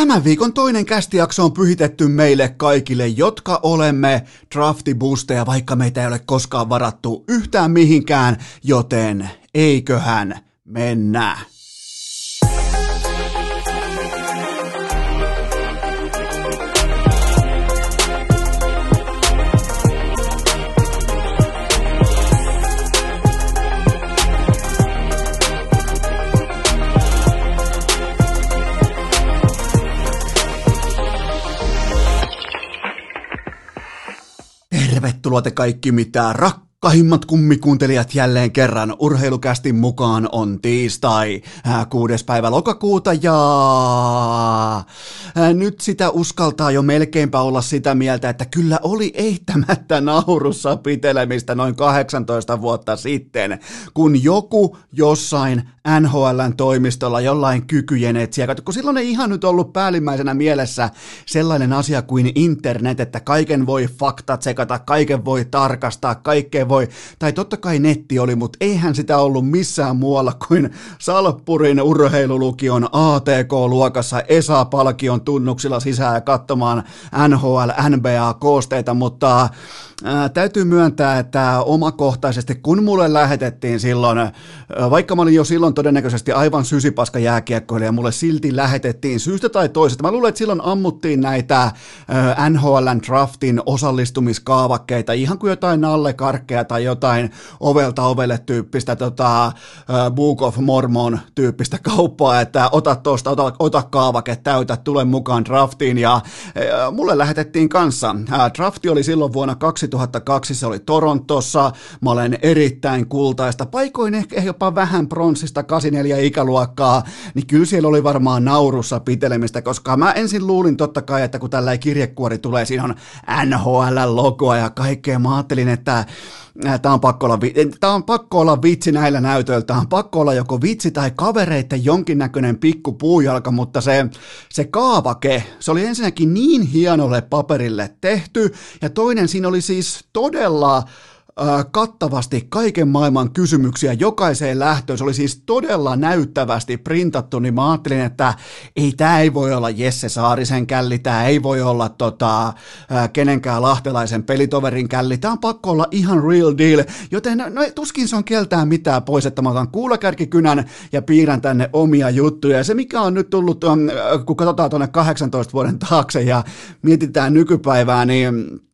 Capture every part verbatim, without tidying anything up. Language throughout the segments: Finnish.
Tämän viikon toinen kästijakso on pyhitetty meille kaikille, jotka olemme draftibusteja, vaikka meitä ei ole koskaan varattu yhtään mihinkään, joten eiköhän mennä. Tervetuloa te kaikki mitä rakkahimmat kummikuuntelijat jälleen kerran. Urheilukästin mukaan on tiistai, kuudes päivä lokakuuta ja nyt sitä uskaltaa jo melkeinpä olla sitä mieltä, että kyllä oli eittämättä naurussa pitelemistä noin kahdeksantoista vuotta sitten, kun joku jossain N H L:n toimistolla jollain kykyjen etsiä, kun silloin ei ihan nyt ollut päällimmäisenä mielessä sellainen asia kuin internet, että kaiken voi fakta tsekata, kaiken voi tarkastaa, kaikkeen voi, tai totta kai netti oli, mutta eihän sitä ollut missään muualla kuin Salppurin urheilulukion A T K-luokassa Esa-palkion tunnuksilla sisään katsomaan N H L, N B A-koosteita, mutta ää, täytyy myöntää, että omakohtaisesti, kun mulle lähetettiin silloin, ää, vaikka mä olin jo silloin todennäköisesti aivan sysipaska jääkiekkoilija, mulle silti lähetettiin syystä tai toisesta. Mä luulen, että silloin ammuttiin näitä ää, N H L:n draftin osallistumiskaavakkeita, ihan kuin jotain nallekarkkeja tai jotain ovelta ovelle tyyppistä tota, ää, Book of Mormon tyyppistä kauppaa, että ota tosta, ota, ota kaavake, täytä, tule mukaan draftiin, ja ää, mulle lähetettiin kanssa. Ää, drafti oli silloin vuonna kaksituhattakaksi, se oli Torontossa, mä olen erittäin kultaista, paikoin ehkä jopa vähän pronssista kahdeksankymmentäneljä ikäluokkaa, niin kyllä siellä oli varmaan naurussa pitelemistä, koska mä ensin luulin totta kai, että kun tällainen kirjekuori tulee, siinä on N H L-logoa ja kaikkea, mä ajattelin, että Tämä on, pakko olla, tämä on pakko olla vitsi näillä näytöillä, tämä on pakko olla joko vitsi tai kavereiden jonkinnäköinen pikku puujalka, mutta se, se kaavake, se oli ensinnäkin niin hienolle paperille tehty, ja toinen siinä oli siis todella kattavasti kaiken maailman kysymyksiä jokaiseen lähtöön. Se oli siis todella näyttävästi printattu, niin mä ajattelin, että ei, tämä ei voi olla Jesse Saarisen källi, tämä ei voi olla tota, kenenkään lahtelaisen pelitoverin källi, tämä on pakko olla ihan real deal, joten no, tuskin se on keltään mitään pois, että mä otan kuulakärkikynän ja piirrän tänne omia juttuja. Ja se, mikä on nyt tullut, kun katsotaan tuonne kahdeksantoista vuoden taakse ja mietitään nykypäivää, niin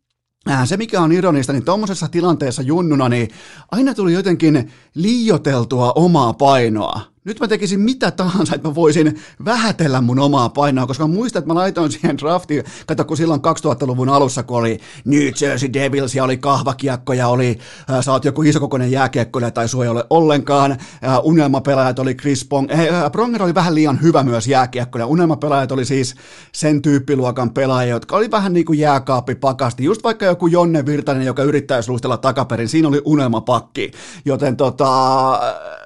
se, mikä on ironista, niin tuommoisessa tilanteessa junnuna, niin aina tuli jotenkin liioiteltua omaa painoa. Nyt mä tekisin mitä tahansa, että mä voisin vähätellä mun omaa painoa, koska mä muistan, että mä laitoin siihen draftiin, kato kun silloin kaksituhattaluvun alussa, kun oli New Jersey Devils ja oli kahvakiekko ja oli, äh, sä oot joku isokokoinen jääkiekkoilija tai sua ei ole ollenkaan, äh, unelmapelaajat oli Chris Pong, äh, Pronger oli vähän liian hyvä myös jääkiekkoilija, unelmapelaajat oli siis sen tyyppiluokan pelaajia, jotka oli vähän niin kuin jääkaappipakasti, just vaikka joku Jonne Virtanen, joka yrittäisi luistella takaperin, siinä oli unelmapakki, joten tota...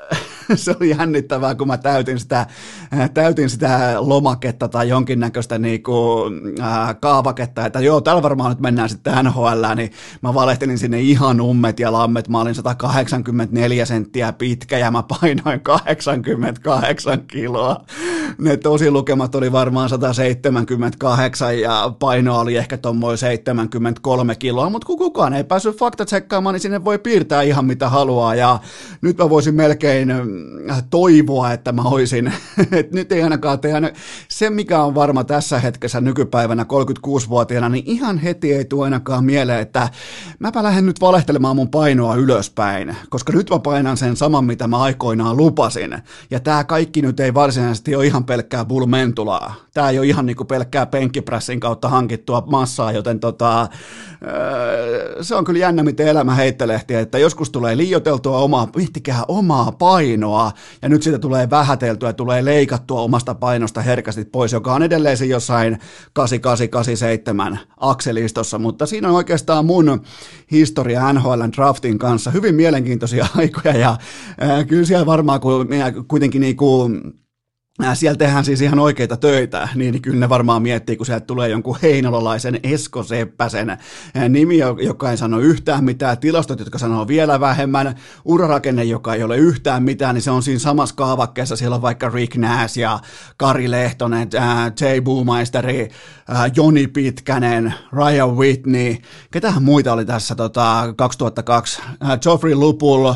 Se oli jännittävää, kun mä täytin sitä, täytin sitä lomaketta tai jonkinnäköistä niinku, äh, kaavaketta, että joo, täällä varmaan nyt mennään sitten N H L:ään, niin mä valehtelin sinne ihan ummet ja lammet. Mä olin sata kahdeksankymmentäneljä senttiä pitkä ja mä painoin kahdeksankymmentäkahdeksan kiloa. Ne tosilukemat oli varmaan sata seitsemänkymmentäkahdeksan ja paino oli ehkä tommoin seitsemänkymmentäkolme kiloa, mutta kun kukaan ei päässyt faktatsekkaamaan, niin sinne voi piirtää ihan mitä haluaa, ja nyt mä voisin melkein toivoa, että mä olisin, että nyt ei ainakaan tehdä, se mikä on varma tässä hetkessä nykypäivänä kolmekymmentäkuusivuotiaana, niin ihan heti ei tule ainakaan mieleen, että mäpä lähden nyt valehtelemaan mun painoa ylöspäin, koska nyt mä painan sen saman, mitä mä aikoinaan lupasin, ja tää kaikki nyt ei varsinaisesti ole ihan pelkkää bulmentulaa, tää ei ole ihan niinku pelkkää penkkipressin kautta hankittua massaa, joten tota, se on kyllä jännä, miten elämä heittelehti, että joskus tulee liioiteltua omaa, miettikää omaa painoa, ja nyt siitä tulee vähäteltyä, tulee leikattua omasta painosta herkästi pois, joka on edelleen se jossain kahdeksankymmentäkahdeksan kahdeksankymmentäseitsemän akselistossa, mutta siinä on oikeastaan mun historia N H L:n draftin kanssa, hyvin mielenkiintoisia aikoja, ja äh, kyllä siellä varmaan, kun minä kuitenkin niinku Siellä tehdään siis ihan oikeita töitä, niin kyllä ne varmaan miettii, kun sieltä tulee jonkun heinolalaisen Esko Seppäsen nimi, joka ei sano yhtään mitään, tilastot, jotka sanoo vielä vähemmän, urarakenne, joka ei ole yhtään mitään, niin se on siinä samassa kaavakkeessa, siellä on vaikka Rick Nash ja Kari Lehtonen, äh, Jay Buumaisteri, äh, Joni Pitkänen, Ryan Whitney, ketähän muita oli tässä tota, kaksituhattakaksi, äh, Geoffrey Lupul.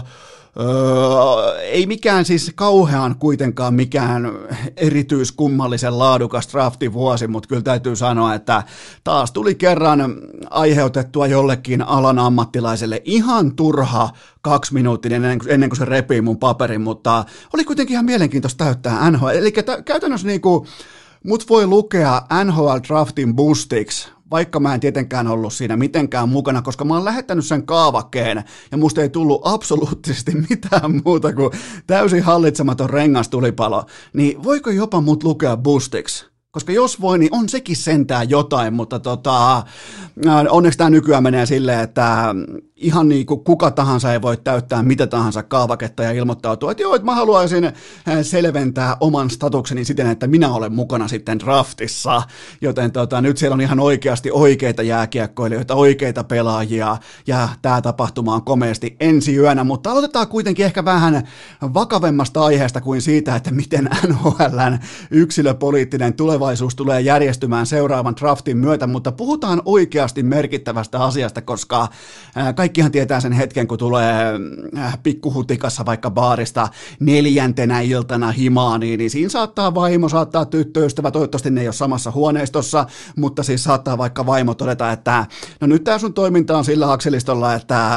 Öö, ei mikään siis kauhean kuitenkaan mikään erityiskummallisen laadukas draftivuosi, mutta kyllä täytyy sanoa, että taas tuli kerran aiheutettua jollekin alan ammattilaiselle ihan turha kaksi minuuttia ennen, ennen kuin se repii mun paperin, mutta oli kuitenkin ihan mielenkiintoista täyttää N H L. Eli t- käytännössä niinku, mut voi lukea N H L Draftin boostiksi, vaikka mä en tietenkään ollut siinä mitenkään mukana, koska mä oon lähettänyt sen kaavakkeen ja musta ei tullut absoluuttisesti mitään muuta kuin täysin hallitsematon rengastulipalo, niin voiko jopa mut lukea boostiksi? Koska jos voi, niin on sekin sentään jotain, mutta tota, onneksi tämä nykyään menee silleen, että ihan niin kuin kuka tahansa ei voi täyttää mitä tahansa kaavaketta ja ilmoittautua, että joo, että mä haluaisin selventää oman statukseni siten, että minä olen mukana sitten draftissa, joten tota, nyt siellä on ihan oikeasti oikeita jääkiekkoilijoita, oikeita pelaajia, ja tämä tapahtuma on komeasti ensi yönä, mutta aloitetaan kuitenkin ehkä vähän vakavemmasta aiheesta kuin siitä, että miten N H L:n yksilöpoliittinen tulevaisuus tulee järjestymään seuraavan draftin myötä, mutta puhutaan oikeasti merkittävästä asiasta, koska kaikkihan tietää sen hetken, kun tulee pikkuhutikassa vaikka baarista neljäntenä iltana himaan, niin, niin siinä saattaa vaimo, saattaa tyttöystävä, toivottavasti ne ei ole samassa huoneistossa, mutta siis saattaa vaikka vaimo todeta, että no nyt tämä sun toiminta on sillä akselistolla, että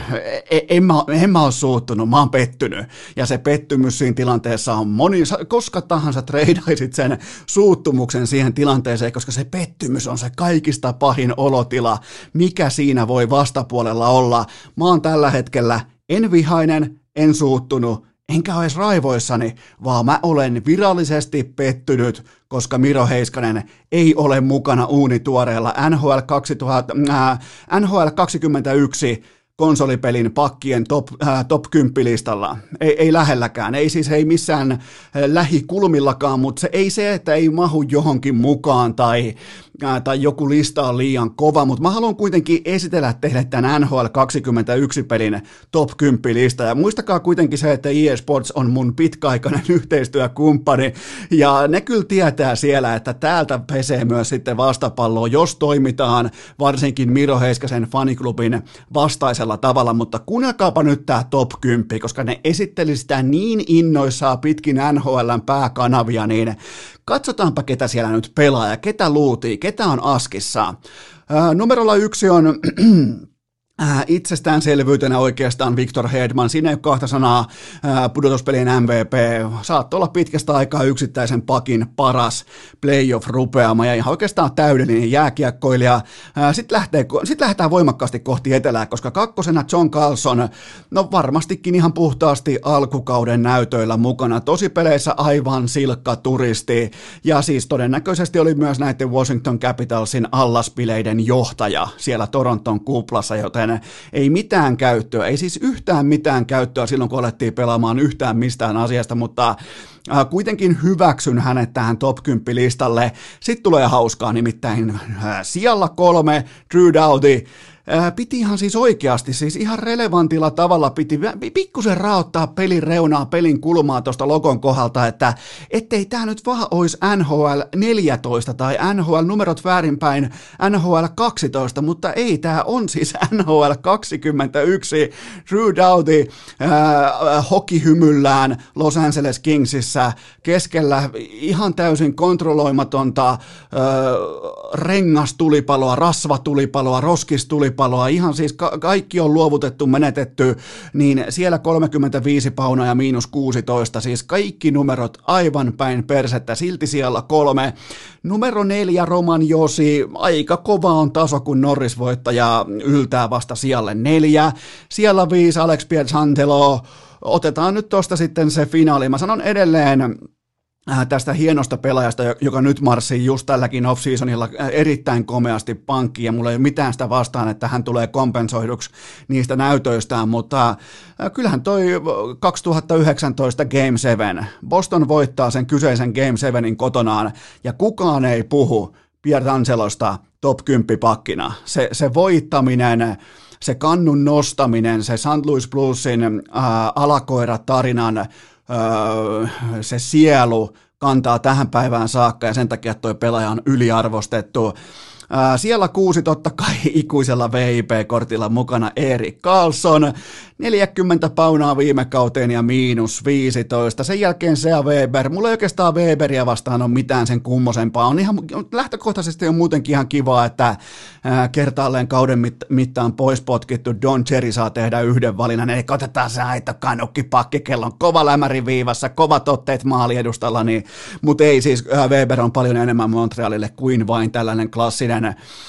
en mä, en mä ole suuttunut, mä oon pettynyt. Ja se pettymys siinä tilanteessa on moni, koska tahansa treidaisit sen suuttumuksen siihen tilanteeseen, koska se pettymys on se kaikista pahin olotila, mikä siinä voi vastapuolella olla. Mä oon tällä hetkellä en vihainen, en suuttunut, enkä ole edes raivoissani, vaan mä olen virallisesti pettynyt, koska Miro Heiskanen ei ole mukana uunituoreella N H L kaksituhatta, äh, N H L kaksikymmentäyksi konsolipelin pakkien top, äh, top kymmenen listalla. Ei, ei lähelläkään, ei siis ei missään äh, lähikulmillakaan, mutta se ei se, että ei mahu johonkin mukaan tai, äh, tai joku lista on liian kova, mutta mä haluan kuitenkin esitellä teille tämän N H L kaksikymmentäyksi pelin top kymmenen lista, ja muistakaa kuitenkin se, että E A Sports on mun pitkäaikainen yhteistyökumppani, ja ne kyllä tietää siellä, että täältä pesee myös sitten vastapalloa, jos toimitaan varsinkin Miro Heiskasen faniklubin vastaisella tavalla, mutta kuunnelkaapa nyt tää top kymmenen, koska ne esitteli sitä niin innoissaan pitkin N H L:n pääkanavia, niin katsotaanpa ketä siellä nyt pelaa ja ketä luutii, ketä on askissa. Ää, numerolla yksi on itsestäänselvyytenä oikeastaan Victor Hedman, siinä ei ole kahta sanaa, pudotuspelien M V P, saattoi olla pitkästä aikaa yksittäisen pakin paras playoff-rupeama ja ihan oikeastaan täydellinen jääkiekkoilija. Sitten lähtee, sit lähdetään voimakkaasti kohti etelää, koska kakkosena John Carlson, no varmastikin ihan puhtaasti alkukauden näytöillä mukana, tosipeleissä aivan silkka turisti ja siis todennäköisesti oli myös näiden Washington Capitalsin allaspileiden johtaja siellä Toronton kuplassa, joten ei mitään käyttöä, ei siis yhtään mitään käyttöä silloin, kun alettiin pelaamaan yhtään mistään asiasta, mutta äh, kuitenkin hyväksyn hänet tähän top kymmenen listalle. Sitten tulee hauskaa, nimittäin äh, sijalla kolme, Drew Doughty. Piti ihan siis oikeasti, siis ihan relevantilla tavalla piti pikkusen raottaa pelin reunaa, pelin kulmaa tuosta logon kohdalta, että ettei tämä nyt vaan olisi N H L neljätoista tai N H L numerot väärinpäin N H L kaksitoista, mutta ei, tämä on siis N H L kaksikymmentäyksi. Drew Doughty äh, hokihymyllään Los Angeles Kingsissä keskellä ihan täysin kontrolloimatonta äh, rengastulipaloa, rasvatulipaloa, roskistulipaloa, paloa, ihan siis ka- kaikki on luovutettu, menetetty, niin siellä kolmekymmentäviisi paunaa ja miinus kuusitoista, siis kaikki numerot aivan päin persettä, silti siellä kolme. Numero neljä Roman Josi, aika kova on taso, kun Norris-voittaja yltää vasta sijalle neljä. Siellä viisi Alex Pietrangelo, otetaan nyt tosta sitten se finaali. Mä sanon edelleen, tästä hienosta pelaajasta, joka nyt marssii just tälläkin off-seasonilla erittäin komeasti pankkiin, ja mulla ei ole mitään sitä vastaan, että hän tulee kompensoiduksi niistä näytöistään, mutta kyllähän toi kaksituhattayhdeksäntoista Game seitsemän, Boston voittaa sen kyseisen Game seitsemänin kotonaan, ja kukaan ei puhu Pietrangelosta top kymmenen pakkina. Se, se voittaminen, se kannun nostaminen, se Saint Louis Bluesin ää, alakoiratarinan Öö, se sielu kantaa tähän päivään saakka ja sen takia toi pelaaja on yliarvostettu. Öö, siellä kuusi totta kai ikuisella V I P-kortilla mukana Erik Karlsson, neljäkymmentä paunaa viime kauteen ja miinus viisitoista. Sen jälkeen Sea Weber. Mulla ei oikeastaan Weberia vastaan ole mitään sen kummosempaa. On ihan, lähtökohtaisesti on muutenkin ihan kivaa, että ää, kertaalleen kauden mit, mittaan pois potkittu Don Cherry saa tehdä yhden valinnan. Eli otetaan se aito kanukki pakki, kello on kova lämäri viivassa, kovat otteet maaliedustalla, niin, mutta ei siis, ää, Weber on paljon enemmän Montrealille kuin vain tällainen klassinen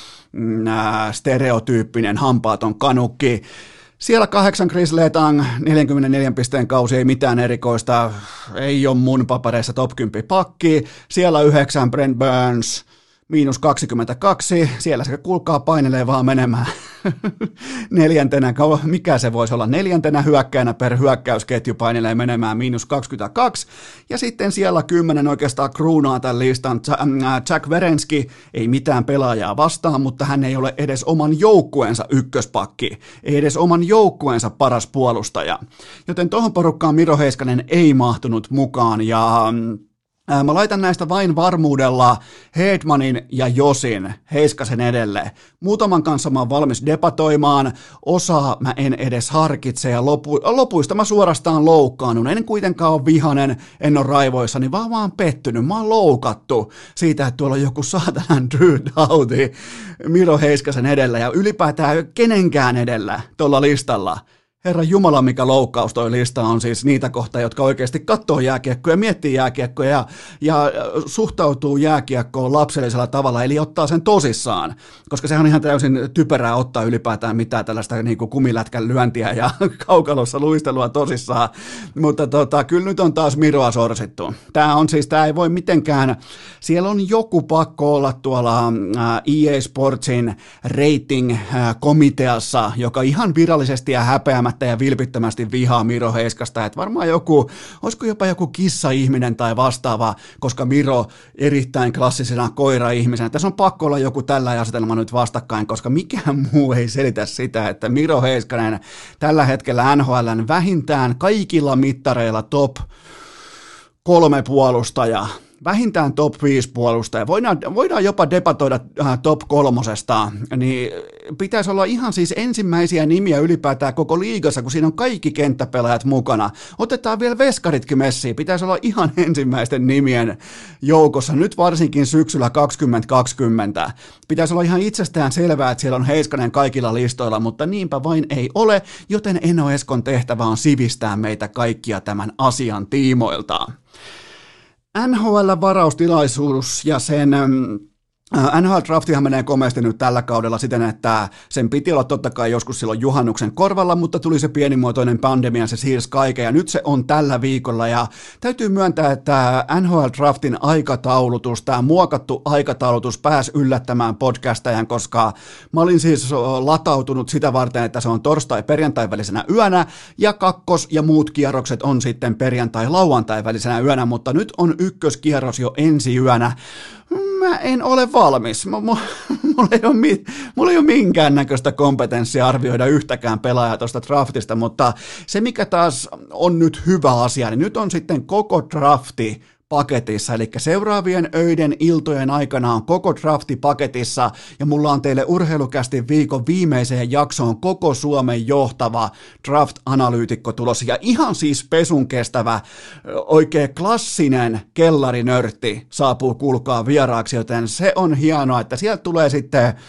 ää, stereotyyppinen hampaaton kanukki. Siellä kahdeksan Chris Letang, neljäkymmentäneljä pisteen kausi, ei mitään erikoista, ei ole mun papereissa top kymmenen pakki. Siellä yhdeksän Brent Burns, miinus kaksikymmentäkaksi, siellä se kuulkaa painelee vaan menemään neljäntenä, mikä se voisi olla, neljäntenä hyökkäänä per hyökkäysketju painelee menemään miinus kaksikymmentäkaksi, ja sitten siellä kymmenen oikeastaan kruunaa tämän listan, Jack Werenski, ei mitään pelaajaa vastaan, mutta hän ei ole edes oman joukkueensa ykköspakki, ei edes oman joukkueensa paras puolustaja, joten tuohon porukkaan Miro Heiskanen ei mahtunut mukaan, ja mä laitan näistä vain varmuudella Hedmanin ja Josin Heiskasen edelle. Muutaman kanssa mä oon valmis debatoimaan, osaa mä en edes harkitse ja lopu, lopuista mä suorastaan loukkaannut. En kuitenkaan ole vihanen, en ole raivoissani, vaan vaan pettynyt. Mä oon loukattu siitä, että tuolla on joku saatanan Drew Doughty Miro Heiskasen edellä ja ylipäätään kenenkään edellä tuolla listalla. Herra Jumala, mikä loukkaus toi lista on siis niitä kohtaa, jotka oikeasti katsoo jääkiekkoja, miettii jääkiekkoja ja, ja suhtautuu jääkiekkoon lapsellisella tavalla, eli ottaa sen tosissaan, koska sehän on ihan täysin typerää ottaa ylipäätään mitään tällaista niin kuin kumilätkän lyöntiä ja kaukalossa luistelua tosissaan, mutta tota, kyllä nyt on taas Miroa sorsittu. Tämä on siis, tämä ei voi mitenkään, siellä on joku pakko olla tuolla E A Sportsin rating-komiteassa, joka ihan virallisesti ja häpeämättä ja vilpittömästi vihaa Miro Heiskasta, että varmaan joku, olisiko jopa joku kissa-ihminen tai vastaava, koska Miro erittäin klassisena koira-ihmisenä, tässä on pakko olla joku tällä asetelma nyt vastakkain, koska mikään muu ei selitä sitä, että Miro Heiskanen tällä hetkellä N H L:n vähintään kaikilla mittareilla top kolme puolustaja, vähintään top viisi puolustaja, voidaan, voidaan jopa debatoida äh, top kolmosesta, niin pitäisi olla ihan siis ensimmäisiä nimiä ylipäätään koko liigassa, kun siinä on kaikki kenttäpelaajat mukana. Otetaan vielä veskaritkin messiin, pitäisi olla ihan ensimmäisten nimien joukossa, nyt varsinkin syksyllä kaksituhattakaksikymmentä. Pitäisi olla ihan itsestään selvää, että siellä on Heiskanen kaikilla listoilla, mutta niinpä vain ei ole, joten Eno Eskon tehtävä on sivistää meitä kaikkia tämän asian tiimoilta. N H L-varaustilaisuus ja sen N H L-draftihan menee komeasti nyt tällä kaudella siten, että sen piti olla totta kai joskus silloin juhannuksen korvalla, mutta tuli se pienimuotoinen pandemia, se siirsi kaiken ja nyt se on tällä viikolla ja täytyy myöntää, että N H L-draftin aikataulutus, tämä muokattu aikataulutus pääsi yllättämään podcastajan, koska mä olin siis latautunut sitä varten, että se on torstai-perjantai välisenä yönä ja kakkos- ja muut kierrokset on sitten perjantai-lauantai välisenä yönä, mutta nyt on ykköskierros jo ensi yönä. Mä en ole valmis. Mulla ei ole, mulla ei ole minkäännäköistä kompetenssia arvioida yhtäkään pelaajaa tuosta draftista, mutta se mikä taas on nyt hyvä asia, niin nyt on sitten koko drafti paketissa, eli seuraavien öiden iltojen aikana on koko drafti paketissa, ja mulla on teille Urheilukästin viikon viimeiseen jaksoon koko Suomen johtava draft-analyytikko tulossa, ja ihan siis pesun kestävä, oikein klassinen kellarinörtti saapuu kuulkaa vieraaksi, joten se on hienoa, että sieltä tulee sitten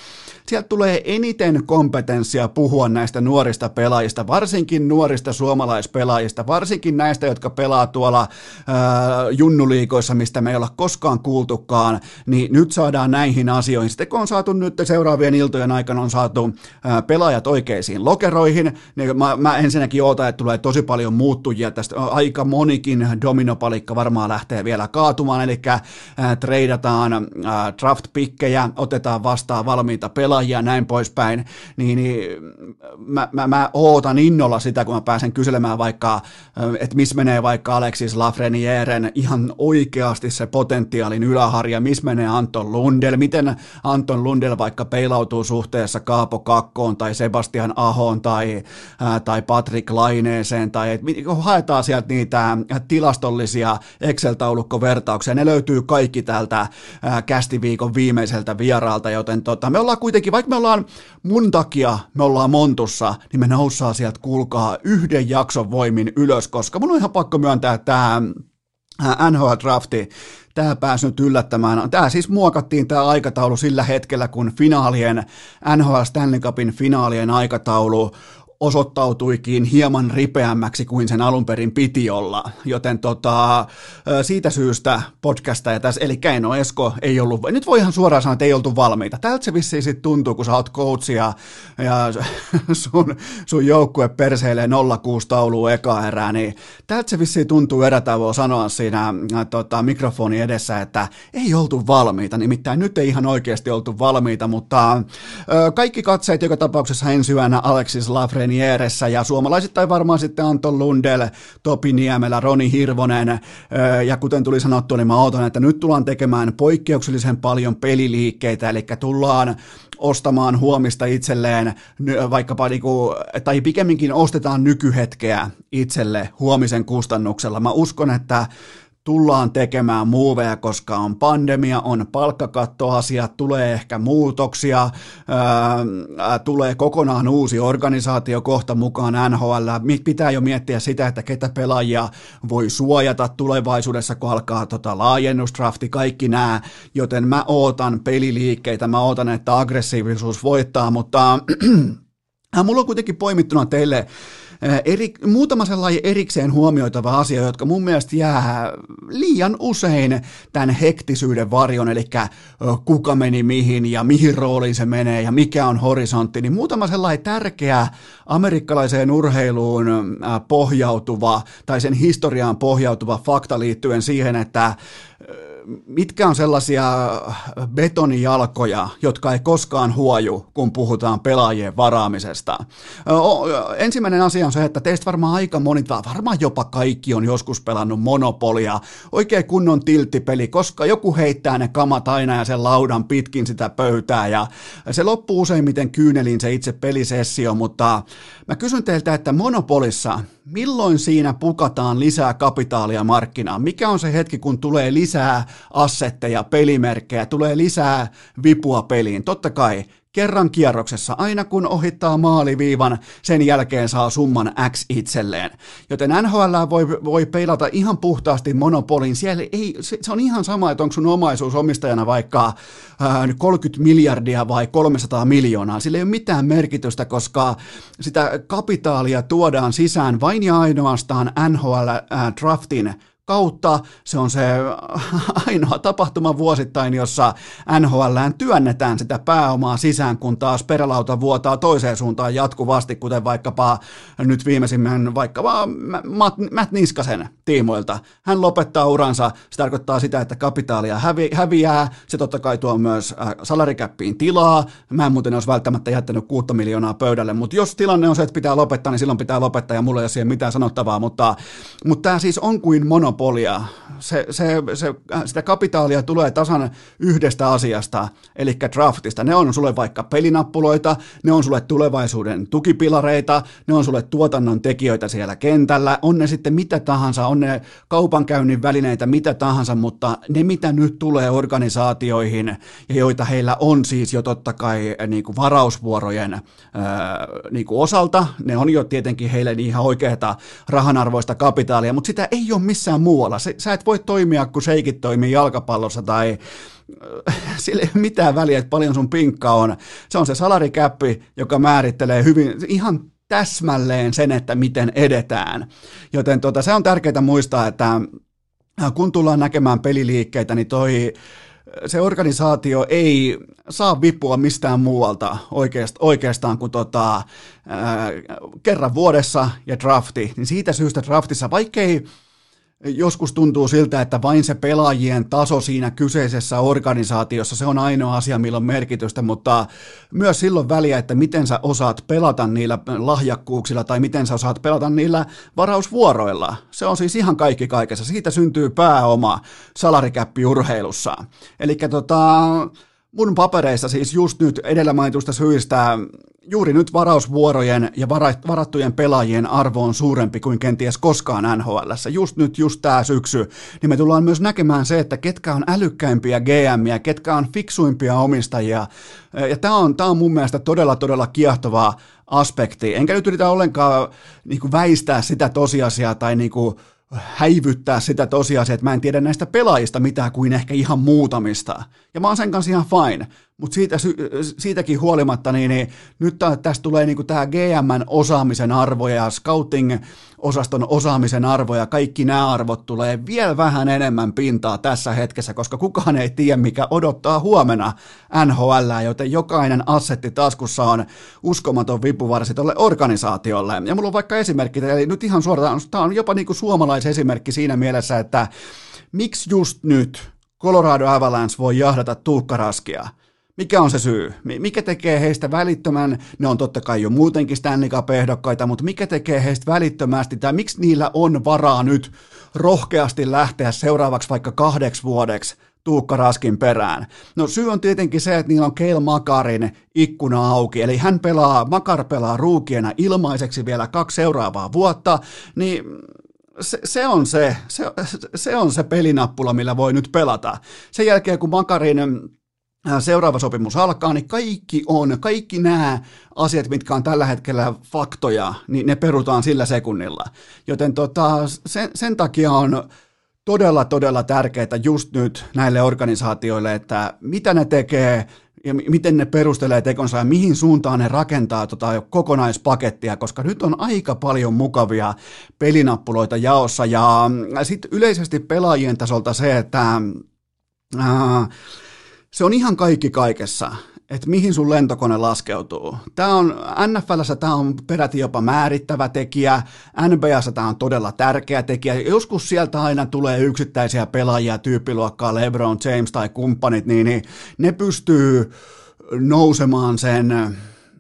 sieltä tulee eniten kompetenssia puhua näistä nuorista pelaajista, varsinkin nuorista suomalaispelaajista, varsinkin näistä, jotka pelaa tuolla ää, junnuliikoissa, mistä me ei olla koskaan kuultukaan, niin nyt saadaan näihin asioihin. Sitten kun on saatu nyt seuraavien iltojen aikana on saatu ää, pelaajat oikeisiin lokeroihin, niin mä, mä ensinnäkin ootan, että tulee tosi paljon muuttujia tästä, aika monikin dominopalikka varmaan lähtee vielä kaatumaan, eli ää, treidataan ää, draft-pikkejä, otetaan vastaan valmiita pelaajia, näin poispäin, niin, niin mä, mä, mä ootan innolla sitä, kun mä pääsen kyselemään vaikka, että missä menee vaikka Alexis Lafrenieren ihan oikeasti se potentiaalin yläharja, missä menee Anton Lundell, miten Anton Lundell vaikka peilautuu suhteessa Kaapo Kakkoon tai Sebastian Ahoon tai, ää, tai Patrick Laineeseen, tai et, haetaan sieltä niitä tilastollisia Excel-taulukkovertauksia, ne löytyy kaikki tältä ää, kästiviikon viimeiseltä vieraalta, joten tota, me ollaan kuitenkin, vaikka me ollaan mun takia, me ollaan Montussa, niin me noussaan sieltä, kuulkaa, yhden jakson voimin ylös, koska mun on ihan pakko myöntää, että tämä N H L-drafti, tämä pääsi nyt yllättämään. Tämä siis muokattiin tämä aikataulu sillä hetkellä, kun finaalien, N H L Stanley Cupin finaalien aikataulu osoittautuikin hieman ripeämmäksi kuin sen alun perin piti olla, joten tota, siitä syystä podcastaja tässä, eli Keino Esko ei ollut, nyt voi ihan suoraan sanoa, että ei oltu valmiita. Tältä se vissiin sitten tuntuu, kun sä oot coach ja, ja sun, sun joukkue perseilee nolla kuusi taulua eka erää, niin tältä se vissiin tuntuu erätavoin sanoa siinä tota, mikrofonin edessä, että ei oltu valmiita, nimittäin nyt ei ihan oikeasti oltu valmiita, mutta ö, kaikki katseet joka tapauksessa ensi yönä Alexis Lafreniere ja suomalaisittain varmaan sitten Anton Lundell, Topi Niemelä, Roni Hirvonen, ja kuten tuli sanottua, niin mä ootan, että nyt tullaan tekemään poikkeuksellisen paljon peliliikkeitä, eli tullaan ostamaan huomista itselleen, vaikkapa niinku, tai pikemminkin ostetaan nykyhetkeä itselle huomisen kustannuksella. Mä uskon, että tullaan tekemään muuveja, koska on pandemia, on palkkakattoasiat, tulee ehkä muutoksia, ää, tulee kokonaan uusi organisaatio kohta mukaan N H L. Pitää jo miettiä sitä, että ketä pelaajia voi suojata tulevaisuudessa, kun alkaa tota laajennusdrafti, kaikki nämä, joten mä ootan peliliikkeitä, mä ootan, että aggressiivisuus voittaa, mutta mulla on kuitenkin poimittuna teille Eri, muutama sellainen erikseen huomioitava asia, jotka mun mielestä jää liian usein tämän hektisyyden varjon, eli kuka meni mihin ja mihin rooliin se menee ja mikä on horisontti, niin muutama sellainen tärkeä amerikkalaiseen urheiluun pohjautuva tai sen historiaan pohjautuva fakta liittyen siihen, että mitkä on sellaisia betonijalkoja, jotka ei koskaan huoju, kun puhutaan pelaajien varaamisesta. Ensimmäinen asia on se, että teistä varmaan aika moni, varmaan jopa kaikki on joskus pelannut Monopolia, oikein kunnon tilttipeli, koska joku heittää ne kamat aina ja sen laudan pitkin sitä pöytää, ja se loppuu useimmiten kyyneliin se itse pelisessio, mutta mä kysyn teiltä, että Monopolissa, milloin siinä pukataan lisää kapitaalia markkinaan? Mikä on se hetki, kun tulee lisää assetteja, pelimerkkejä, tulee lisää vipua peliin? Totta kai kerran kierroksessa, aina kun ohittaa maaliviivan, sen jälkeen saa summan X itselleen. Joten N H L voi, voi peilata ihan puhtaasti monopolin. Siellä ei, se, se on ihan sama, että onko sun omaisuus omistajana vaikka ää, kolmekymmentä miljardia vai kolmesataa miljoonaa. Sillä ei ole mitään merkitystä, koska sitä kapitaalia tuodaan sisään vain ja ainoastaan N H L-draftin kautta. Se on se ainoa tapahtuma vuosittain, jossa N H L:ään työnnetään sitä pääomaa sisään, kun taas perälauta vuotaa toiseen suuntaan jatkuvasti, kuten vaikkapa nyt viimeisimmän vaikkapa Matt, Matt Niskasen tiimoilta. Hän lopettaa uransa, se tarkoittaa sitä, että kapitaalia hävi, häviää, se totta kai tuo myös salarikäppiin tilaa. Mä en muuten olisi välttämättä jättänyt kuutta miljoonaa pöydälle, mutta jos tilanne on se, että pitää lopettaa, niin silloin pitää lopettaa ja mulla ei ole siihen mitään sanottavaa, mutta, mutta tämä siis on kuin mono monopolia. Se, se, se, sitä kapitaalia tulee tasan yhdestä asiasta, eli draftista. Ne on sulle vaikka pelinappuloita, ne on sulle tulevaisuuden tukipilareita, ne on sulle tuotannon tekijöitä siellä kentällä, on ne sitten mitä tahansa, on ne kaupankäynnin välineitä, mitä tahansa, mutta ne mitä nyt tulee organisaatioihin, ja joita heillä on siis jo totta kai niin kuin varausvuorojen ää, niin kuin osalta, ne on jo tietenkin heille ihan oikeaa rahanarvoista kapitaalia, mutta sitä ei ole missään muualla. Sä et voi toimia, kun seikit toimii jalkapallossa tai sillä ei ole mitään väliä, että paljon sun pinkka on. Se on se salarikäppi, joka määrittelee hyvin, ihan täsmälleen sen, että miten edetään. Joten tota, se on tärkeää muistaa, että kun tullaan näkemään peliliikkeitä, niin toi se organisaatio ei saa vipua mistään muualta oikeastaan kuin tota, ää, kerran vuodessa ja drafti, niin siitä syystä draftissa, vaikkei joskus tuntuu siltä, että vain se pelaajien taso siinä kyseisessä organisaatiossa, se on ainoa asia, millä on merkitystä, mutta myös silloin väliä, että miten sä osaat pelata niillä lahjakkuuksilla tai miten sä osaat pelata niillä varausvuoroilla. Se on siis ihan kaikki kaikessa. Siitä syntyy pääoma salarikäppi urheilussa. Eli tota, mun papereissa siis just nyt edellä mainitusta syistä juuri nyt varausvuorojen ja varattujen pelaajien arvo on suurempi kuin kenties koskaan N H L:ssä. Just nyt, just tää syksy, niin me tullaan myös näkemään se, että ketkä on älykkäimpiä G M:iä, ketkä on fiksuimpia omistajia. Ja tää on, tää on mun mielestä todella, todella kiehtovaa aspekti. Enkä nyt yritä ollenkaan niin kuin väistää sitä tosiasiaa tai niin kuin häivyttää sitä tosiasiaa, että mä en tiedä näistä pelaajista mitään kuin ehkä ihan muutamista. Ja mä oon sen kanssa ihan fine, mutta siitä, siitäkin huolimatta, niin, niin nyt tästä tulee niin tämä G M:n osaamisen arvo ja scouting-osaston osaamisen arvo ja kaikki nämä arvot tulee vielä vähän enemmän pintaa tässä hetkessä, koska kukaan ei tiedä, mikä odottaa huomenna N H L:ää, joten jokainen assetti taskussa on uskomaton vipuvarsi tolle organisaatiolle. Ja mulla on vaikka esimerkki, eli nyt ihan suoraan, tämä on jopa niin kuin suomalaisesimerkki siinä mielessä, että miksi just nyt Colorado Avalanche voi jahdata Tuukka Raskia? Mikä on se syy? Mikä tekee heistä välittömän? Ne on totta kai jo muutenkin Stanley Cup-ehdokkaita, mutta mikä tekee heistä välittömästi? Tai miksi niillä on varaa nyt rohkeasti lähteä seuraavaksi vaikka kahdeksi vuodeksi Tuukka Raskin perään? No syy on tietenkin se, että niillä on Cale Makarin ikkuna auki, eli hän pelaa, Makar pelaa ruukiena ilmaiseksi vielä kaksi seuraavaa vuotta, niin Se, se, on se, se, se on se pelinappula, millä voi nyt pelata. Sen jälkeen, kun Makarin seuraava sopimus alkaa, niin kaikki on, kaikki nämä asiat, mitkä on tällä hetkellä faktoja, niin ne perutaan sillä sekunnilla. Joten tota, sen, sen takia on todella, todella tärkeää just nyt näille organisaatioille, että mitä ne tekee, ja miten ne perustelee tekonsa ja mihin suuntaan ne rakentaa tota kokonaispakettia, koska nyt on aika paljon mukavia pelinappuloita jaossa, ja sitten yleisesti pelaajien tasolta se, että ää, se on ihan kaikki kaikessa, että mihin sun lentokone laskeutuu. Tämä on, N F L:ssä tämä on peräti jopa määrittävä tekijä, N B A:ssa tämä on todella tärkeä tekijä. Joskus sieltä aina tulee yksittäisiä pelaajia, tyyppiluokkaa LeBron James tai kumppanit, niin, niin ne pystyy nousemaan sen,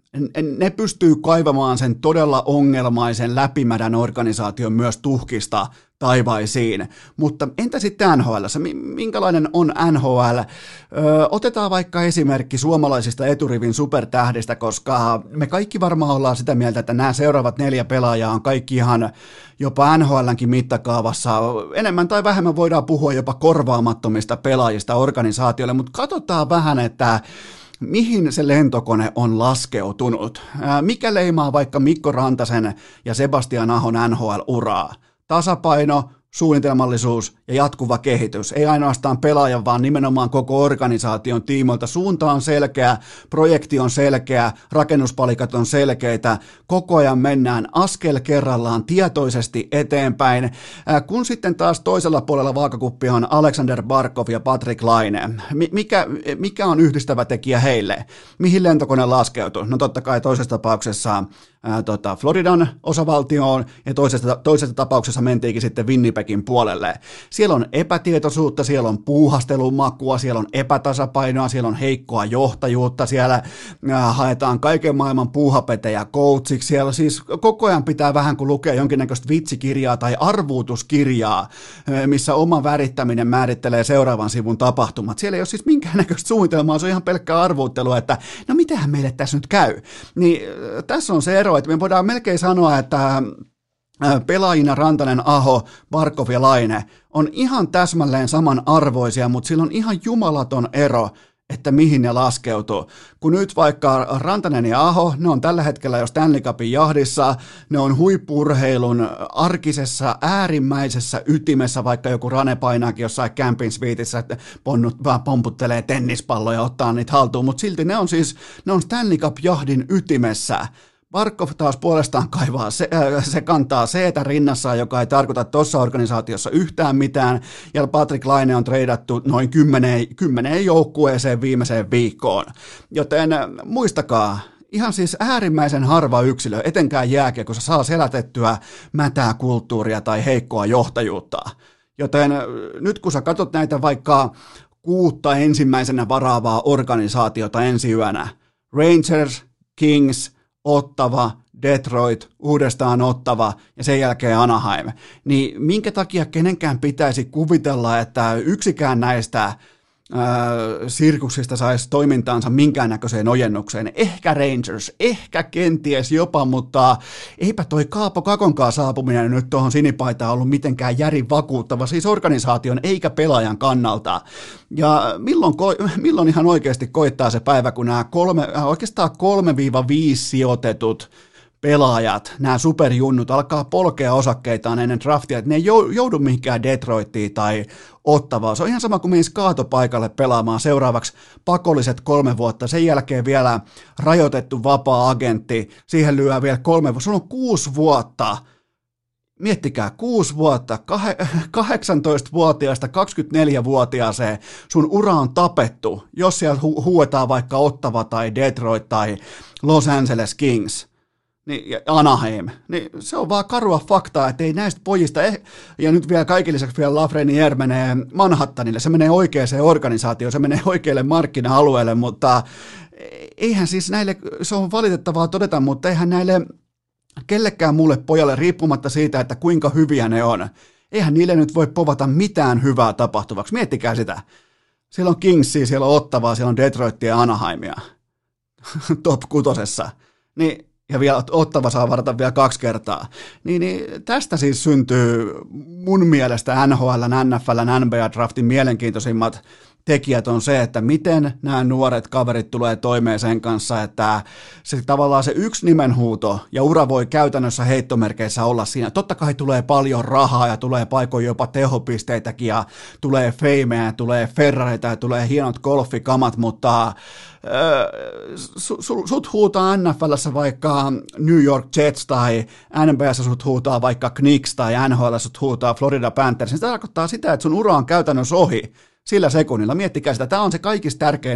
ne pystyy kaivamaan sen todella ongelmaisen läpimärän organisaation myös tuhkista taivaisiin, mutta entä sitten N H L:ssä? Minkälainen on N H L? Öö, otetaan vaikka esimerkki suomalaisista eturivin supertähdistä, koska me kaikki varmaan ollaan sitä mieltä, että nämä seuraavat neljä pelaajaa on kaikki ihan jopa N H L:nkin mittakaavassa. Enemmän tai vähemmän voidaan puhua jopa korvaamattomista pelaajista organisaatiolle, mutta katsotaan vähän, että mihin se lentokone on laskeutunut? Mikä leimaa vaikka Mikko Rantasen ja Sebastian Ahon N H L-uraa? Tasapaino, suunnitelmallisuus ja jatkuva kehitys. Ei ainoastaan pelaajan, vaan nimenomaan koko organisaation tiimoilta. Suunta on selkeä, projekti on selkeä, rakennuspalikat on selkeitä. Koko ajan mennään askel kerrallaan tietoisesti eteenpäin. Kun sitten taas toisella puolella vaakakuppia on Alexander Barkov ja Patrick Laine. Mikä, mikä on yhdistävä tekijä heille? Mihin lentokone laskeutuu? No totta kai toisessa tapauksessa ää, tota, Floridan osavaltioon ja toisessa, toisessa tapauksessa mentiinkin sitten Winnipegin puolelle. Siellä on epätietoisuutta, siellä on puuhastelun makua, siellä on epätasapainoa, siellä on heikkoa johtajuutta, siellä ää, haetaan kaiken maailman puuhapetejä coachiksi, siellä siis koko ajan pitää vähän kuin lukea jonkinnäköistä vitsikirjaa tai arvuutuskirjaa, missä oma värittäminen määrittelee seuraavan sivun tapahtumat. Siellä ei ole siis minkäännäköistä suunnitelmaa, se on ihan pelkkää arvuuttelua, että no mitähän meille tässä nyt käy. Niin tässä on se ero, että me voidaan melkein sanoa, että pelaajina Rantanen, Aho, Barkov ja Laine on ihan täsmälleen samanarvoisia, mutta sillä on ihan jumalaton ero, että mihin ne laskeutuu. Kun nyt vaikka Rantanen ja Aho, ne on tällä hetkellä jo Stanley Cupin jahdissa, ne on huippu-urheilun arkisessa äärimmäisessä ytimessä, vaikka joku Rane painaakin jossain camping suitissa, että ponnut, vaan pomputtelee tennispalloja ja ottaa niitä haltuun, mutta silti ne on siis, ne on Stanley Cup-jahdin ytimessä. Barkov taas puolestaan kaivaa, se, äh, se kantaa seetä rinnassaan, joka ei tarkoita tuossa organisaatiossa yhtään mitään, ja Patrick Laine on treidattu noin kymmeneen, kymmeneen joukkueeseen viimeiseen viikkoon. Joten äh, muistakaa, ihan siis äärimmäisen harva yksilö, etenkään jääkiekossa, saa selätettyä mätää kulttuuria tai heikkoa johtajuutta. Joten äh, nyt kun sä katsot näitä vaikka kuutta ensimmäisenä varaavaa organisaatiota ensi yönä, Rangers, Kings, Ottava, Detroit, uudestaan Ottava ja sen jälkeen Anaheim, niin minkä takia kenenkään pitäisi kuvitella, että yksikään näistä äh, sirkuksista saisi toimintaansa minkäännäköiseen ojennukseen. Ehkä Rangers, ehkä kenties jopa, mutta eipä toi Kaapo Kakonkaan saapuminen nyt tuohon sinipaitaan ollut mitenkään järin vakuuttava, siis organisaation eikä pelaajan kannalta. Ja milloin, ko- milloin ihan oikeasti koittaa se päivä, kun nämä kolme, oikeastaan kolmesta viiteen sijoitetut pelaajat, nämä superjunnut, alkaa polkea osakkeitaan ennen draftia, että ne ei joudu mihinkään Detroittiin tai Ottavaan. Se on ihan sama kuin menisi kaatopaikalle pelaamaan seuraavaksi pakolliset kolme vuotta, sen jälkeen vielä rajoitettu vapaa-agentti, siihen lyö vielä kolme vuotta, sulla on kuusi vuotta. Miettikää, kuusi vuotta, kahdeksantoistavuotiaasta kaksikymmentäneljävuotiaaseen sun ura on tapettu, jos siellä hu- huuetaan vaikka Ottava tai Detroit tai Los Angeles Kings. Niin, ja Anaheim, niin se on vaan karua faktaa, että ei näistä pojista, eh, ja nyt vielä kaiken lisäksi vielä Lafreniere menee Manhattanille, se menee oikeaan organisaatioon, se menee oikealle markkina-alueelle, mutta eihän siis näille, se on valitettavaa todeta, mutta eihän näille kellekään muulle pojalle, riippumatta siitä, että kuinka hyviä ne on, eihän niille nyt voi povata mitään hyvää tapahtuvaksi, miettikää sitä, siellä on Kingsia, siellä on Ottavaa, siellä on Detroitia ja Anaheimia, top kutosessa, niin ja vielä Ottava saa varata vielä kaksi kertaa, niin, niin tästä siis syntyy mun mielestä N H L, N F L, N B A-draftin mielenkiintoisimmat tekijät on se, että miten nämä nuoret kaverit tulee toimeen sen kanssa, että se tavallaan se yksi nimenhuuto ja ura voi käytännössä heittomerkeissä olla siinä. Totta kai tulee paljon rahaa ja tulee paikoin jopa tehopisteitäkin ja tulee feimeä, tulee Ferrareita ja tulee hienot golfikamat, mutta sut huutaa N F L:ssä vaikka New York Jets tai N B A:ssa sut huutaa vaikka Knicks tai N H L:ssä sut huutaa Florida Panthers. Se tarkoittaa sitä, että sun ura on käytännössä ohi sillä sekunnilla. Miettikää sitä. Tämä on se kaikista tärkein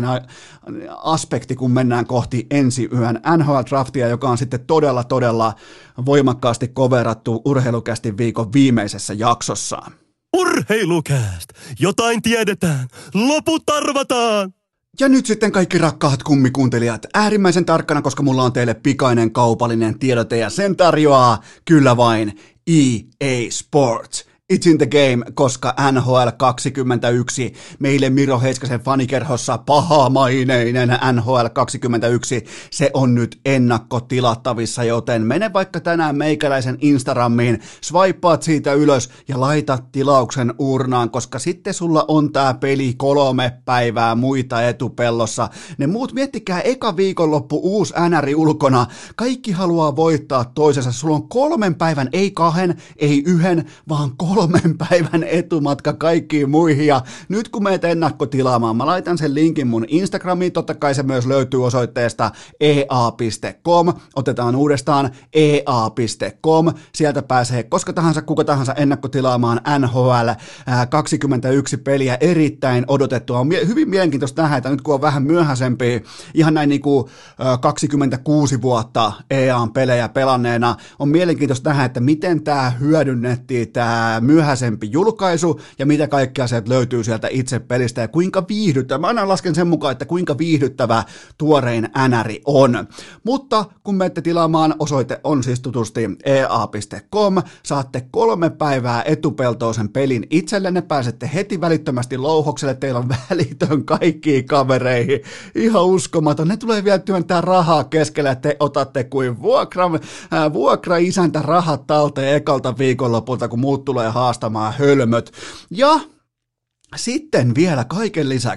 aspekti, kun mennään kohti ensi yön N H L-draftia, joka on sitten todella, todella voimakkaasti coverattu Urheilukästin viikon viimeisessä jaksossa. Urheilukääst! Jotain tiedetään! Loput arvataan! Ja nyt sitten kaikki rakkaat kummikuuntelijat, äärimmäisen tarkkana, koska mulla on teille pikainen kaupallinen tiedote ja sen tarjoaa kyllä vain E A Sports. It's in the game, koska N H L kaksikymmentäyksi, meille Miro Heiskasen fanikerhossa pahamaineinen N H L kaksikymmentäyksi, se on nyt ennakkotilattavissa, joten mene vaikka tänään meikäläisen Instagramiin, swipeaat siitä ylös ja laita tilauksen urnaan, koska sitten sulla on tää peli kolme päivää muita etupellossa. Ne muut, miettikää, eka viikonloppu uusi änäri ulkona, kaikki haluaa voittaa toisensa, sulla on kolmen päivän, ei kahden, ei yhden, vaan kolmen kolmen päivän etumatka kaikkiin muihin, ja nyt kun meet ennakkotilaamaan, mä laitan sen linkin mun Instagramiin, totta kai se myös löytyy osoitteesta e a piste com, otetaan uudestaan e a piste com, sieltä pääsee koska tahansa, kuka tahansa ennakkotilaamaan N H L kaksikymmentäyksi peliä, erittäin odotettua, on mie- hyvin mielenkiintoista nähdä, että nyt kun on vähän myöhäisempi, ihan näin niin kuin kaksikymmentäkuusi vuotta E A:n pelejä pelanneena, on mielenkiintoista nähdä, että miten tämä hyödynnettiin, tämä myöhäisempi julkaisu ja mitä kaikkea sieltä löytyy sieltä itse pelistä ja kuinka viihdyttävä. Mä aina lasken sen mukaan, että kuinka viihdyttävä tuorein änäri on. Mutta kun menette tilaamaan, osoite on siis tutusti e a piste com, saatte kolme päivää etupeltoisen pelin itsellenne, pääsette heti välittömästi louhokselle, teillä on välitön kaikkiin kavereihin, ihan uskomaton. Ne tulee vielä työntää rahaa keskelle, että te otatte kuin vuokra, äh, vuokra-isäntä rahat talteen ekalta viikonlopulta, kun muut tulee haastamaan hölmöt. Ja sitten vielä kaiken lisäksi,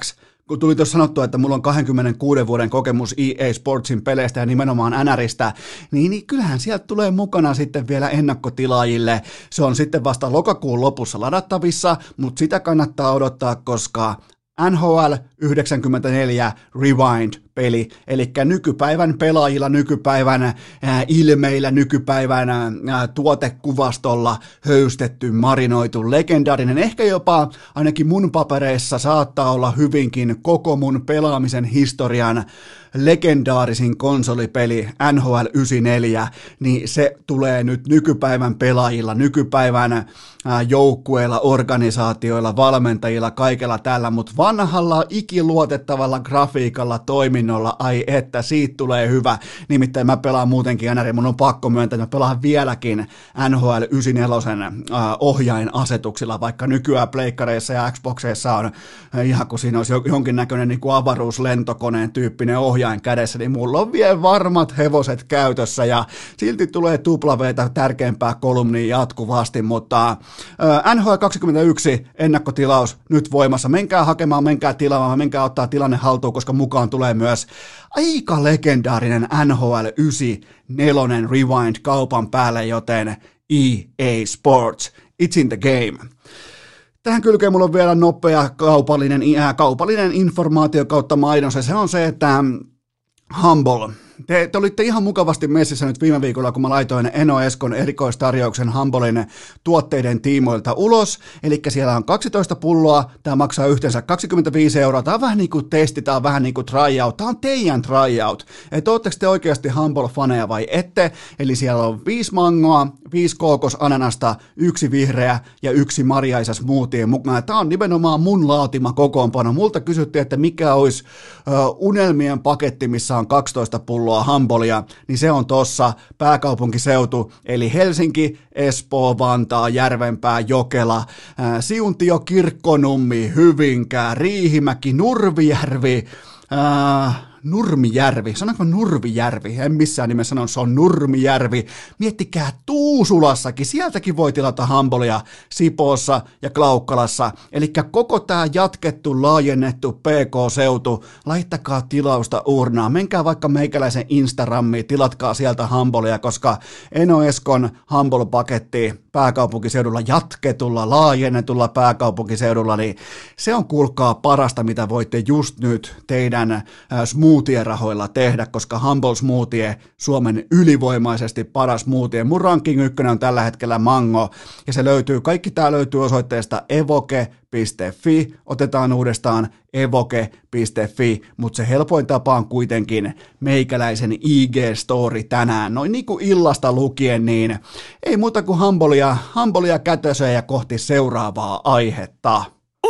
kun tuli tuossa sanottua, että mulla on kaksikymmentäkuuden vuoden kokemus E A Sportsin peleistä ja nimenomaan N Ristä, niin, niin kyllähän sieltä tulee mukana sitten vielä ennakkotilaajille. Se on sitten vasta lokakuun lopussa ladattavissa, mutta sitä kannattaa odottaa, koska N H L yhdeksänkymmentäneljä Rewind-peli, eli nykypäivän pelaajilla, nykypäivän ää, ilmeillä, nykypäivän ää, tuotekuvastolla höystetty, marinoitu, legendaarinen, ehkä jopa ainakin mun papereissa saattaa olla hyvinkin koko mun pelaamisen historian legendaarisin konsolipeli N H L yhdeksänkymmentäneljä, niin se tulee nyt nykypäivän pelaajilla, nykypäivän joukkueilla, organisaatioilla, valmentajilla, kaikella tällä, mutta vanhalla ikiluotettavalla grafiikalla, toiminnolla, ai että siitä tulee hyvä, nimittäin mä pelaan muutenkin N R, mun on pakko myöntää, että mä pelaan vieläkin N H L yhdeksänkymmentäneljä ohjainasetuksilla, vaikka nykyään pleikkareissa ja Xboxeissa on ihan kuin siinä olisi jonkinnäköinen niin kuin avaruuslentokoneen tyyppinen ohjain kädessä, niin mulla on vielä varmat hevoset käytössä ja silti tulee tuplaveitä tärkeämpää kolumnia jatkuvasti, mutta N H L kaksikymmentäyksi ennakkotilaus nyt voimassa. Menkää hakemaan, menkää tilaamaan, menkää ottaa tilanne haltuun, koska mukaan tulee myös aika legendaarinen N H L yhdeksänkymmentäneljä Rewind kaupan päälle, joten E A Sports, it's in the game. Tähän kylkeen mulla on vielä nopea kaupallinen, äh, kaupallinen informaatio kautta mainos, ja se on se, että Humble. Te, te olitte ihan mukavasti messissä nyt viime viikolla, kun mä laitoin Eno Eskon erikoistarjouksen Humblen tuotteiden tiimoilta ulos. Eli siellä on kaksitoista pulloa, tämä maksaa yhteensä kaksikymmentäviisi euroa. Tämä on vähän niin kuin testi, tämä on vähän niin kuin tryout. Tämä on teidän tryout. Että ootteko te oikeasti Humble-faneja vai ette? Eli siellä on viisi mangoa, viisi kookosananasta, yksi vihreä ja yksi marjaisa smoothie mukana. Tämä on nimenomaan mun laatima kokoonpano. Multa kysyttiin, että mikä olisi uh, unelmien paketti, missä on kaksitoista pulloa Humblea, niin se on tossa pääkaupunkiseutu, eli Helsinki, Espoo, Vantaa, Järvenpää, Jokela, ää, Siuntio, Kirkkonummi, Hyvinkää, Riihimäki, Nurmijärvi, ää, Nurmijärvi, sanonko Nurmijärvi? En missään nimessä sano, se on Nurmijärvi. Miettikää Tuusulassakin, sieltäkin voi tilata Humblea Sipoossa ja Klaukkalassa. Eli koko tämä jatkettu, laajennettu P K-seutu, laittakaa tilausta urnaan. Menkää vaikka meikäläisen Instagramiin, tilatkaa sieltä Humblea, koska Eno Eskon Humble-paketti pääkaupunkiseudulla, jatketulla, laajennetulla pääkaupunkiseudulla, niin se on kuulkaa parasta, mitä voitte just nyt teidän äh, smoothie-rahoilla tehdä, koska Humble Smoothie, Suomen ylivoimaisesti paras smoothie. Mun ranking ykkönen on tällä hetkellä mango, ja se löytyy, kaikki tää löytyy osoitteesta evoke piste fi, otetaan uudestaan evoke piste fi, mutta se helpoin tapa on kuitenkin meikäläisen I G-story tänään, noin niin kuin illasta lukien, niin ei muuta kuin Humblea, Humblea kätöseen ja kohti seuraavaa aihetta.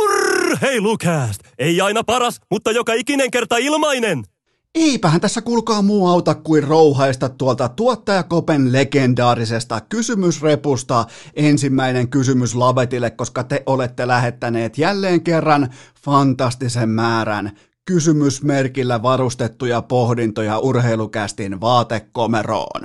Urheilukääst! Ei aina paras, mutta joka ikinen kerta ilmainen! Eipähän tässä kuulkaa muu auta kuin rouhaista tuolta tuottajakopen legendaarisesta kysymysrepusta ensimmäinen kysymys Lavetille, koska te olette lähettäneet jälleen kerran fantastisen määrän kysymysmerkillä varustettuja pohdintoja Urheilukästin vaatekomeroon.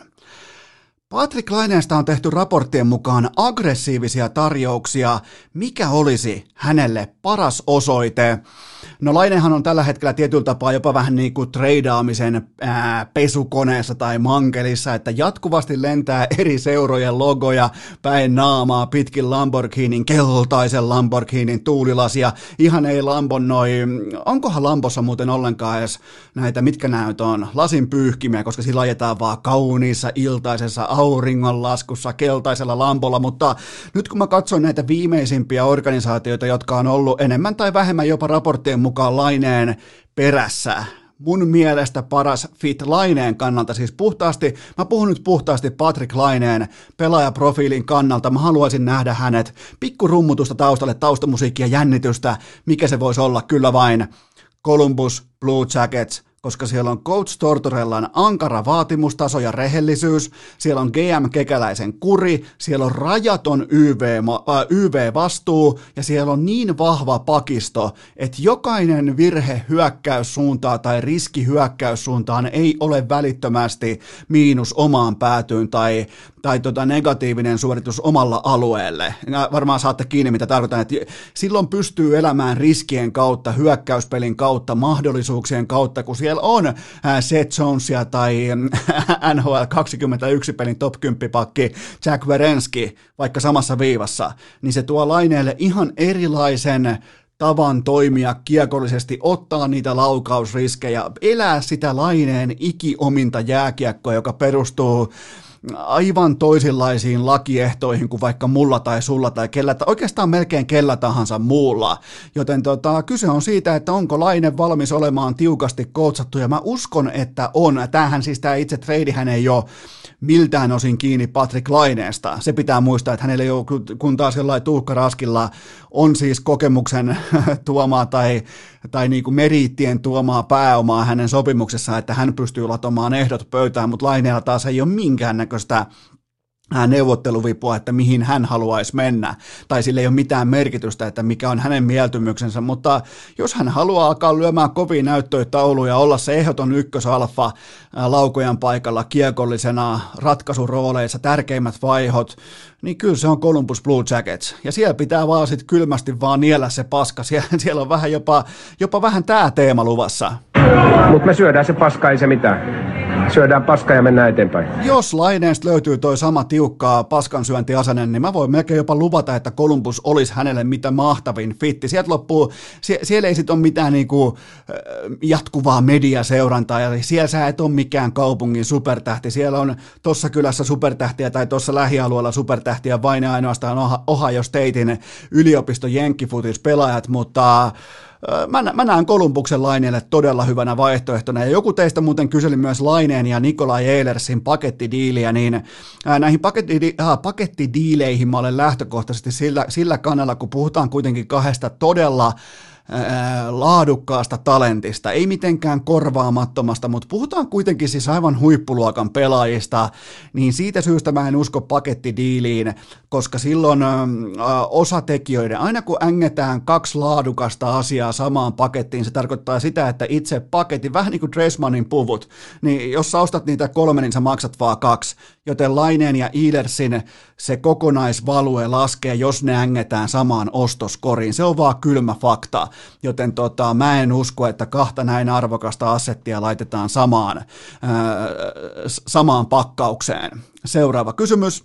Patrick Laineesta on tehty raporttien mukaan aggressiivisia tarjouksia. Mikä olisi hänelle paras osoite? No Lainehan on tällä hetkellä tietyllä tapaa jopa vähän niin kuin treidaamisen ää, pesukoneessa tai mankelissa, että jatkuvasti lentää eri seurojen logoja päin naamaa pitkin Lamborghinin, keltaisen Lamborghinin tuulilasia. Ihan ei Lambon noi, onkohan Lambossa muuten ollenkaan edes näitä, mitkä näyt on, lasin pyyhkimiä, koska sillä ajetaan vaan kauniissa iltaisessa auringonlaskussa keltaisella Lambolla, mutta nyt kun mä katson näitä viimeisimpiä organisaatioita, jotka on ollut enemmän tai vähemmän jopa raporttien mukaan Laineen perässä, mun mielestä paras fit Laineen kannalta, siis puhtaasti, mä puhun nyt puhtaasti Patrick Laineen pelaajaprofiilin kannalta, mä haluaisin nähdä hänet, pikku rummutusta taustalle, taustamusiikkia, jännitystä, mikä se voisi olla, kyllä vain Columbus Blue Jackets, koska siellä on Coach Tortorellan ankara vaatimustaso ja rehellisyys, siellä on G M Kekäläisen kuri, siellä on rajaton Y V-vastuu ja siellä on niin vahva pakisto, että jokainen virhe hyökkäyssuuntaan tai riski hyökkäyssuuntaan ei ole välittömästi miinus omaan päätyyn tai, tai tota negatiivinen suoritus omalla alueelle. Ja varmaan saatte kiinni, mitä tarkoitan, että silloin pystyy elämään riskien kautta, hyökkäyspelin kautta, mahdollisuuksien kautta, kun siellä on Seth Jonesia tai N H L kaksikymmentäyksi pelin top kymmenen pakki Jack Werenski vaikka samassa viivassa, niin se tuo Laineelle ihan erilaisen tavan toimia kiekollisesti, ottaa niitä laukausriskejä, elää sitä Laineen ikiominta jääkiekkoa, joka perustuu aivan toisenlaisiin lakiehtoihin kuin vaikka mulla tai sulla tai kellä, oikeastaan melkein kellä tahansa muulla. Joten tota, kyse on siitä, että onko Laine valmis olemaan tiukasti koutsattu, ja mä uskon, että on. Tämähän siis tämä itse treidihän ei ole miltään osin kiinni Patrik Laineesta. Se pitää muistaa, että hänellä ei ole, kun taas jollain Tuukka Raskilla on siis kokemuksen tuomaa tai, tai niin kuin meriittien tuomaa pääomaa hänen sopimuksessaan, että hän pystyy latomaan ehdot pöytään, mutta Laineella taas ei ole minkäännäköistä neuvotteluvipua, että mihin hän haluaisi mennä, tai sillä ei ole mitään merkitystä, että mikä on hänen mieltymyksensä, mutta jos hän haluaa alkaa lyömään kovia näyttöjä tauluja, olla se ehdoton ykkösalfa laukojan paikalla kiekollisena ratkasurooleissa, tärkeimmät vaihot, niin kyllä se on Columbus Blue Jackets, ja siellä pitää vaan sitten kylmästi vaan niellä se paska, siellä, siellä on vähän jopa, jopa vähän tämä teema luvassa. Mutta me syödään se paska, ei se mitään. Syödään paska ja mennään eteenpäin. Jos Laineesta löytyy toi sama tiukkaa paskansyöntiasenne, niin mä voin melkein jopa luvata, että Columbus olisi hänelle mitä mahtavin fitti. Sieltä loppuu, sie, siellä ei sit ole mitään niinku, jatkuvaa mediaseurantaa, ja siellä sä et ole mikään kaupungin supertähti. Siellä on tossa kylässä supertähtiä tai tossa lähialueella supertähtiä vain ja ainoastaan Ohio Statein yliopisto jenkkifutis pelaajat, mutta Mä, mä näen Columbuksen Laineelle todella hyvänä vaihtoehtona, ja joku teistä muuten kyseli myös Laineen ja Nikolai Eilersin pakettidiiliä, niin näihin paketti, äh, pakettidiileihin mä olen lähtökohtaisesti sillä, sillä kannalla, kun puhutaan kuitenkin kahdesta todella laadukkaasta talentista, ei mitenkään korvaamattomasta, mutta puhutaan kuitenkin siis aivan huippuluokan pelaajista, niin siitä syystä mä en usko pakettidiiliin, koska silloin ö, osatekijöiden, aina kun ängetään kaksi laadukasta asiaa samaan pakettiin, se tarkoittaa sitä, että itse paketti, vähän niin kuin Dressmanin puvut, niin jos sä ostat niitä kolme, niin sä maksat vaan kaksi, joten Laineen ja Eilersin se kokonaisvalue laskee, jos ne ängetään samaan ostoskoriin, se on vaan kylmä fakta. Joten tota, mä en usko, että kahta näin arvokasta assettia laitetaan samaan, ää, samaan pakkaukseen. Seuraava kysymys.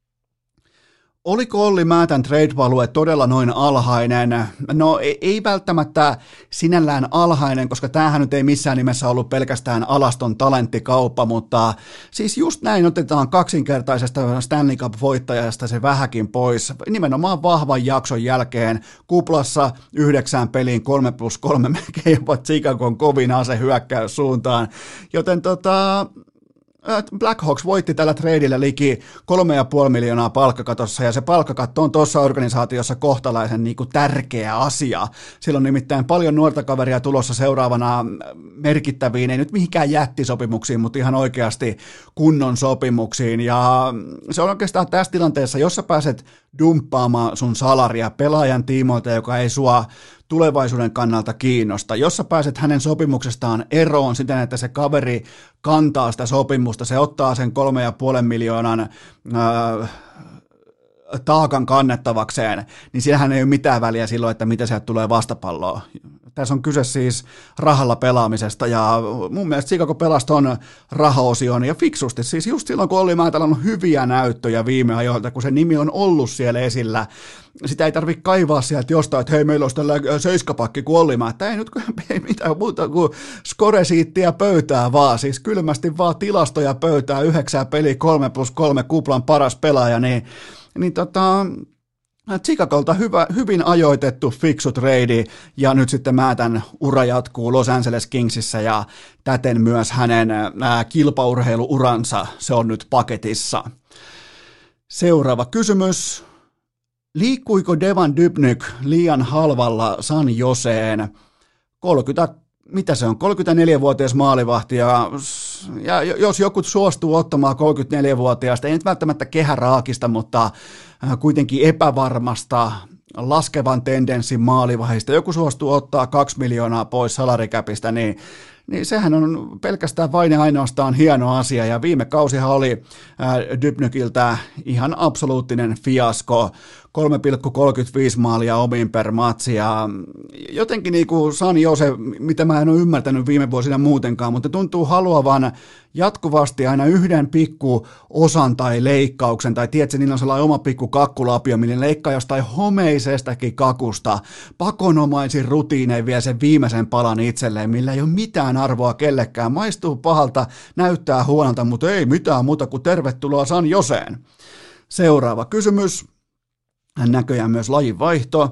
Oliko Olli Määtän trade-value todella noin alhainen? No ei, ei välttämättä sinällään alhainen, koska tämähän nyt ei missään nimessä ollut pelkästään alaston talenttikauppa, mutta siis just näin otetaan kaksinkertaisesta Stanley Cup-voittajasta se vähäkin pois. Nimenomaan vahvan jakson jälkeen kuplassa yhdeksään peliin kolme plus kolme melkein jopa Chicagon kovin ase hyökkäyssuuntaan, joten tota... Blackhawks voitti tällä treidillä liki kolme ja puoli miljoonaa palkkakatossa, ja se palkkakatto on tuossa organisaatiossa kohtalaisen niin kuin tärkeä asia. Siellä on nimittäin paljon nuorta kaveria tulossa seuraavana merkittäviin, ei nyt mihinkään jättisopimuksiin, mutta ihan oikeasti kunnon sopimuksiin, ja se on oikeastaan tässä tilanteessa, jos sä pääset dumppaamaan sun salaria pelaajan tiimoilta, joka ei sua tulevaisuuden kannalta kiinnosta. Jos sä pääset hänen sopimuksestaan eroon siten, että se kaveri kantaa sitä sopimusta, se ottaa sen kolme ja puolen miljoonan ää, taakan kannettavakseen, niin siinähän ei ole mitään väliä silloin, että mitä sieltä tulee vastapalloa. Tässä on kyse siis rahalla pelaamisesta, ja mun mielestä Chicago pelasi ton rahaosion ja fiksusti. Siis just silloin, kun Olli Määtällä on hyviä näyttöjä viime ajoilta, kun se nimi on ollut siellä esillä, sitä ei tarvitse kaivaa sieltä jostain, että hei, meillä olisi tällä seiskapakki kuin Olli Määttä. Ei nyt ei mitään muuta kuin skoresiittiä pöytää vaan, siis kylmästi vaan tilastoja pöytää, yhdeksää peliä, kolme plus kolme, kuplan paras pelaaja, niin, niin tota... Chicagolta hyvä, hyvin ajoitettu fiksu trade, ja nyt sitten Määtän ura jatkuu Los Angeles Kingsissä, ja täten myös hänen ää, kilpaurheiluuransa, se on nyt paketissa. Seuraava kysymys. Liikkuiko Devan Dubnyk liian halvalla San Joseen? kolmekymmentä mitä se on, kolmekymmentäneljävuotias maalivahti, ja, ja jos joku suostuu ottamaan kolmekymmentäneljävuotiaasta, ei nyt välttämättä kehäraakista, mutta kuitenkin epävarmasta, laskevan tendenssin maalivahdista, joku suostuu ottaa kaksi miljoonaa pois salarikäpistä, niin niin sehän on pelkästään vain ja ainoastaan hieno asia, ja viime kausihan oli Dubnykiltä ihan absoluuttinen fiasko, kolme pilkku kolmekymmentäviisi maalia omiin per matsi, ja jotenkin niin kuin San Jose, mitä mä en ole ymmärtänyt viime vuosina muutenkaan, mutta tuntuu haluavan jatkuvasti aina yhden pikku osan tai leikkauksen, tai tiedätkö, niillä on sellainen oma pikku kakkulapio, millä leikkaa jostain homeisestakin kakusta, pakonomaisin rutiinein vie sen viimeisen palan itselleen, millä ei ole mitään arvoa kellekään, maistuu pahalta, näyttää huonolta, mutta ei mitään muuta kuin tervetuloa San Joseen. Seuraava kysymys, näköjään myös lajin vaihto.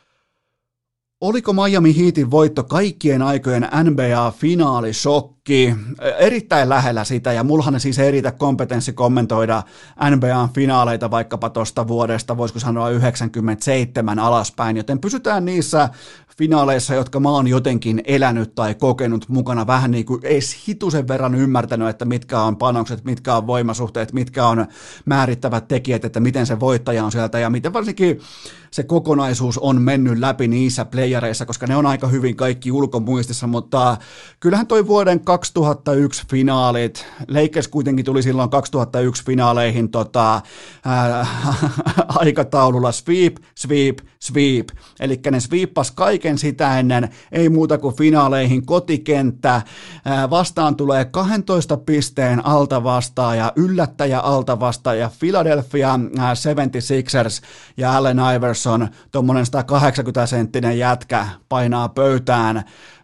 Oliko Miami Heatin voitto kaikkien aikojen N B A-finaalisokki? Erittäin lähellä sitä, ja mullahan siis ei riitä kompetenssi kommentoida N B A-finaaleita vaikkapa tuosta vuodesta, voisiko sanoa yhdeksänkymmentäseitsemän alaspäin, joten pysytään niissä finaaleissa, jotka mä oon jotenkin elänyt tai kokenut mukana, vähän niin kuin edes hitusen verran ymmärtänyt, että mitkä on panokset, mitkä on voimasuhteet, mitkä on määrittävät tekijät, että miten se voittaja on sieltä, ja miten varsinkin se kokonaisuus on mennyt läpi niissä playereissa, koska ne on aika hyvin kaikki ulkomuistissa, mutta kyllähän toi vuoden kaksituhattayksi finaalit, Lakers kuitenkin tuli silloin kaksituhattayksi finaaleihin tota, ää, aikataululla sweep, sweep, sweep, eli ne sweepas kaiken sitä ennen, ei muuta kuin finaaleihin kotikenttä, ää, vastaan tulee kaksitoista pisteen alta vastaaja, yllättäjä alta vastaaja, Philadelphia ää, seitsemänkymmentäkuusi ers ja Allen Iverson, tuommoinen sata kahdeksankymmentä senttinen jätkä painaa pöytään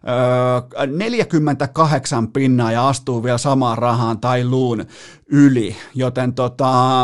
öö, neljäkymmentäkahdeksan pinnaa ja astuu vielä samaan rahaan tai luun yli, joten tota,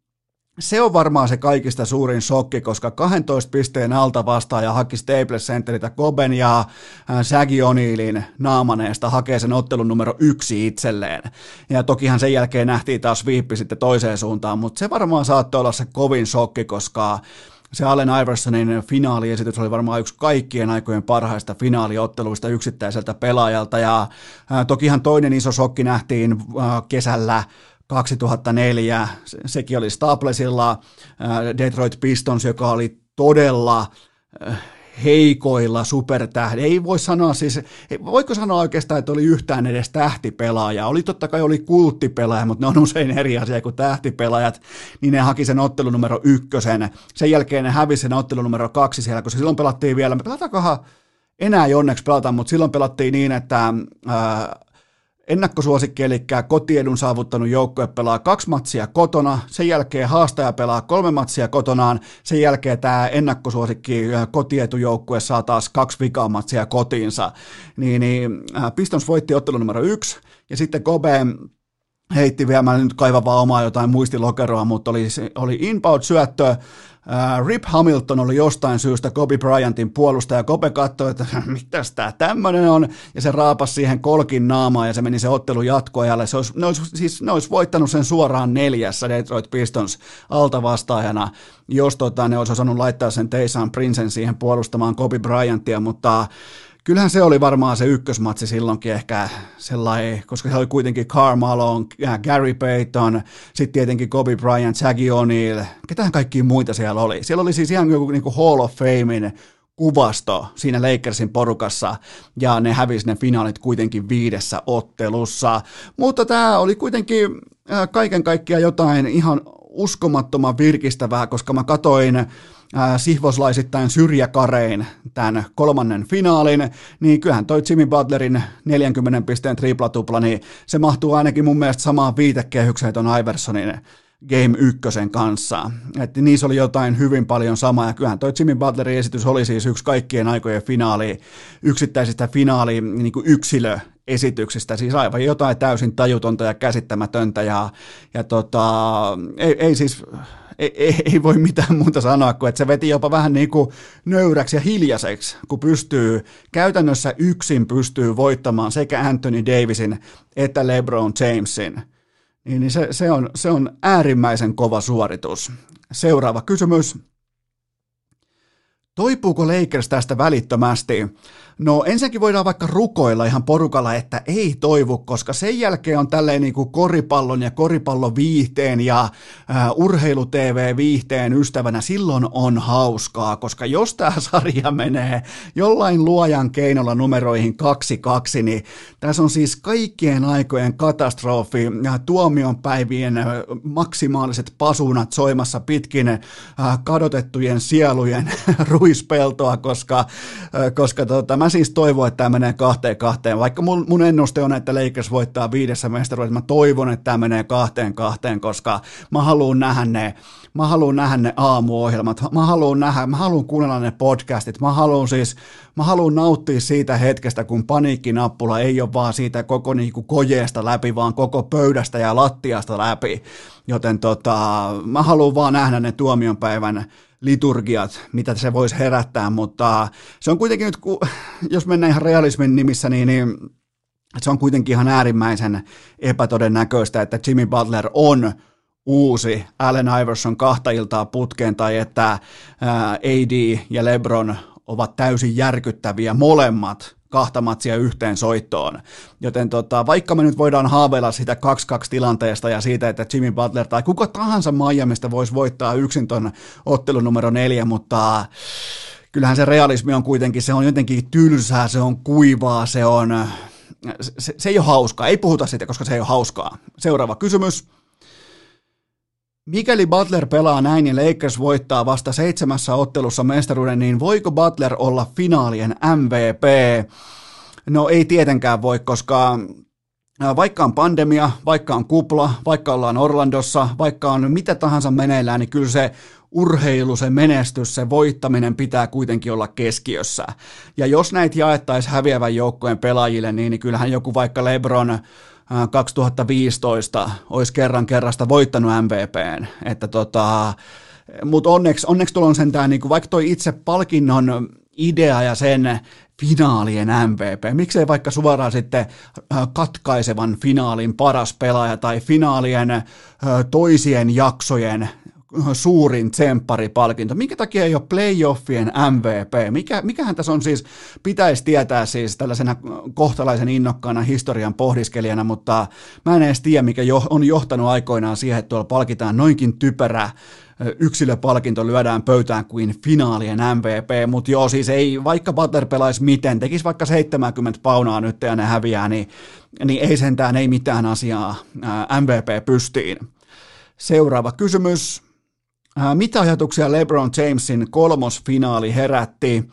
se on varmaan se kaikista suurin shokki, koska kaksitoista pisteen alta vastaaja haki Staples Centeriltä Koben ja Shaggy O'Nealin naamaneesta hakee sen ottelun numero yksi itselleen. Ja tokihan sen jälkeen nähtiin taas viippi sitten toiseen suuntaan, mutta se varmaan saattoi olla se kovin shokki, koska se Allen Iversonin finaaliesitys oli varmaan yksi kaikkien aikojen parhaista finaaliotteluista yksittäiseltä pelaajalta, ja ää, tokihan toinen iso shokki nähtiin ää, kesällä kaksituhattaneljä, sekin oli Staplesilla, ää, Detroit Pistons, joka oli todella ää, heikoilla supertähdi. Ei voi sanoa siis, voiko sanoa oikeastaan, että oli yhtään edes tähtipelaaja. Oli totta kai oli kulttipelaaja, mutta ne on usein eri asia kuin tähtipelaajat, niin ne haki sen ottelun numero ykkösen. Sen jälkeen ne hävisi sen ottelun numero kaksi siellä, koska silloin pelattiin vielä, me pelataankohan enää ei onneksi pelata, mutta silloin pelattiin niin, että ää, ennakkosuosikki, eli kotiedun saavuttanut joukkue pelaa kaksi matsia kotona, sen jälkeen haastaja pelaa kolme matsia kotonaan, sen jälkeen tämä ennakkosuosikki kotietujoukkue saa taas kaksi vikaa matsia kotiinsa. Niin, niin Pistons voitti ottelun numero yksi, ja sitten Kobe heitti vielä, mä nyt kaivan vaan omaa jotain muistilokeroa, mutta oli, oli inbound-syöttö, Uh, Rip Hamilton oli jostain syystä Kobe Bryantin puolustaja, Kobe katsoi, että mitäs tää tämmönen on, ja se raapasi siihen kolkin naamaan, ja se meni se ottelu jatkoajalle. Se olisi, ne, olisi, siis, ne olisi voittanut sen suoraan neljässä Detroit Pistons altavastaajana, jos tota, ne olisi osannut laittaa sen Tayshaun Princen siihen puolustamaan Kobe Bryantia, mutta kyllähän se oli varmaan se ykkösmatsi silloinkin ehkä sellainen, koska se oli kuitenkin Karl Malone, Gary Payton, sitten tietenkin Kobe Bryant, Shaggy O'Neal, ketähän kaikkia muita siellä oli. Siellä oli siis ihan joku niin kuin Hall of Famein kuvasto siinä Lakersin porukassa, ja ne hävisi ne finaalit kuitenkin viidessä ottelussa. Mutta tämä oli kuitenkin kaiken kaikkiaan jotain ihan uskomattoman virkistävää, koska mä katoin sihvoslaisittain syrjäkarein tämän kolmannen finaalin, niin kyllähän toi Jimmy Butlerin neljänkymmenen pisteen triplatupla, niin se mahtuu ainakin mun mielestä samaan viitekehykseen ton Iversonin Game ykkösen kanssa. Että niissä oli jotain hyvin paljon samaa, ja kyllähän toi Jimmy Butlerin esitys oli siis yksi kaikkien aikojen finaali, yksittäisistä finaali niin kuin yksilö esityksistä, siis aivan jotain täysin tajutonta ja käsittämätöntä, ja, ja tota, ei, ei siis ei, ei, ei voi mitään muuta sanoa, kuin että se veti jopa vähän niin kuin nöyräksi ja hiljaiseksi, kun pystyy, käytännössä yksin pystyy voittamaan sekä Anthony Davisin että LeBron Jamesin, niin se, se, on, se on äärimmäisen kova suoritus. Seuraava kysymys. Toipuuko Lakers tästä välittömästi? No ensinnäkin voidaan vaikka rukoilla ihan porukalla, että ei toivu, koska sen jälkeen on tälleen niin kuin koripallon ja koripalloviihteen ja äh, urheilu-T V-viihteen ystävänä, silloin on hauskaa, koska jos tämä sarja menee jollain luojan keinolla numeroihin kaksi kaksi, niin tässä on siis kaikkien aikojen katastrofi ja tuomionpäivien äh, maksimaaliset pasunat soimassa pitkin äh, kadotettujen sielujen ruispeltoa, koska, äh, koska tota, mä siis toivon, että tämä menee kahteen kahteen, vaikka mun, mun ennuste on, että Lakers voittaa viidessä mestaruudessa, mä toivon, että tämä menee kahteen kahteen, koska mä haluan nähdä ne, mä haluan nähdä ne aamuohjelmat, mä haluan nähdä, mä haluan kuunnella ne podcastit, mä haluan siis, mä haluan nauttia siitä hetkestä, kun paniikkinappula ei ole vaan siitä koko niinku kojeesta läpi, vaan koko pöydästä ja lattiasta läpi, joten tota, mä haluan vaan nähdä ne tuomionpäivän liturgiat, mitä se voisi herättää, mutta se on kuitenkin nyt, jos mennään ihan realismin nimissä, niin, niin se on kuitenkin ihan äärimmäisen epätodennäköistä, että Jimmy Butler on uusi Allen Iverson kahta iltaa putkeen, tai että A D ja LeBron ovat täysin järkyttäviä molemmat kahta matsia yhteen soittoon. Joten tota, vaikka me nyt voidaan haaveilla sitä kaksi kaksi tilanteesta ja siitä, että Jimmy Butler tai kuka tahansa Miamista voisi voittaa yksin ton ottelun numero neljä, mutta kyllähän se realismi on kuitenkin, se on jotenkin tylsää, se on kuivaa, se on, se, se ei ole hauskaa, ei puhuta siitä, koska se ei ole hauskaa. Seuraava kysymys. Mikäli Butler pelaa näin ja Lakers voittaa vasta seitsemässä ottelussa mestaruuden, niin voiko Butler olla finaalien M V P? No ei tietenkään voi, koska vaikka on pandemia, vaikka on kupla, vaikka ollaan Orlandossa, vaikka on mitä tahansa meneillään, niin kyllä se urheilu, se menestys, se voittaminen pitää kuitenkin olla keskiössä. Ja jos näitä jaettaisiin häviävän joukkojen pelaajille, niin, niin kyllähän joku vaikka LeBron kaksituhattaviisitoista olisi kerran kerrasta voittanut M V P:n, että tota, mutta onneksi, onneksi tuolla on sentään, niin kuin vaikka toi itse palkinnon idea ja sen finaalien M V P, miksei vaikka suoraan sitten katkaisevan finaalin paras pelaaja tai finaalien toisien jaksojen suurin tsempparipalkinto. Minkä takia ei ole playoffien M V P? Mikä, mikähän tässä on siis, pitäisi tietää siis tällaisena kohtalaisen innokkaana historian pohdiskelijana, mutta mä en edes tiedä, mikä jo, on johtanut aikoinaan siihen, että tuolla palkitaan noinkin typerä yksilöpalkinto lyödään pöytään kuin finaalien M V P, mutta joo, siis ei, vaikka Butler pelaisi miten, tekisi vaikka seitsemänkymmentä paunaa nyt ja ne häviää, niin, niin ei sentään, ei mitään asiaa M V P pystiin. Seuraava kysymys. Mitä ajatuksia LeBron Jamesin kolmosfinaali herätti?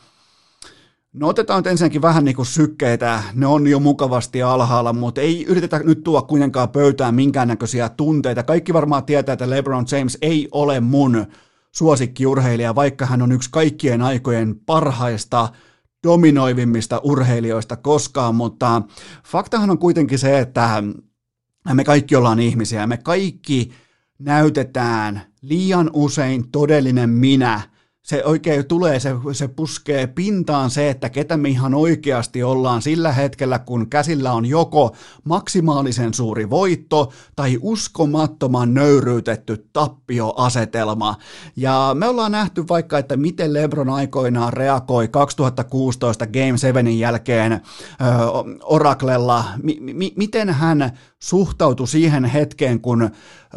No otetaan nyt ensinnäkin vähän niin kuin sykkeitä, ne on jo mukavasti alhaalla, mutta ei yritetä nyt tuoda kuitenkaan pöytään minkäännäköisiä tunteita. Kaikki varmaan tietää, että LeBron James ei ole mun suosikkiurheilija, vaikka hän on yksi kaikkien aikojen parhaista, dominoivimmista urheilijoista koskaan, mutta faktahan on kuitenkin se, että me kaikki ollaan ihmisiä, me kaikki näytetään liian usein todellinen minä. Se oikein tulee, se, se puskee pintaan se, että ketä me ihan oikeasti ollaan sillä hetkellä, kun käsillä on joko maksimaalisen suuri voitto tai uskomattoman nöyryytetty tappioasetelma. Ja me ollaan nähty vaikka, että miten LeBron aikoinaan reagoi kaksituhattakuusitoista Game seitsemän jälkeen ö, Oraclella, mi, mi, miten hän suhtautui siihen hetkeen, kun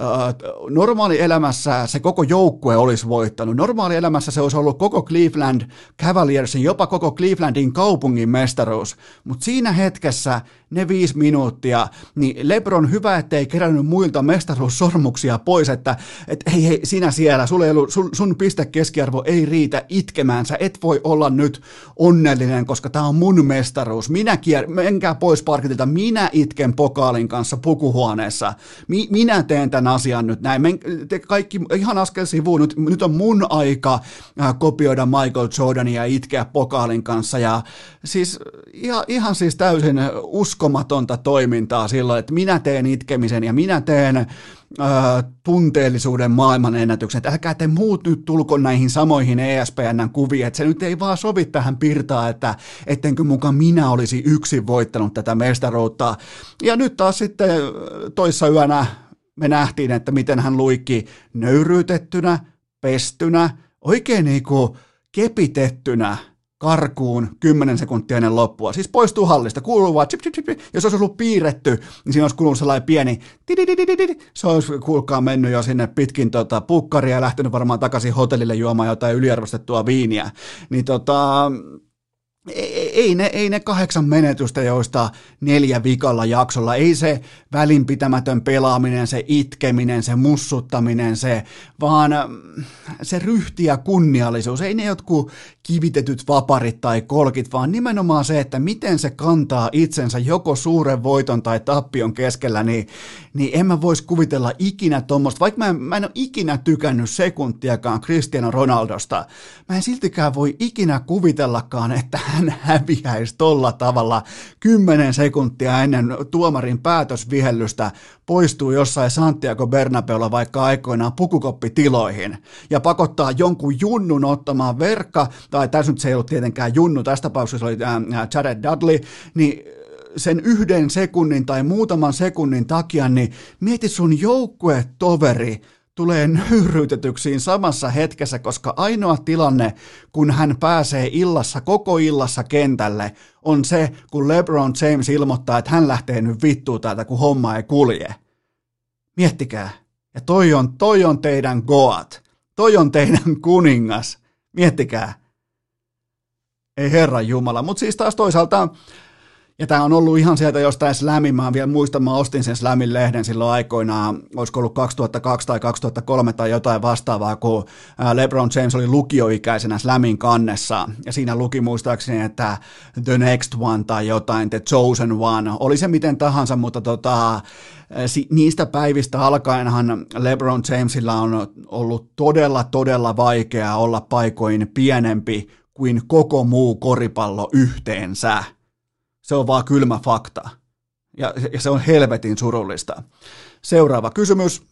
normaali elämässä se koko joukkue olisi voittanut. Normaali elämässä se olisi ollut koko Cleveland Cavaliersin, jopa koko Clevelandin kaupungin mestaruus. Mutta siinä hetkessä ne viisi minuuttia, niin LeBron hyvä, ettei kerännyt muilta mestaruussormuksia pois, että et, hei, hei, sinä siellä, sulle ei ollut, sun, sun pistekeskiarvo ei riitä itkemään, sä et voi olla nyt onnellinen, koska tää on mun mestaruus. Minä kier, menkää pois parkitilta, minä itken pokaalin kanssa pukuhuoneessa. Mi, minä teen tämän asian nyt näin. Men, te kaikki ihan askel sivuun, nyt, nyt on mun aika äh, kopioida Michael Jordania ja itkeä pokaalin kanssa. Ja siis ihan, ihan siis täysin uskomatonta toimintaa silloin, että minä teen itkemisen ja minä teen äh, tunteellisuuden maailmanennätyksen. Älkää te muut nyt tulko näihin samoihin E S P N:n kuviin, että se nyt ei vaan sovi tähän pirtaan, että ettenkö mukaan minä olisi yksin voittanut tätä mestaruutta. Ja nyt taas sitten toissa yönä me nähtiin, että miten hän luikki nöyryytettynä, pestynä, oikein niin kuin kepitettynä karkuun kymmenen sekuntia ennen loppua. Siis poistuu hallista, kuuluu vaan chip, chip, chip. Jos olisi ollut piirretty, niin siinä olisi kuulunut sellainen pieni tidididididi. Se olisi kuulkaa mennyt jo sinne pitkin tota, pukkaria ja lähtenyt varmaan takaisin hotellille juomaan jotain yliarvostettua viiniä. Niin tota... Ei ne, ei ne kahdeksan menetystä, joista neljä vikalla jaksolla, ei se välinpitämätön pelaaminen, se itkeminen, se mussuttaminen, se, vaan se ryhti ja kunniallisuus, ei ne jotkut kivitetyt vaparit tai kolkit, vaan nimenomaan se, että miten se kantaa itsensä joko suuren voiton tai tappion keskellä, niin, niin en mä vois kuvitella ikinä tuommoista, vaikka mä en, mä en ole ikinä tykännyt sekuntiakaan Cristiano Ronaldosta, mä en siltikään voi ikinä kuvitellakaan, että hän häviäisi tolla tavalla kymmenen sekuntia ennen tuomarin päätösvihellystä poistuu jossain Santiago Bernabeulla vaikka aikoinaan pukukoppitiloihin ja pakottaa jonkun junnun ottamaan verkka, tai tässä nyt se ei ollut tietenkään junnu, tässä tapauksessa oli Jared Dudley, niin sen yhden sekunnin tai muutaman sekunnin takia, niin mieti sun joukkuetoveri tulee nöyryytetyksiin samassa hetkessä, koska ainoa tilanne, kun hän pääsee illassa, koko illassa kentälle, on se, kun LeBron James ilmoittaa, että hän lähtee nyt vittuun täältä, kun homma ei kulje. Miettikää. Ja toi on, toi on teidän goat. Toi on teidän kuningas. Miettikää. Ei herran jumala. Mutta siis taas toisaalta... Ja tämä on ollut ihan sieltä jostain Slamin, mä vielä muistan, mä ostin sen Slamin lehden silloin aikoinaan, olisiko ollut kaksituhattakaksi tai kaksituhattakolme tai jotain vastaavaa, kun LeBron James oli lukioikäisenä Slamin kannessa, ja siinä luki muistaakseni, että The Next One tai jotain, The Chosen One, oli se miten tahansa, mutta tota, niistä päivistä alkaenhan LeBron Jamesilla on ollut todella, todella vaikeaa olla paikoin pienempi kuin koko muu koripallo yhteensä. Se on vaan kylmä fakta. Ja, ja se on helvetin surullista. Seuraava kysymys.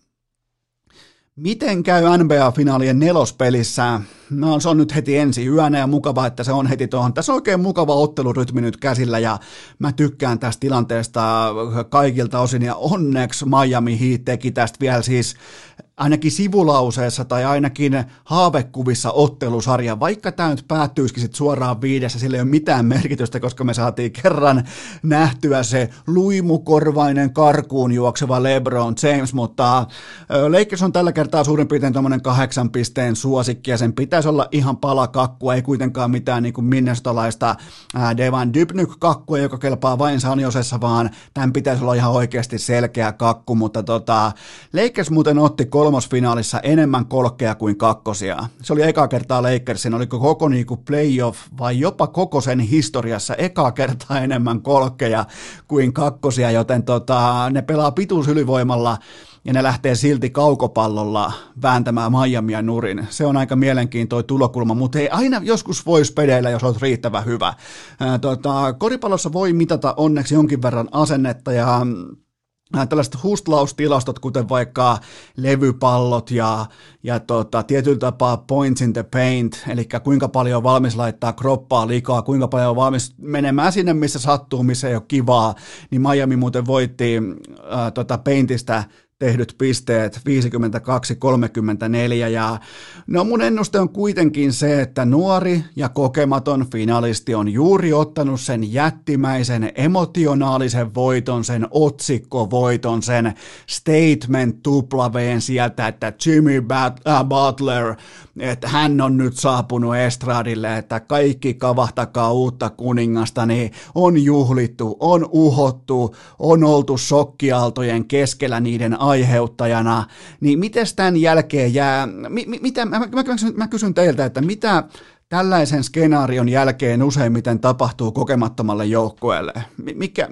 Miten käy N B A-finaalien nelospelissä? No se on nyt heti ensi yönä ja mukava, että se on heti tuohon. Tässä on oikein mukava ottelurytmi nyt käsillä ja mä tykkään tästä tilanteesta kaikilta osin ja onneksi Miami Heat teki tästä vielä siis ainakin sivulauseessa tai ainakin haavekuvissa ottelusarja, vaikka tämä nyt päättyisikin sit suoraan viidessä, sillä ei ole mitään merkitystä, koska me saatiin kerran nähtyä se luimukorvainen karkuun juokseva LeBron James, mutta Lakers on tällä kertaa suurin piirtein tuommoinen kahdeksan pisteen suosikki ja sen pitäisi olla ihan palakakkua, ei kuitenkaan mitään niin kuin minnestolaista Devan Dubnyk-kakkua, joka kelpaa vain San Josessa, vaan tämän pitäisi olla ihan oikeasti selkeä kakku, mutta tota, Lakers muuten otti kolmosfinaalissa enemmän kolkkeja kuin kakkosia. Se oli eka kertaa Lakersin, oliko koko niinku playoff vai jopa koko sen historiassa eka kertaa enemmän kolkkeja kuin kakkosia, joten tota, ne pelaa pituusylivoimalla ja ne lähtee silti kaukopallolla vääntämään Miamia nurin. Se on aika mielenkiintoinen tulokulma, mutta ei aina joskus voisi pedeillä, jos olet riittävän hyvä. Ää, tota, koripallossa voi mitata onneksi jonkin verran asennetta ja tällaiset hustlaustilastot, kuten vaikka levypallot ja, ja tota, tietyllä tapaa points in the paint, eli kuinka paljon on valmis laittaa kroppaa likaa, kuinka paljon on valmis menemään sinne, missä sattuu, missä ei ole kivaa, niin Miami muuten voitti ää, tota, paintistä tehdyt pisteet viisikymmentäkaksi kolmekymmentäneljä ja no mun ennuste on kuitenkin se, että nuori ja kokematon finalisti on juuri ottanut sen jättimäisen emotionaalisen voiton, sen otsikkovoiton, sen statement tuplaveen sieltä, että Jimmy Butler, että hän on nyt saapunut estradille, että kaikki kavahtakaa uutta kuningasta, niin on juhlittu, on uhottu, on oltu shokkiaaltojen keskellä niiden aiheuttajana, niin miten tämän jälkeen jää, mi, mi, mitä, mä, mä, mä, mä kysyn teiltä, että mitä tällaisen skenaarion jälkeen useimmiten tapahtuu kokemattomalle joukkueelle? Mikä,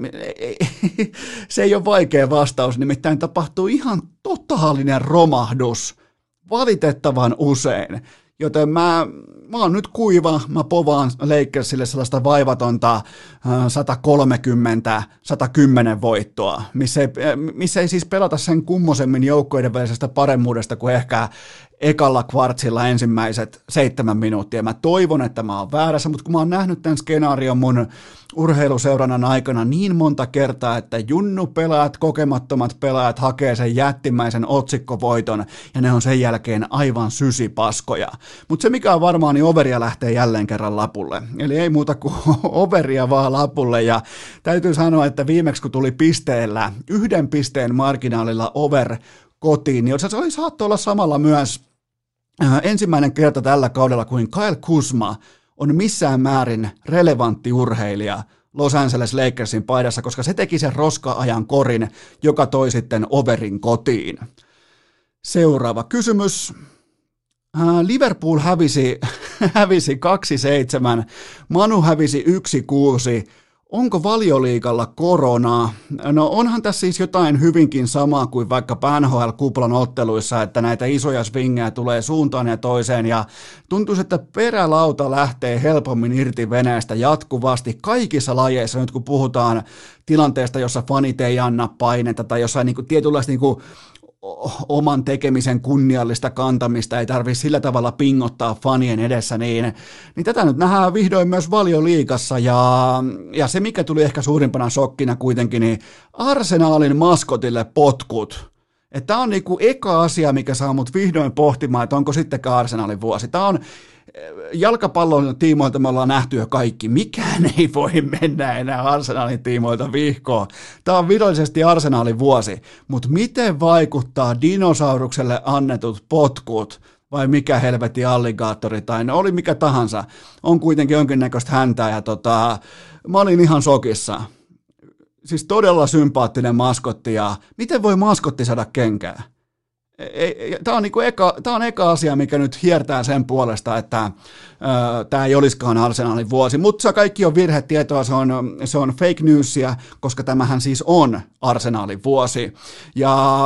se ei ole vaikea vastaus, nimittäin tapahtuu ihan totaalinen romahdus valitettavan usein. Joten mä, mä oon nyt kuiva, mä povaan Lakersille sellaista vaivatonta sata kolmekymmentä sata kymmenen voittoa, missä ei, missä ei siis pelata sen kummosemmin joukkoiden välisestä paremmuudesta kuin ehkä ekalla kvartsilla ensimmäiset seitsemän minuuttia. Mä toivon, että mä oon väärässä, mutta kun mä oon nähnyt tämän skenaarion mun urheiluseurannan aikana niin monta kertaa, että junnu-pelaajat, kokemattomat pelaajat hakee sen jättimäisen otsikkovoiton ja ne on sen jälkeen aivan sysipaskoja. Mutta se mikä on varmaan, niin overia lähtee jälleen kerran lapulle. Eli ei muuta kuin overia vaan lapulle ja täytyy sanoa, että viimeksi kun tuli pisteellä yhden pisteen marginaalilla over kotiin, niin se oli saattoi olla samalla myös äh, ensimmäinen kerta tällä kaudella, kuin Kyle Kuzma on missään määrin relevantti urheilija Los Angeles Lakersin paidassa, koska se teki sen roska-ajan korin, joka toi sitten overin kotiin. Seuraava kysymys. Liverpool hävisi, hävisi kaksi seitsemän, Manu hävisi yksi kuusi. Onko Valioliigalla koronaa? No onhan tässä siis jotain hyvinkin samaa kuin vaikka N H L-kuplan otteluissa, että näitä isoja swingejä tulee suuntaan ja toiseen ja tuntuu, että perälauta lähtee helpommin irti veneestä jatkuvasti kaikissa lajeissa, nyt kun puhutaan tilanteesta, jossa fanit ei anna painetta tai jossain niin kuin tietynlaista niin kuin oman tekemisen kunniallista kantamista, ei tarvitse sillä tavalla pingottaa fanien edessä, niin, niin tätä nyt nähdään vihdoin myös Valioliigassa, ja, ja se mikä tuli ehkä suurimpana shokkina kuitenkin, niin Arsenalin maskotille potkut. Tämä on niinku eka asia, mikä saa mut vihdoin pohtimaan, että onko sittenkään Arsenalin vuosi. Tämä on jalkapallon tiimoilta me ollaan nähty jo kaikki. Mikään ei voi mennä enää Arsenalin tiimoilta vihkoon. Tämä on virallisesti Arsenalin vuosi. Mutta miten vaikuttaa dinosaurukselle annetut potkut vai mikä helvetin alligaattori tai no oli mikä tahansa. On kuitenkin jonkinnäköistä häntää ja tota, mä olin ihan shokissa. Siis todella sympaattinen maskotti ja miten voi maskotti saada kenkää? Tämä on, niinku eka, tämä on eka asia, mikä nyt hiertää sen puolesta, että ö, tämä ei olisikaan Arsenalin vuosi, mutta se kaikki on virhetietoa, se on, se on fake newsia, koska tämähän siis on Arsenalin vuosi. Ja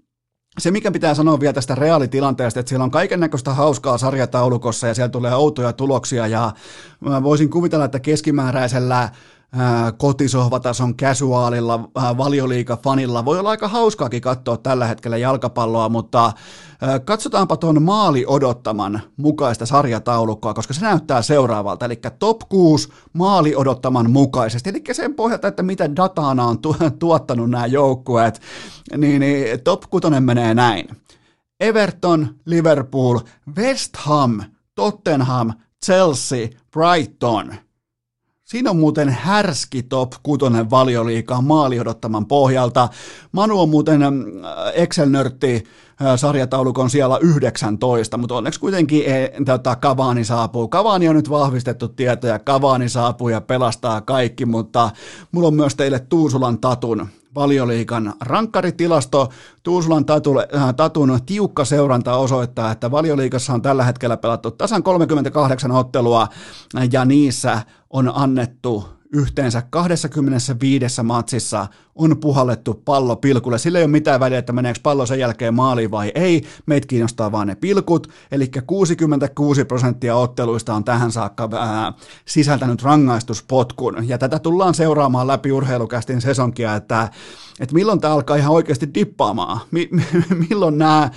se, mikä pitää sanoa vielä tästä reaalitilanteesta, että siellä on kaiken näköistä hauskaa sarjataulukossa ja siellä tulee outoja tuloksia ja mä voisin kuvitella, että keskimääräisellä kotisohvatason casuaalilla Valioliiga-fanilla voi olla aika hauskaakin katsoa tällä hetkellä jalkapalloa, mutta katsotaanpa tuon maali odottaman mukaista sarjataulukkoa, koska se näyttää seuraavalta, eli top kuusi maali odottaman mukaisesti, eli sen pohjalta, että mitä datana on tu- tuottanut nämä joukkueet, niin, niin top kuusi menee näin. Everton, Liverpool, West Ham, Tottenham, Chelsea, Brighton. Siinä on muuten härski top kutonen Valioliigaan maali odottaman pohjalta. Manu on muuten Excel-nörtti sarjataulukon siellä yhdeksäntoista, mutta onneksi kuitenkin ei, tota, Cavani saapuu. Cavani on nyt vahvistettu tieto ja Cavani saapuu ja pelastaa kaikki, mutta mulla on myös teille Tuusulan Tatun Valioliigan rankkaritilasto. Tuusulan tatulle, äh, Tatun tiukka seuranta osoittaa, että Valioliigassa on tällä hetkellä pelattu tasan kolmekymmentäkahdeksan ottelua ja niissä on annettu yhteensä kaksikymmentäviisi matsissa on puhallettu pallo pilkulle. Sillä ei ole mitään väliä, että meneekö pallo sen jälkeen maaliin vai ei. Meitä kiinnostaa vaan ne pilkut. Eli kuusikymmentäkuusi prosenttia otteluista on tähän saakka ää, sisältänyt rangaistuspotkun. Ja tätä tullaan seuraamaan läpi urheilukästin sesonkia, että, että milloin tämä alkaa ihan oikeasti dippaamaan. Mi- milloin nämä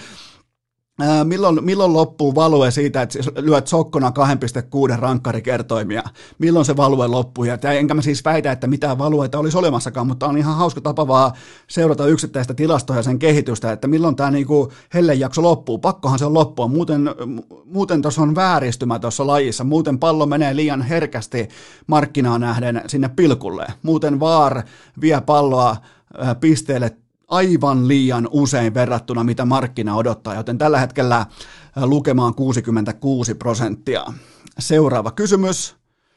Milloin, milloin loppuu value siitä, että lyöt sokkona kaksi pilkku kuusi rankkarikertoimia? Milloin se value loppuu? Ja enkä mä siis väitä, että mitään valueita olisi olemassakaan, mutta on ihan hauska tapa vaan seurata yksittäistä tilastoa ja sen kehitystä, että milloin tämä niinku hellejakso loppuu. Pakkohan se on loppua, muuten, muuten tuossa on vääristymä tuossa lajissa, muuten pallo menee liian herkästi markkinaan nähden sinne pilkulle. Muuten V A R vie palloa pisteelle aivan liian usein verrattuna, mitä markkina odottaa, joten tällä hetkellä lukemaan kuusikymmentäkuusi prosenttia. Seuraava kysymys.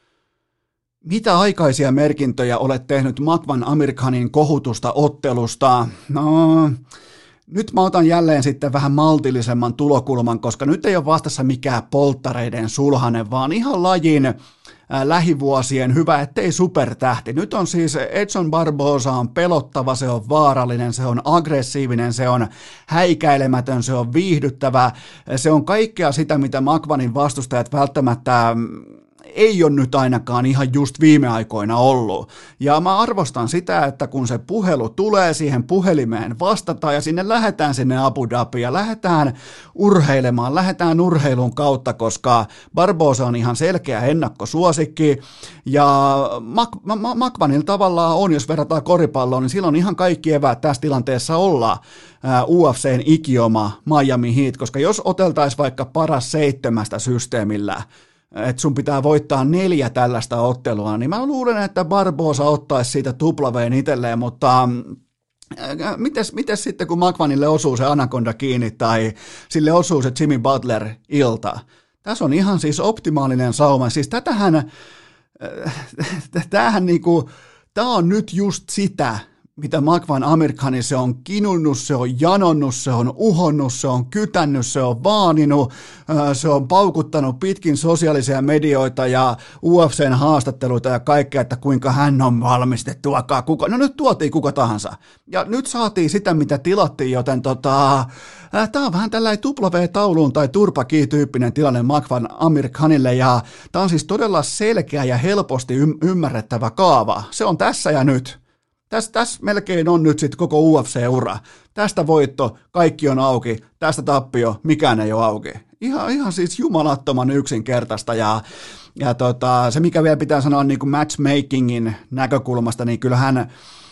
Mitä aikaisia merkintöjä olet tehnyt Makvan Amir Khanin kohutusta ottelusta? No, nyt mä otan jälleen sitten vähän maltillisemman tulokulman, koska nyt ei ole vastassa mikään polttareiden sulhanen, vaan ihan lajin lähivuosien hyvä, ettei supertähti. Nyt on siis Edson Barbosa on pelottava, se on vaarallinen, se on aggressiivinen, se on häikäilemätön, se on viihdyttävä, se on kaikkea sitä, mitä Makvanin vastustajat välttämättä ei ole nyt ainakaan ihan just viime aikoina ollut. Ja mä arvostan sitä, että kun se puhelu tulee, siihen puhelimeen vastataan ja sinne lähdetään sinne Abu Dhabiin ja lähdetään urheilemaan, lähdetään urheilun kautta, koska Barbosa on ihan selkeä ennakkosuosikki ja Mac- Ma- Macvanilla tavallaan on, jos verrataan koripalloon, niin silloin ihan kaikki eväät tässä tilanteessa olla U F C:n ikioma Miami Heat, koska jos oteltaisiin vaikka paras seitsemästä systeemillä, että sun pitää voittaa neljä tällaista ottelua, niin mä luulen, että Barbosa ottaisi siitä tuplaveen itselleen, mutta mites, mites sitten, kun Macvanille osuu se Anaconda kiinni tai sille osuu se Jimmy Butler ilta? Tässä on ihan siis optimaalinen sauma. Siis tätähän, tämähän niinku, tää on nyt just sitä, mitä Macvan Amir Khan, se on kinunnut, se on janonnut, se on uhonnut, se on kytännyt, se on vaaninut, se on paukuttanut pitkin sosiaalisia medioita ja U F C:n haastatteluita ja kaikkea, että kuinka hän on valmistettu, tuokaa kuka. No nyt tuotiin kuka tahansa. Ja nyt saatiin sitä, mitä tilattiin, joten tota, tämä on vähän tällainen tupla V-tauluun tai turpaki-tyyppinen tilanne Macvan Amir Khanille, ja tämä on siis todella selkeä ja helposti y- ymmärrettävä kaava. Se on tässä ja nyt. Tässä, tässä melkein on nyt sitten koko U F C-ura. Tästä voitto, kaikki on auki. Tästä tappio, mikään ei ole auki. Ihan, ihan siis jumalattoman yksinkertaista. Ja, ja tota, se, mikä vielä pitää sanoa niin kuin matchmakingin näkökulmasta, niin kyllähän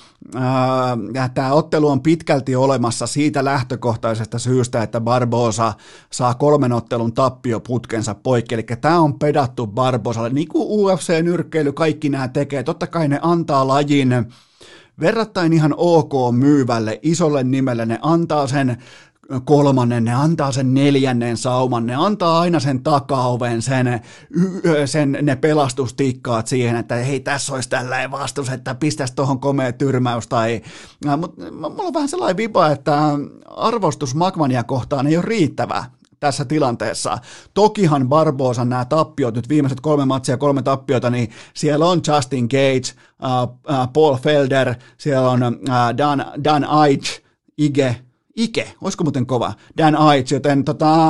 tämä ottelu on pitkälti olemassa siitä lähtökohtaisesta syystä, että Barbosa saa kolmen ottelun tappioputkensa poikki. Eli tämä on pedattu Barbosalle. Niin kuin U F C-nyrkkeily, kaikki nämä tekee. Totta kai ne antaa lajin verrattain ihan ok myyvälle isolle nimelle, ne antaa sen kolmannen, ne antaa sen neljännen sauman, ne antaa aina sen takaoven, sen, sen, ne pelastustikkaat siihen, että hei, tässä olisi tällainen vastus, että pistäisi tuohon komea tyrmäys, tai, mutta mulla on vähän sellainen viba, että arvostus Macvania kohtaan ei ole riittävä tässä tilanteessa. Tokihan Barbosan nämä tappiot, nyt viimeiset kolme matsia, kolme tappiota, niin siellä on Justin Gates, uh, uh, Paul Felder, siellä on uh, Dan, Dan Ige, Ige, Ike, olisiko muuten kova, Dan Ige, joten tota,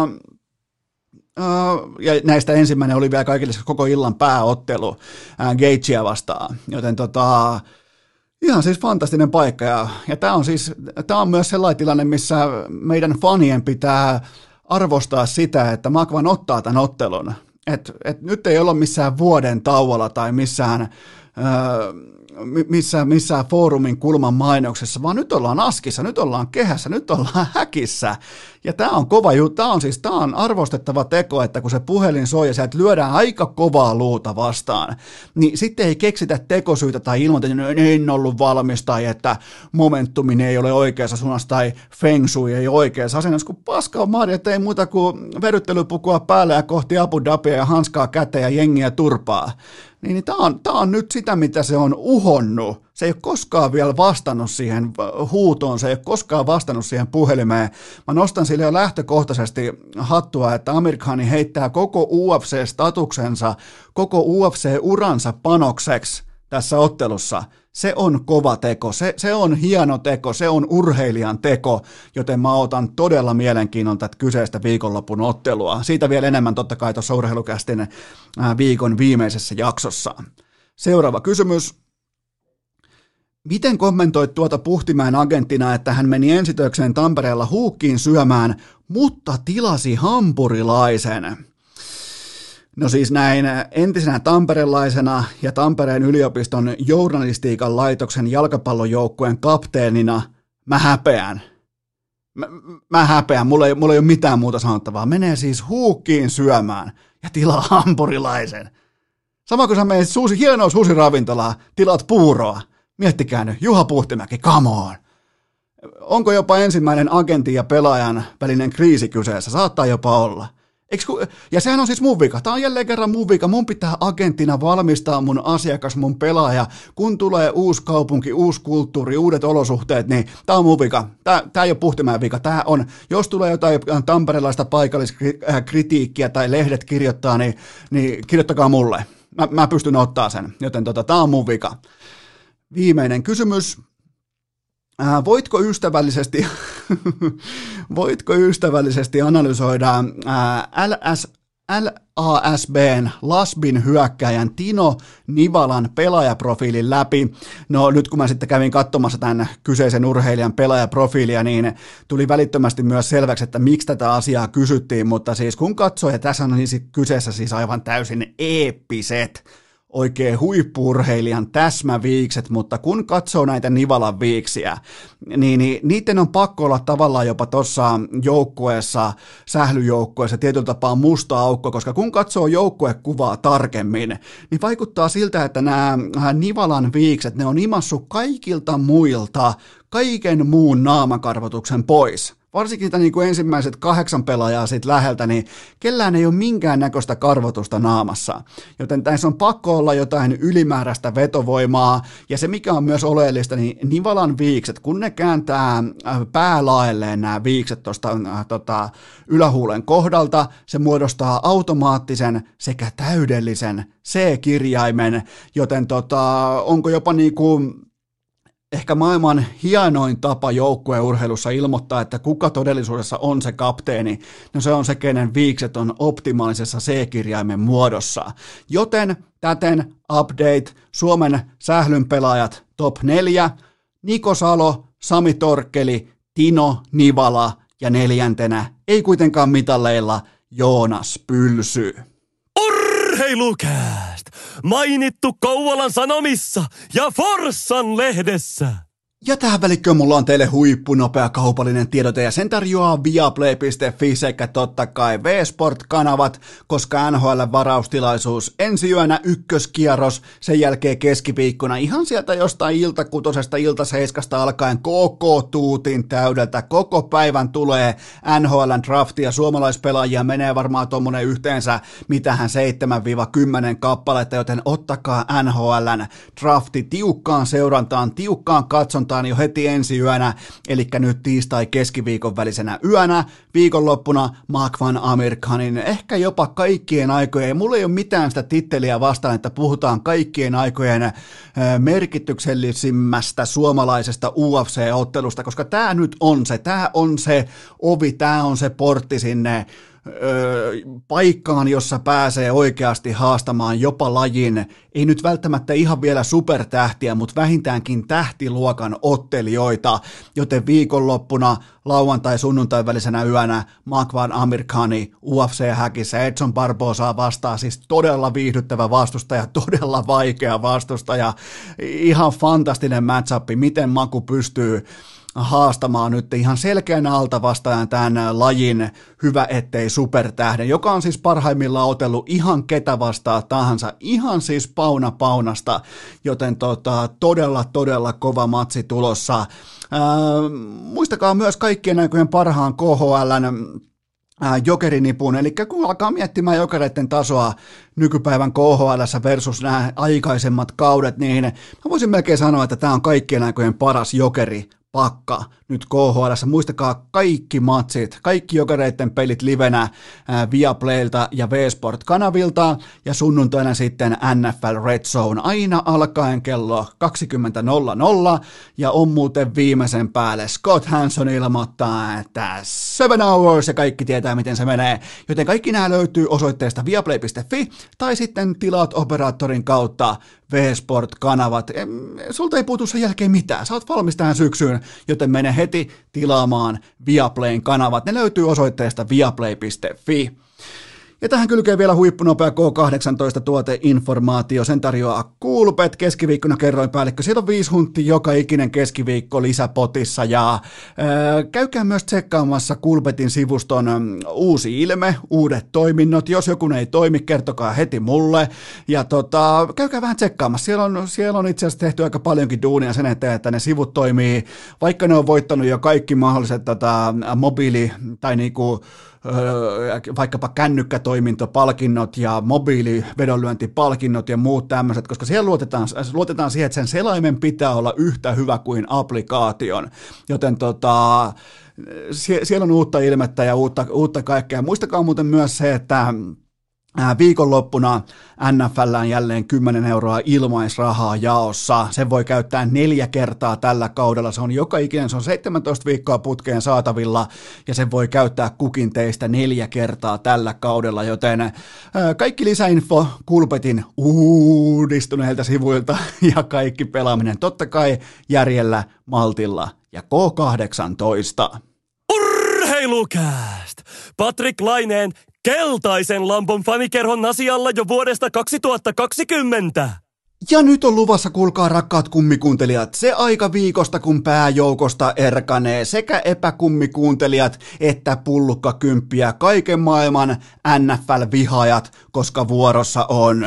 uh, ja näistä ensimmäinen oli vielä kaikille koko illan pääottelu uh, Gagea vastaan, joten tota, ihan siis fantastinen paikka, ja, ja tämä on siis, tämä on myös sellainen tilanne, missä meidän fanien pitää arvostaa sitä, että Macvan ottaa tämän ottelun. Et, et nyt ei olla missään vuoden tauolla tai missään, öö, missään, missään foorumin kulman mainoksessa, vaan nyt ollaan askissa, nyt ollaan kehässä, nyt ollaan häkissä. Ja tämä on kova juttu, tämä on siis tää on arvostettava teko, että kun se puhelin soi ja sieltä lyödään aika kovaa luuta vastaan, niin sitten ei keksitä tekosyitä tai ilmoita, että en ollut valmis tai että momentumin ei ole oikeassa suunnassa tai feng shui ei ole oikeassa asennossa, kun paska on Maria, että ei muuta kuin veryttelypukua päälle ja kohti Abu Dhabia ja hanskaa käteen ja jengiä turpaa. Niin, niin tämä on, tää on nyt sitä, mitä se on uhonnut. Se ei ole koskaan vielä vastannut siihen huutoon, se ei ole koskaan vastannut siihen puhelimeen. Mä nostan sille jo lähtökohtaisesti hattua, että Amir Khan heittää koko U F C-statuksensa, koko U F C-uransa panokseksi tässä ottelussa. Se on kova teko, se, se on hieno teko, se on urheilijan teko, joten mä otan todella mielenkiinnolla tätä kyseistä viikonlopun ottelua. Siitä vielä enemmän totta kai tuossa Urheilukästin viikon viimeisessä jaksossa. Seuraava kysymys. Miten kommentoit tuota Puhtimäen agenttina, että hän meni ensitöikseen Tampereella huukkiin syömään, mutta tilasi hampurilaisen? No siis näin entisenä tamperelaisena ja Tampereen yliopiston journalistiikan laitoksen jalkapallojoukkueen kapteenina mä häpeän. Mä, mä häpeän, mulla ei, mulla ei ole mitään muuta sanottavaa. Menee siis huukkiin syömään ja tilaa hampurilaisen. Sama kuin sä menet suusi, hienoa suusiravintolaan, tilaat puuroa. Miettikää nyt, Juha Puhtimäki, come on. Onko jopa ensimmäinen agentin ja pelaajan välinen kriisi kyseessä? Saattaa jopa olla. Ku, ja sehän on siis mun vika. Tämä on jälleen kerran mun vika. Mun pitää agenttina valmistaa mun asiakas, mun pelaaja. Kun tulee uusi kaupunki, uusi kulttuuri, uudet olosuhteet, niin tämä on mun vika. Tämä, tämä ei ole Puhtimäen vika. Tämä on, jos tulee jotain tamperelaista paikalliskritiikkiä tai lehdet kirjoittaa, niin, niin kirjoittakaa mulle. Mä, mä pystyn ottaa sen. Joten tota, tämä on mun vika. Viimeinen kysymys. Äh, voitko ystävällisesti, voitko ystävällisesti analysoida äh, L S L A S B:n Lasbin hyökkäjän Tino Nivalan pelaajaprofiilin läpi. No nyt kun mä sitten kävin katsomassa tämän kyseisen urheilijan pelaajaprofiilia, niin tuli välittömästi myös selväksi, että miksi tätä asiaa kysyttiin, mutta siis kun katsoo, ja tässä on siis kyseessä siis aivan täysin eeppiset, oikein huippu-urheilijan täsmäviikset, mutta kun katsoo näitä Nivalan viiksiä, niin, niin niiden on pakko olla tavallaan jopa tuossa joukkueessa, sählyjoukkueessa tietyllä tapaa musta aukko, koska kun katsoo joukkuekuvaa tarkemmin, niin vaikuttaa siltä, että nämä Nivalan viikset, ne on imassut kaikilta muilta kaiken muun naamakarvotuksen pois. Varsinkin niin kuin ensimmäiset kahdeksan pelaajaa siitä läheltä, niin kellään ei ole minkäännäköistä karvotusta naamassa. Joten tässä on pakko olla jotain ylimääräistä vetovoimaa. Ja se, mikä on myös oleellista, niin Nivalan viikset, kun ne kääntää päälaelleen nämä viikset tuosta äh, tota, ylähuulen kohdalta, se muodostaa automaattisen sekä täydellisen C-kirjaimen. Joten tota, onko jopa niin kuin ehkä maailman hienoin tapa joukkueurheilussa ilmoittaa, että kuka todellisuudessa on se kapteeni, no se on se, kenen viikset on optimaalisessa C-kirjaimen muodossa. Joten täten update, Suomen sählyn pelaajat top neljä, Niko Salo, Sami Torkkeli, Tino Nivala ja neljäntenä, ei kuitenkaan mitalleilla, Joonas Pylsy. Urheilukääst! Mainittu Kouvolan Sanomissa ja Forssan lehdessä. Ja tähän välikköön mulla on teille huippunopea kaupallinen tiedote ja sen tarjoaa Viaplay piste fi sekä totta kai V-Sport-kanavat, koska N H L-varaustilaisuus ensi yönä ykköskierros, sen jälkeen keskiviikkona ihan sieltä jostain iltakutosesta, iltaseiskasta alkaen koko tuutin täydeltä, koko päivän tulee N H L:n drafti ja suomalaispelaajia menee varmaan tommonen yhteensä mitähän seitsemän kymmenen kappaletta, joten ottakaa N H L:n drafti tiukkaan seurantaan, tiukkaan katsontaan jo heti ensi yönä, eli nyt tiistai keskiviikon välisenä yönä, viikonloppuna Mark Van Amerkanin ehkä jopa kaikkien aikojen, ja mulla ei ole mitään sitä titteliä vastaan, että puhutaan kaikkien aikojen merkityksellisimmästä suomalaisesta U F C-ottelusta, koska tämä nyt on se, tämä on se ovi, tämä on se portti sinne Öö, paikkaan, jossa pääsee oikeasti haastamaan jopa lajin, ei nyt välttämättä ihan vielä supertähtiä, mutta vähintäänkin tähtiluokan ottelijoita, joten viikonloppuna lauantai-sunnuntai välisenä yönä Mark Van Amerkani U F C-häkissä Edson Barbosaa vastaa, siis todella viihdyttävä vastustaja, todella vaikea vastustaja, ihan fantastinen matchup, miten Maku pystyy haastamaan nyt ihan selkeänä alta vastaajan tämän lajin hyvä ettei supertähden, joka on siis parhaimmillaan otellut ihan ketä vastaa tahansa, ihan siis pauna paunasta, joten tota, todella todella kova matsi tulossa. Ää, muistakaa myös kaikkien aikojen parhaan K H L:n jokerinipun, eli kun alkaa miettimään jokereiden tasoa nykypäivän K H L:ssä versus nämä aikaisemmat kaudet, niin mä voisin melkein sanoa, että tämä on kaikkien aikojen paras jokeri pakka nyt K H L:ssä. Muistakaa kaikki matsit, kaikki jokereiden pelit livenä ää, Viaplaylta ja V-Sport-kanavilta ja sunnuntaina sitten N F L Red Zone aina alkaen kello kaksikymmentä nolla nolla ja on muuten viimeisen päälle Scott Hanson ilmoittaa, että seven hours ja kaikki tietää miten se menee, joten kaikki nämä löytyy osoitteesta viaplay piste fi tai sitten tilaat operaattorin kautta V-Sport-kanavat. Sulta ei puutu sen jälkeen mitään, sä oot valmis tähän syksyyn, joten mene heti tilaamaan Viaplayn kanavat. Ne löytyy osoitteesta viaplay piste fi. Ja tähän kylkee vielä huippunopea K kahdeksantoista tuoteinformaatio, sen tarjoaa Coolbet, keskiviikkona kerroinpäällikkö, siellä on viisi hunttia joka ikinen keskiviikko lisäpotissa ja ää, käykää myös tsekkaamassa Coolbetin sivuston äm, uusi ilme, uudet toiminnot, jos joku ei toimi, kertokaa heti mulle ja tota, käykää vähän tsekkaamassa, siellä on, siellä on itse asiassa tehty aika paljonkin duunia sen eteen, että ne sivut toimii, vaikka ne on voittanut jo kaikki mahdolliset tota, mobiili- tai niinku vaikkapa kännykkätoimintopalkinnot ja mobiilivedonlyöntipalkinnot ja muut tämmöiset, koska siellä luotetaan, luotetaan siihen, että sen selaimen pitää olla yhtä hyvä kuin applikaation, joten tota, sie, siellä on uutta ilmettä ja uutta, uutta kaikkea. Muistakaa muuten myös se, että Viikonloppuna N F L on jälleen kymmenen euroa ilmaisrahaa jaossa. Sen voi käyttää neljä kertaa tällä kaudella. Se on joka ikinen, se on seitsemäntoista viikkoa putkeen saatavilla ja sen voi käyttää kukin teistä neljä kertaa tällä kaudella, joten ää, kaikki lisäinfo Kulpetin uudistuneilta sivuilta ja kaikki pelaaminen totta kai järjellä, maltilla ja K kahdeksantoista. Urheilukääst! Patrick Laineen keltaisen lampon fanikerhon asialla jo vuodesta kaksituhattakaksikymmentä. Ja nyt on luvassa, kuulkaa rakkaat kummikuuntelijat, se aika viikosta, kun pääjoukosta erkanee sekä epäkummikuuntelijat että pullukkakymppiä, kaiken maailman N F L-vihaajat, koska vuorossa on...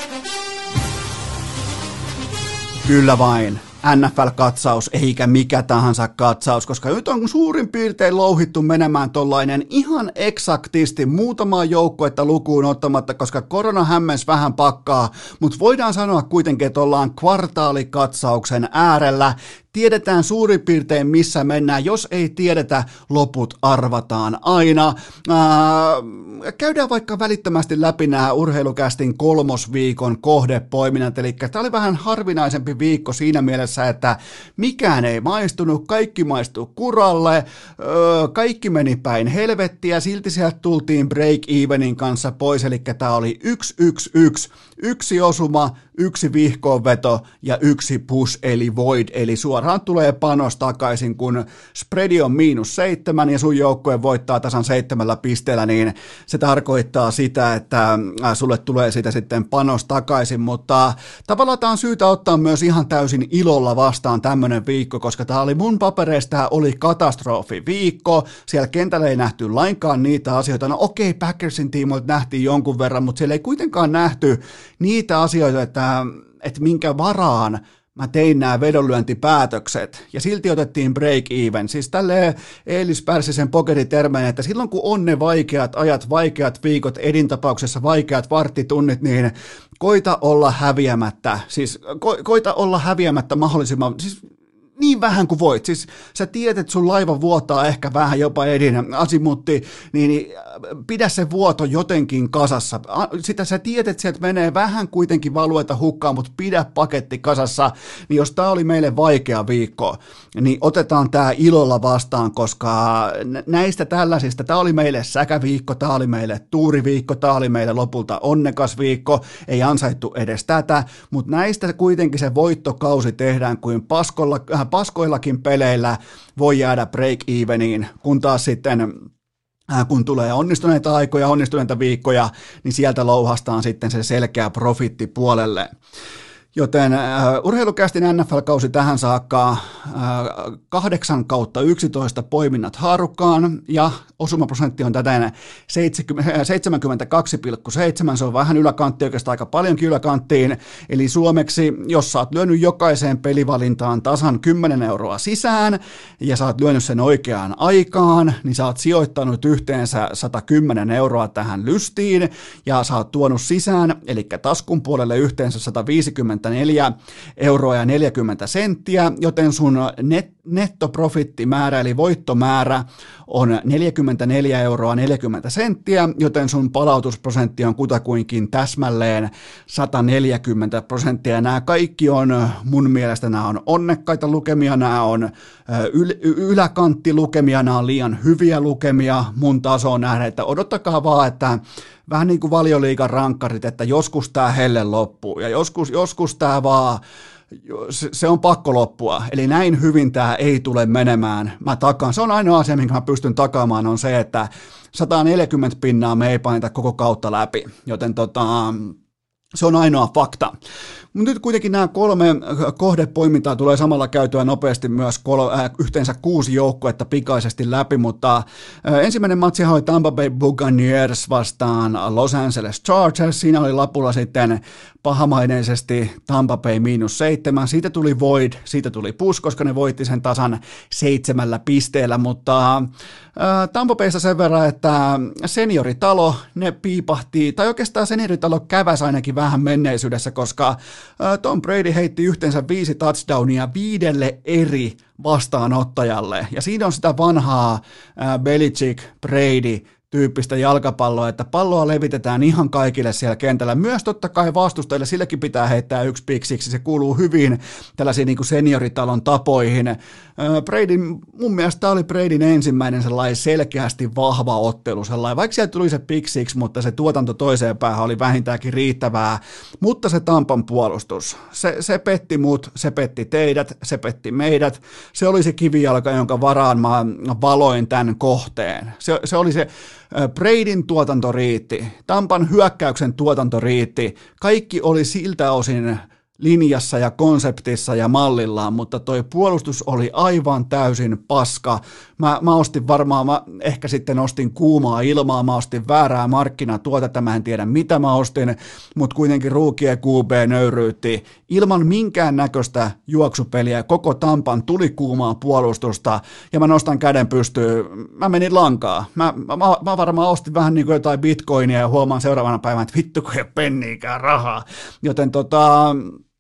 Kyllä vain. N F L-katsaus eikä mikä tahansa katsaus, koska nyt on suurin piirtein louhittu menemään tollainen ihan eksaktisti muutamaa joukkuetta lukuun ottamatta, koska korona hämmensi vähän pakkaa, mutta voidaan sanoa kuitenkin, että ollaan kvartaalikatsauksen äärellä. Tiedetään suurin piirtein missä mennään, jos ei tiedetä, loput arvataan aina. Ää, käydään vaikka välittömästi läpi nämä Urheilukästin kolmosviikon kohdepoiminnat, eli tämä oli vähän harvinaisempi viikko siinä mielessä, että mikään ei maistunut, kaikki maistui kuralle, öö, kaikki meni päin helvettiä, silti sieltä tultiin break-evenin kanssa pois, eli tämä oli yksi yksi yksi, yksi osuma, yksi vihkoonveto ja yksi push eli void, eli suoraan tulee panos takaisin, kun spreadi on miinus seitsemän ja sun joukkue voittaa tasan seitsemällä pisteellä, niin se tarkoittaa sitä, että sulle tulee siitä sitten panos takaisin, mutta tavallaan tämä on syytä ottaa myös ihan täysin ilolla vastaan tämmöinen viikko, koska tämä oli mun papereista, tämä oli katastrofi viikko, siellä kentällä ei nähty lainkaan niitä asioita, no okei, Packersin tiimoilta nähtiin jonkun verran, mutta siellä ei kuitenkaan nähty niitä asioita, että että minkä varaan mä tein nämä vedonlyöntipäätökset, ja silti otettiin break-even. Siis tälleen Eelis Pärssisen pokeritermein, että silloin kun on ne vaikeat ajat, vaikeat viikot, Edin tapauksessa vaikeat varttitunnit, niin koita olla häviämättä, siis ko, koita olla häviämättä mahdollisimman, siis niin vähän kuin voit. Siis sä tiedät, että sun laiva vuotaa ehkä vähän jopa Edin asimutti, niin pidä se vuoto jotenkin kasassa. Sitä sä tiedät, että sieltä menee vähän kuitenkin valueta hukkaan, mutta pidä paketti kasassa. Niin jos tää oli meille vaikea viikko, niin otetaan tää ilolla vastaan, koska näistä tällaisista, tää oli meille säkäviikko, tää oli meille tuuriviikko, tää oli meille lopulta onnekas viikko, ei ansaittu edes tätä, mutta näistä kuitenkin se voittokausi tehdään kuin paskolla, äh, paskoillakin peleillä voi jäädä break-eveniin, kun taas sitten kun tulee onnistuneita aikoja, onnistuneita viikkoja, niin sieltä louhastaan sitten se selkeä profitti puolelle. Joten uh, Urheilukästin N F L-kausi tähän saakka uh, kahdeksan kautta yksitoista poiminnat haarukkaan ja osumaprosentti on täten seitsemänkymmentäkaksi pilkku seitsemän, se on vähän yläkantti, oikeastaan aika paljonkin yläkanttiin, eli suomeksi, jos sä oot lyönyt jokaiseen pelivalintaan tasan kymmenen euroa sisään ja sä oot lyönyt sen oikeaan aikaan, niin sä oot sijoittanut yhteensä sata kymmenen euroa tähän lystiin ja sä oot tuonut sisään, eli taskun puolelle yhteensä sata viisikymmentä neljä euroa ja neljäkymmentä senttiä, joten sun net, nettoprofittimäärä eli voittomäärä on neljäkymmentäneljä euroa neljäkymmentä senttiä, joten sun palautusprosentti on kutakuinkin täsmälleen sata neljäkymmentä prosenttia. Nämä kaikki on mun mielestä nämä on onnekkaita lukemia, nämä on yl- yläkanttilukemia, nämä on liian hyviä lukemia mun tasoon nähdä, että odottakaa vaan, että vähän niin kuin Valioliigan rankkarit, että joskus tämä helle loppuu ja joskus, joskus tämä vaan, se on pakko loppua. Eli näin hyvin tämä ei tule menemään. Mä takaan. Se on ainoa asia, minkä mä pystyn takaamaan, on se, että sata neljäkymmentä pinnaa me ei paineta koko kautta läpi. Joten tota, se on ainoa fakta. Mutta nyt kuitenkin nämä kolme kohdepoimintaa tulee samalla käytyä nopeasti myös kol- äh, yhteensä kuusi joukkuetta pikaisesti läpi, mutta äh, ensimmäinen matsi oli Tampa Bay Buccaneers vastaan Los Angeles Chargers. Siinä oli lapulla sitten pahamaineisesti Tampa Bay miinus seitsemän. Siitä tuli void, siitä tuli push, koska ne voitti sen tasan seitsemällä pisteellä, mutta äh, Tampa Baysta sen verran, että senioritalo, ne piipahtii, tai oikeastaan senioritalo käväsi ainakin vähän menneisyydessä, koska Tom Brady heitti yhteensä viisi touchdownia viidelle eri vastaanottajalle, ja siinä on sitä vanhaa Belichick, Brady, tyyppistä jalkapalloa, että palloa levitetään ihan kaikille siellä kentällä. Myös totta kai vastustajille, sillekin pitää heittää yksi piksiksi, se kuuluu hyvin tällaisiin niin kuin senioritalon tapoihin. Bradyn, mun mielestä tämä oli Bradyn ensimmäinen sellainen selkeästi vahva ottelu, sellainen, vaikka sieltä tuli se piksiksi, mutta se tuotanto toiseen päähän oli vähintäänkin riittävää, mutta se Tampan puolustus, se, se petti mut, se petti teidät, se petti meidät, se oli se kivijalka, jonka varaan mä valoin tämän kohteen. Se, se oli se Bradyn tuotanto riitti, Tampan hyökkäyksen tuotanto riitti, kaikki oli siltä osin linjassa ja konseptissa ja mallillaan, mutta toi puolustus oli aivan täysin paska. Mä, mä ostin varmaan, mä ehkä sitten ostin kuumaa ilmaa, mä ostin väärää markkinatuotetta, mä en tiedä mitä mä ostin, mutta kuitenkin ruukien Q B nöyryytti. Ilman minkään näköistä juoksupeliä koko Tampan tuli kuumaa puolustusta ja mä nostan käden pystyyn, mä menin lankaa. Mä, mä, mä varmaan ostin vähän niin kuin jotain bitcoinia ja huomaan seuraavana päivänä, että vittu kun ei ole penniikään rahaa. Joten tota...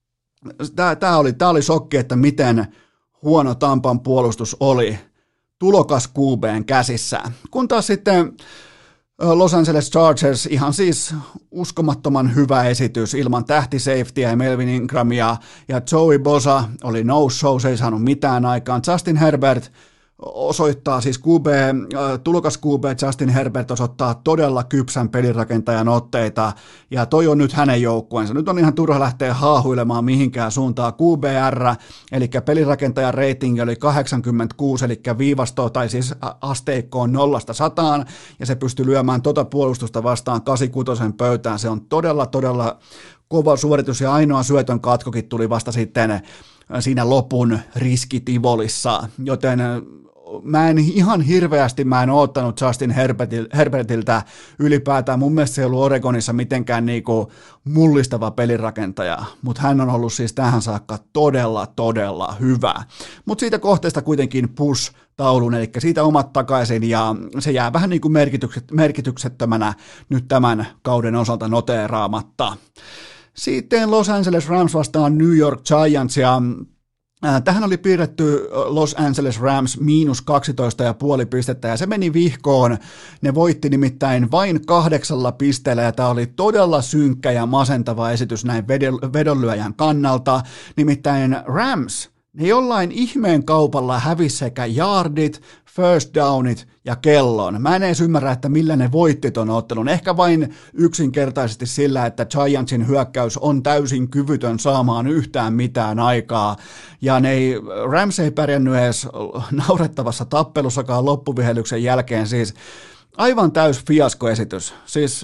Tämä oli, tämä oli shokki, että miten huono Tampan puolustus oli tulokas Q B:n käsissä. Kun taas sitten Los Angeles Chargers, ihan siis uskomattoman hyvä esitys ilman tähtisafetyä ja Melvin Ingramia ja Joey Bosa oli no show, se ei saanut mitään aikaan. Justin Herbert osoittaa, siis Q B, tulokas Q B Justin Herbert osoittaa todella kypsän pelirakentajan otteita, ja toi on nyt hänen joukkueensa. Nyt on ihan turha lähteä haahuilemaan mihinkään suuntaan. Q B R, eli pelirakentajan rating oli kahdeksankymmentäkuusi, eli viivasto, tai siis asteikko on nollasta sataan, ja se pystyi lyömään tota puolustusta vastaan kahdeksankymmentäkuusi pöytään. Se on todella, todella kova suoritus, ja ainoa syötön katkokin tuli vasta sitten siinä lopun riskitivolissa, joten mä en ihan hirveästi, mä en oottanut Justin Herbertiltä ylipäätään, mun mielestä se ei ollut Oregonissa mitenkään niinku mullistava pelirakentaja, mutta hän on ollut siis tähän saakka todella, todella hyvä. Mutta siitä kohteesta kuitenkin push-taulun, eli siitä omat takaisin, ja se jää vähän niin kuin merkitykset, merkityksettömänä nyt tämän kauden osalta noteeraamatta. Sitten Los Angeles Rams vastaan New York Giants, ja tähän oli piirretty Los Angeles Rams miinus kaksitoista pilkku viisi pistettä, ja se meni vihkoon. Ne voitti nimittäin vain kahdeksalla pisteellä, ja tämä oli todella synkkä ja masentava esitys näin vedonlyöjän kannalta. Nimittäin Rams, ne jollain ihmeen kaupalla hävisi sekä yardit, first downit ja kellon. Mä en edes ymmärrä, että millä ne voitti ton ottelun. Ehkä vain yksinkertaisesti sillä, että Giantsin hyökkäys on täysin kyvytön saamaan yhtään mitään aikaa. Ja ne ei, Rams ei pärjännyt edes naurettavassa tappelussakaan loppuvihelyksen jälkeen. Siis aivan täys fiaskoesitys. Siis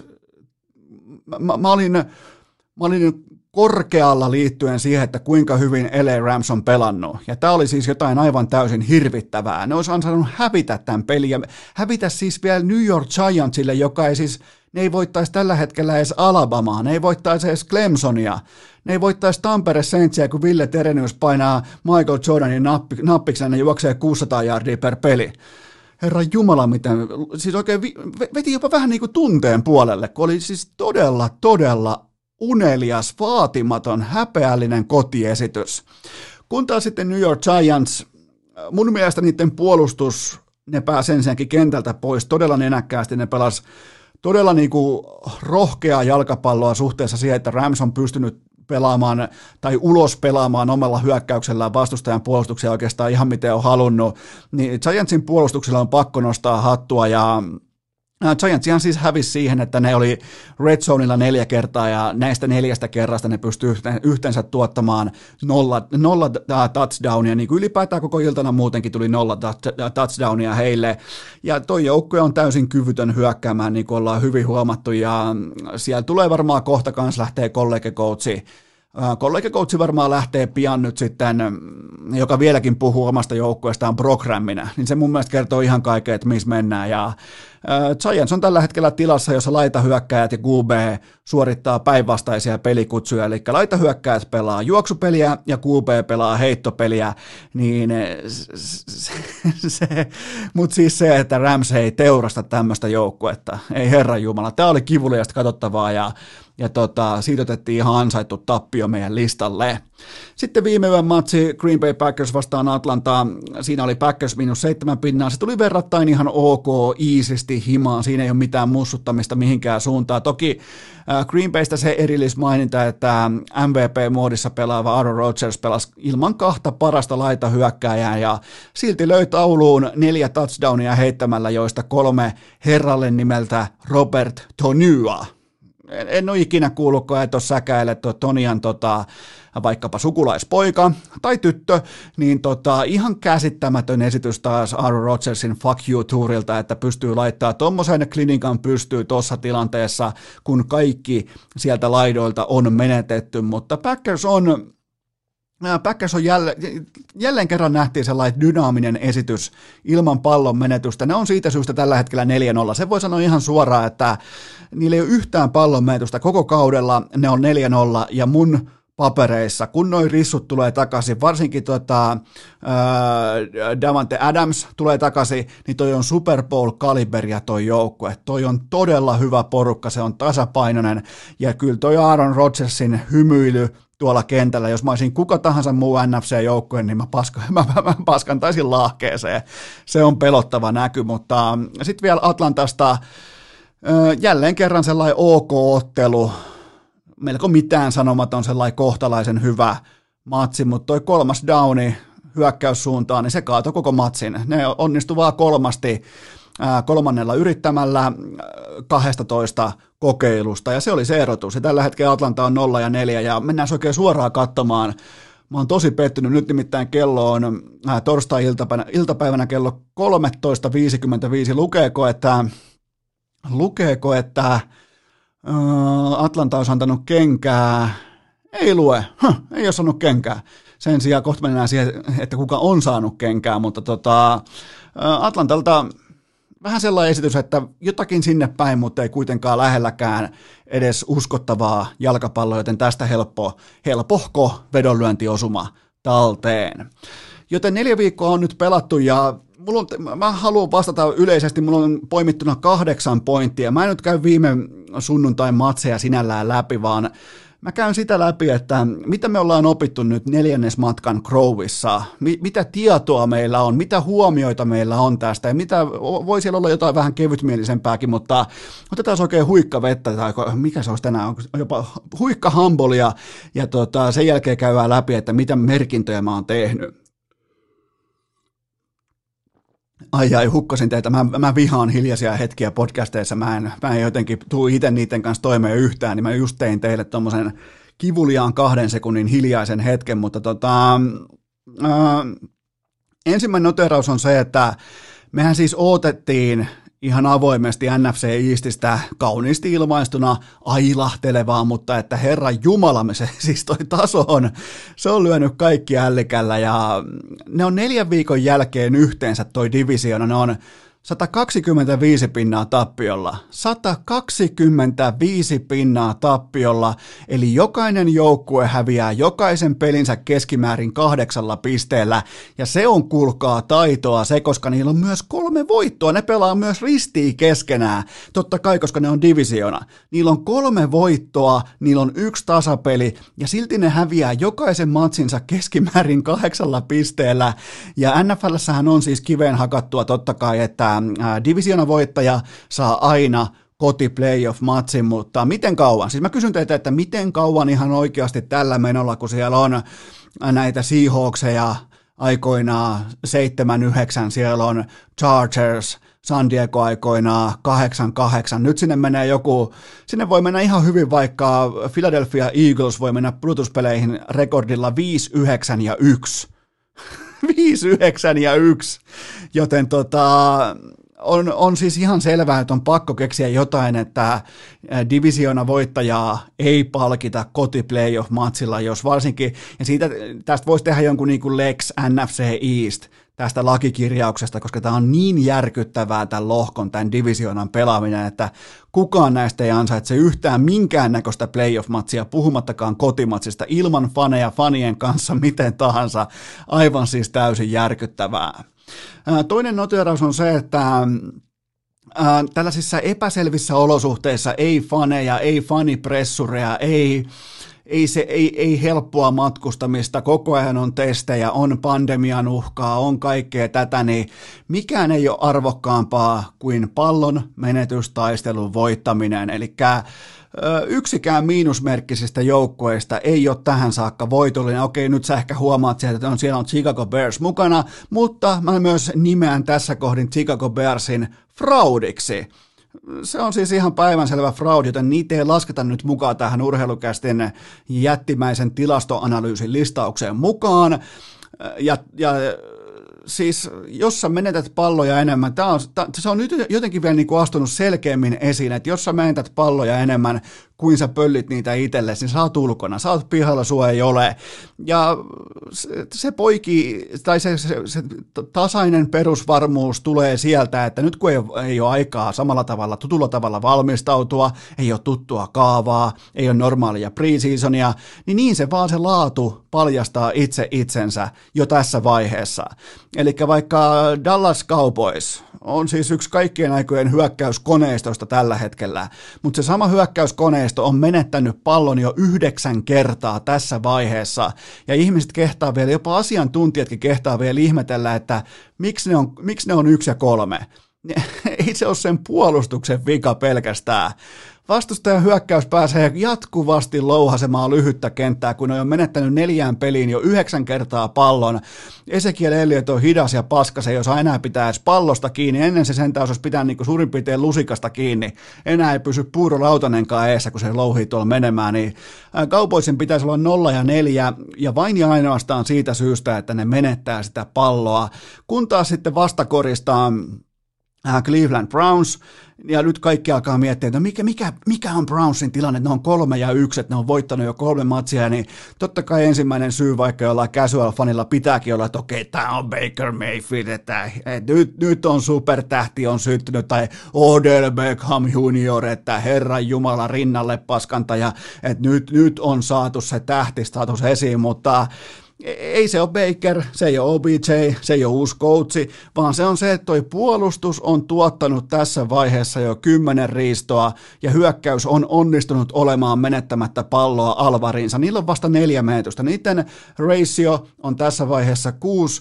mä, mä olin... Mä olin korkealla liittyen siihen, että kuinka hyvin L A Rams on pelannut. Ja tämä oli siis jotain aivan täysin hirvittävää. Ne olisi ansainnut hävitä tämän pelin ja hävitä siis vielä New York Giantsille, joka ei siis, ne ei voittaisi tällä hetkellä edes Alabamaa, ne ei voittaisi edes Clemsonia, ne ei voittaisi Tampere Saintsia, kun Ville Terenius painaa Michael Jordanin nappi, nappiksen ja juoksee kuusisataa yardia per peli. Herra Jumala, miten, siis oikein veti jopa vähän niin kuin tunteen puolelle, kun oli siis todella, todella unelias, vaatimaton, häpeällinen kotiesitys. Kun taas sitten New York Giants, mun mielestä niiden puolustus, ne pääsi ensinnäkin kentältä pois todella nenäkkäästi, ne pelas todella niin kuin rohkeaa jalkapalloa suhteessa siihen, että Rams on pystynyt pelaamaan tai ulos pelaamaan omalla hyökkäyksellään vastustajan puolustuksia oikeastaan ihan miten on halunnut, niin Giantsin puolustuksella on pakko nostaa hattua, ja Giantsihan siis hävisi siihen, että ne oli red zoneilla neljä kertaa, ja näistä neljästä kerrasta ne pystyi yhteensä tuottamaan nolla, nolla touchdownia, niin kuin ylipäätään koko iltana muutenkin tuli nolla touchdownia heille, ja toi joukkue on täysin kyvytön hyökkäämään, niin kuin ollaan hyvin huomattu, ja siellä tulee varmaan kohta kans lähtee kollegecoachi. Kollegacoachi varmaan lähtee pian nyt sitten, joka vieläkin puhuu omasta joukkueestaan programmina, niin se mun mielestä kertoo ihan kaiken, että missä mennään. Ja Giants on tällä hetkellä tilassa, jossa laitahyökkäjät ja Q B suorittaa päinvastaisia pelikutsuja, eli laitahyökkäjät pelaa juoksupeliä ja Q B pelaa heittopeliä, niin se, se, mutta siis se, että Rams ei teurasta tämmöistä joukkuetta, ei herranjumala, tämä oli kivuliasta katsottavaa, ja ja tota, siitä otettiin ihan ansaittu tappio meidän listalle. Sitten viime yön matsi Green Bay Packers vastaan Atlantaa, siinä oli Packers miinus seitsemän pinnaa, se tuli verrattain ihan ok, iisisti himaan, siinä ei ole mitään mussuttamista mihinkään suuntaan. Toki äh, Green Baystä se erillismaininta, että M V P-moodissa pelaava Aaron Rodgers pelasi ilman kahta parasta laitahyökkääjää ja silti löi tauluun neljä touchdownia heittämällä, joista kolme herralle nimeltä Robert Tonua. En, en ole ikinä kuullutkaan, että jos säkäilet Tonian tota, vaikkapa sukulaispoika tai tyttö, niin tota, ihan käsittämätön esitys taas Aaron Rodgersin Fuck You-tuurilta, että pystyy laittaa tommosen klinikan pystyy tuossa tilanteessa, kun kaikki sieltä laidoilta on menetetty, mutta Packers on Packers on jälleen, jälleen kerran nähtiin sellainen dynaaminen esitys ilman pallon menetystä. Ne on siitä syystä tällä hetkellä neljä nolla. Se voi sanoa ihan suoraan, että niillä ei ole yhtään pallon menetystä koko kaudella. Ne on neljä nolla ja mun papereissa, kun noi rissut tulee takaisin, varsinkin tota, äh, Davante Adams tulee takaisin, niin toi on Super Bowl-kaliberia toi joukkue. Toi on todella hyvä porukka, se on tasapainoinen ja kyllä toi Aaron Rodgersin hymyily tuolla kentällä, jos mä olisin kuka tahansa muu N F C-joukkue, niin mä, paska, mä, mä, mä paskantaisin lahkeeseen. Se on pelottava näky, mutta sitten vielä Atlantasta jälleen kerran sellainen OK-ottelu, melko mitään sanomaton sellainen kohtalaisen hyvä matsi, mutta toi kolmas downi hyökkäyssuuntaan, niin se kaatoi koko matsin. Ne onnistu vaan kolmasti kolmannella yrittämällä kaksitoista kokeilusta, ja se oli se erotus. Ja tällä hetkellä Atlanta on nolla ja neljä, ja mennään oikein suoraan katsomaan. Mä oon tosi pettynyt, nyt nimittäin kello on äh, torstai-iltapäivänä iltapäivänä kello kolmetoista viisikymmentäviisi. Lukeeko, että, lukeeko, että äh, Atlanta olisi antanut kenkää? Ei lue, huh, ei ole saanut kenkää. Sen sijaan kohta mennään siihen, että kuka on saanut kenkää, mutta tota, äh, Atlantalta vähän sellainen esitys, että jotakin sinne päin, mutta ei kuitenkaan lähelläkään edes uskottavaa jalkapalloa, joten tästä helppo, helpohko vedonlyöntiosuma talteen. Joten neljä viikkoa on nyt pelattu ja mulla on, mä haluan vastata yleisesti, mulla on poimittuna kahdeksan pointtia. Mä en nyt käy viime sunnuntain matseja sinällään läpi, vaan mä käyn sitä läpi, että mitä me ollaan opittu nyt neljännesmatkan Crowissa, mi- mitä tietoa meillä on, mitä huomioita meillä on tästä, ja mitä, voi siellä olla jotain vähän kevytmielisempääkin, mutta otetaan oikein huikkavettä, tai mikä se olisi tänään, on jopa huikkahambolia, ja tota, sen jälkeen käydään läpi, että mitä merkintöjä mä oon tehnyt. Ai ai, hukkasin teitä. Mä, mä vihaan hiljaisia hetkiä podcasteissa. Mä en, mä en jotenkin tuu itse niiden kanssa toimeen yhtään, niin mä just tein teille tommosen kivuliaan kahden sekunnin hiljaisen hetken, mutta tota, ää, ensimmäinen noteraus on se, että mehän siis odotettiin ihan avoimesti N F C Eastistä kauniisti ilmaistuna ailahtelevaa, mutta että herra jumala, se siis toi taso on, se on lyönyt kaikki ällikällä ja ne on neljän viikon jälkeen yhteensä toi divisioona, ne on sata kaksikymmentäviisi pinnaa tappiolla, sata kaksikymmentäviisi pinnaa tappiolla, eli jokainen joukkue häviää jokaisen pelinsä keskimäärin kahdeksalla pisteellä, ja se on kuulkaa taitoa se, koska niillä on myös kolme voittoa, ne pelaa myös ristiin keskenään, totta kai, koska ne on divisiona. Niillä on kolme voittoa, niillä on yksi tasapeli, ja silti ne häviää jokaisen matsinsa keskimäärin kahdeksalla pisteellä, ja N F L:ssähän on siis kiveen hakattua totta kai, että divisiona voittaja saa aina koti playoff-matsin, mutta miten kauan? Siis mä kysyn teitä, että miten kauan ihan oikeasti tällä menolla, kun siellä on näitä Seahawkseja aikoinaan seitsemän yhdeksän, siellä on Chargers, San Diego aikoinaan kahdeksan kahdeksan, nyt sinne menee joku, sinne voi mennä ihan hyvin, vaikka Philadelphia Eagles voi mennä pudotuspeleihin rekordilla viisi yhdeksän ja yksi. viisi yhdeksän ja yksi, joten tota, on, on siis ihan selvää, että on pakko keksiä jotain, että divisioona voittajaa ei palkita koti-playoff-matsilla, jos varsinkin, ja siitä, tästä voisi tehdä jonkun niin kuin Lex N F C East, tästä lakikirjauksesta, koska tämä on niin järkyttävää tämän lohkon, tämän divisioonan pelaaminen, että kukaan näistä ei ansaitse yhtään minkäännäköistä playoff-matsia, puhumattakaan kotimatsista, ilman faneja, fanien kanssa, miten tahansa, aivan siis täysin järkyttävää. Toinen noteraus on se, että äh, tällaisissa epäselvissä olosuhteissa, ei faneja, ei fanipressureja, ei, ei, se, ei, ei helppoa matkustamista, koko ajan on testejä, on pandemian uhkaa, on kaikkea tätä, niin mikään ei ole arvokkaampaa kuin pallon menetystaistelun voittaminen, eli yksikään miinusmerkkisistä joukkueista ei ole tähän saakka voitollinen. Okei, nyt sä ehkä huomaat sieltä, että on, siellä on Chicago Bears mukana, mutta mä myös nimeän tässä kohdin Chicago Bearsin fraudiksi. Se on siis ihan päivänselvä fraud, joten niitä ei lasketa nyt mukaan tähän urheilukästin jättimäisen tilastoanalyysin listaukseen mukaan. Ja, ja siis jos sä menetät palloja enemmän, tää on, tää, se on nyt jotenkin vielä niin kuin astunut selkeämmin esiin, että jos sä menetät palloja enemmän kuin sä pöllit niitä itsellesi, niin sä oot ulkona, sä oot pihalla, sua ei ole. Ja se, se poikii, tai se, se, se tasainen perusvarmuus tulee sieltä, että nyt kun ei, ei ole aikaa samalla tavalla, tutulla tavalla valmistautua, ei ole tuttua kaavaa, ei ole normaalia preseasonia, niin niin se vaan se laatu paljastaa itse itsensä jo tässä vaiheessa. Eli vaikka Dallas Cowboys on siis yksi kaikkien aikojen hyökkäyskoneistosta tällä hetkellä, mutta se sama hyökkäyskoneisto on menettänyt pallon jo yhdeksän kertaa tässä vaiheessa, ja ihmiset kehtaa vielä, jopa asiantuntijatkin kehtaa vielä ihmetellä, että miksi ne on, miksi ne on yksi ja kolme. Ei se ole sen puolustuksen vika pelkästään. Vastustajan hyökkäys pääsee jatkuvasti louhasemaan lyhyttä kenttää, kun on jo menettänyt neljään peliin jo yhdeksän kertaa pallon. Ezekiel Elliott on hidas ja paska, se ei osaa enää pitää edes pallosta kiinni. Ennen se sentään osasi pitää niin kuin suurin piirtein lusikasta kiinni. Enää ei pysy Puuro Lautanenkaan eessä, kun se louhii tuolla menemään. Niin Cowboysin pitäisi olla nolla ja neljä, ja vain ja ainoastaan siitä syystä, että ne menettää sitä palloa. Kun taas sitten vastakoristaan Cleveland Browns, ja nyt kaikki alkaa miettiä, että mikä, mikä, mikä on Brownsin tilanne, ne on kolme ja yksi, että ne on voittanut jo kolme matsia, niin totta kai ensimmäinen syy, vaikka jollain casual-fanilla pitääkin olla, että okei, tämä on Baker Mayfield, että, että nyt, nyt on supertähti on syttynyt, tai Odell Beckham junior, että Herran Jumala rinnalle paskantaja, että nyt, nyt on saatu se tähtistatus esiin, mutta ei se ole Baker, se ei ole O B J, se ei ole uusi coachi, vaan se on se, että toi puolustus on tuottanut tässä vaiheessa jo kymmenen riistoa ja hyökkäys on onnistunut olemaan menettämättä palloa alvariinsa. Niillä on vasta neljä menetystä. Niiden ratio on tässä vaiheessa kuusi,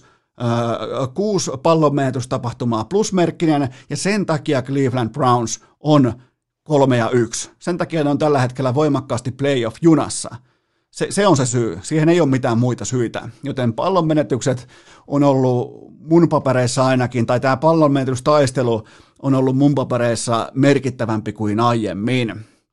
äh, kuusi pallonmenetystapahtumaa plusmerkkinen ja sen takia Cleveland Browns on kolme ja yksi. Sen takia ne on tällä hetkellä voimakkaasti playoff-junassa. Se, se on se syy. Siihen ei ole mitään muita syitä. Joten pallonmenetykset on ollut mun papereissa ainakin, tai tämä pallonmenetystaistelu on ollut mun papereissa merkittävämpi kuin aiemmin.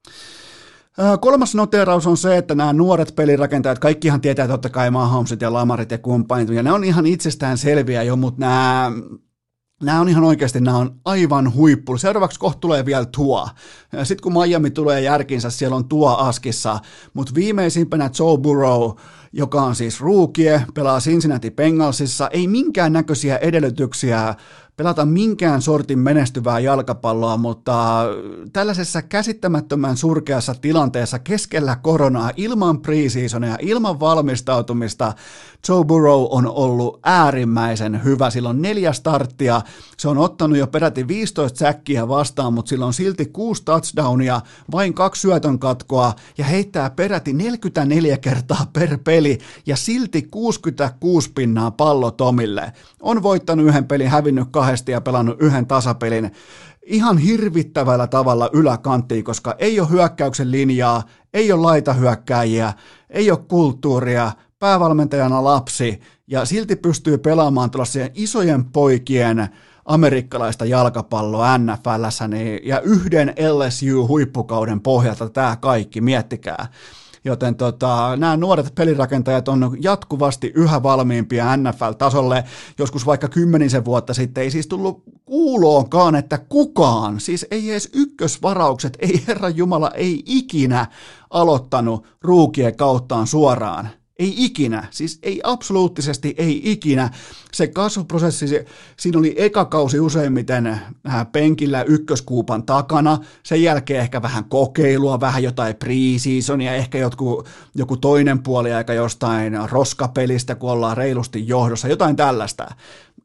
Kolmas noteraus on se, että nämä nuoret pelirakentajat, kaikkihan tietää totta kai Mahomesit ja Lamarit ja kumppanit, ja ne on ihan itsestään selviä jo, mutta nämä... Nämä on ihan oikeasti, nämä on aivan huippu. Seuraavaksi kohta tulee vielä Tua. Sitten kun Miami tulee järkinsä, siellä on Tua askissa, mutta viimeisimpänä Joe Burrow, joka on siis rookie, pelaa Cincinnati Bengalsissa, ei minkään näköisiä edellytyksiä pelata minkään sortin menestyvää jalkapalloa, mutta tällaisessa käsittämättömän surkeassa tilanteessa keskellä koronaa, ilman preseasonia, ilman valmistautumista, Joe Burrow on ollut äärimmäisen hyvä. Sillä on neljä starttia, se on ottanut jo peräti viisitoista säkkiä vastaan, mutta sillä on silti kuusi touchdownia, vain kaksi syötön katkoa ja heittää peräti neljäkymmentäneljä kertaa per peli ja silti kuusikymmentäkuusi pinnaa pallo Tomille. On voittanut yhden pelin, hävinnyt kahdesti ja pelannut yhden tasapelin ihan hirvittävällä tavalla yläkanttiin, koska ei ole hyökkäyksen linjaa, ei ole laitahyökkääjiä, ei ole kulttuuria, päävalmentajana lapsi ja silti pystyy pelaamaan tuollaisia isojen poikien amerikkalaista jalkapalloa N F L:ssä niin, ja yhden L S U-huippukauden pohjalta tämä kaikki, miettikää. Joten tota, nämä nuoret pelirakentajat on jatkuvasti yhä valmiimpia N F L-tasolle, joskus vaikka kymmenisen vuotta sitten ei siis tullut kuuloonkaan, että kukaan, siis ei edes ykkösvaraukset, ei Herran Jumala, ei ikinä aloittanut ruukien kauttaan suoraan. Ei ikinä, siis ei absoluuttisesti ei ikinä. Se kasvuprosessi, se, siinä oli eka kausi useimmiten penkillä ykköskuupan takana, sen jälkeen ehkä vähän kokeilua, vähän jotain pre-seasonia, ehkä joku, joku toinen puoli aika jostain roskapelistä, kun ollaan reilusti johdossa, jotain tällaista.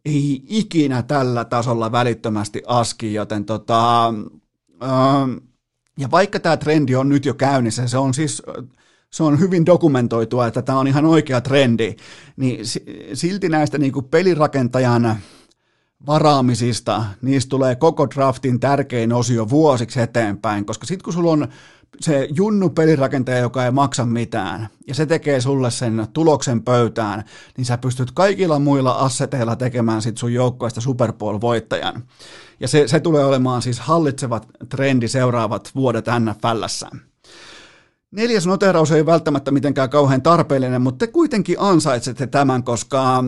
ei ikinä tällä tasolla välittömästi aski, joten tota, ähm, ja vaikka tämä trendi on nyt jo käynnissä, se on siis se on hyvin dokumentoitua, että tämä on ihan oikea trendi, niin silti näistä niin kuin pelirakentajan varaamisista, niistä tulee koko draftin tärkein osio vuosiksi eteenpäin, koska sitten kun sulla on se junnu pelirakentaja, joka ei maksa mitään, ja se tekee sulle sen tuloksen pöytään, niin sä pystyt kaikilla muilla asseteilla tekemään sit sun joukkoista Super Bowl-voittajan. Ja se, se tulee olemaan siis hallitsevat trendi seuraavat vuodet N F L:ssä. Neljäs noteraus ei välttämättä mitenkään kauhean tarpeellinen, mutta te kuitenkin ansaitsette tämän, koska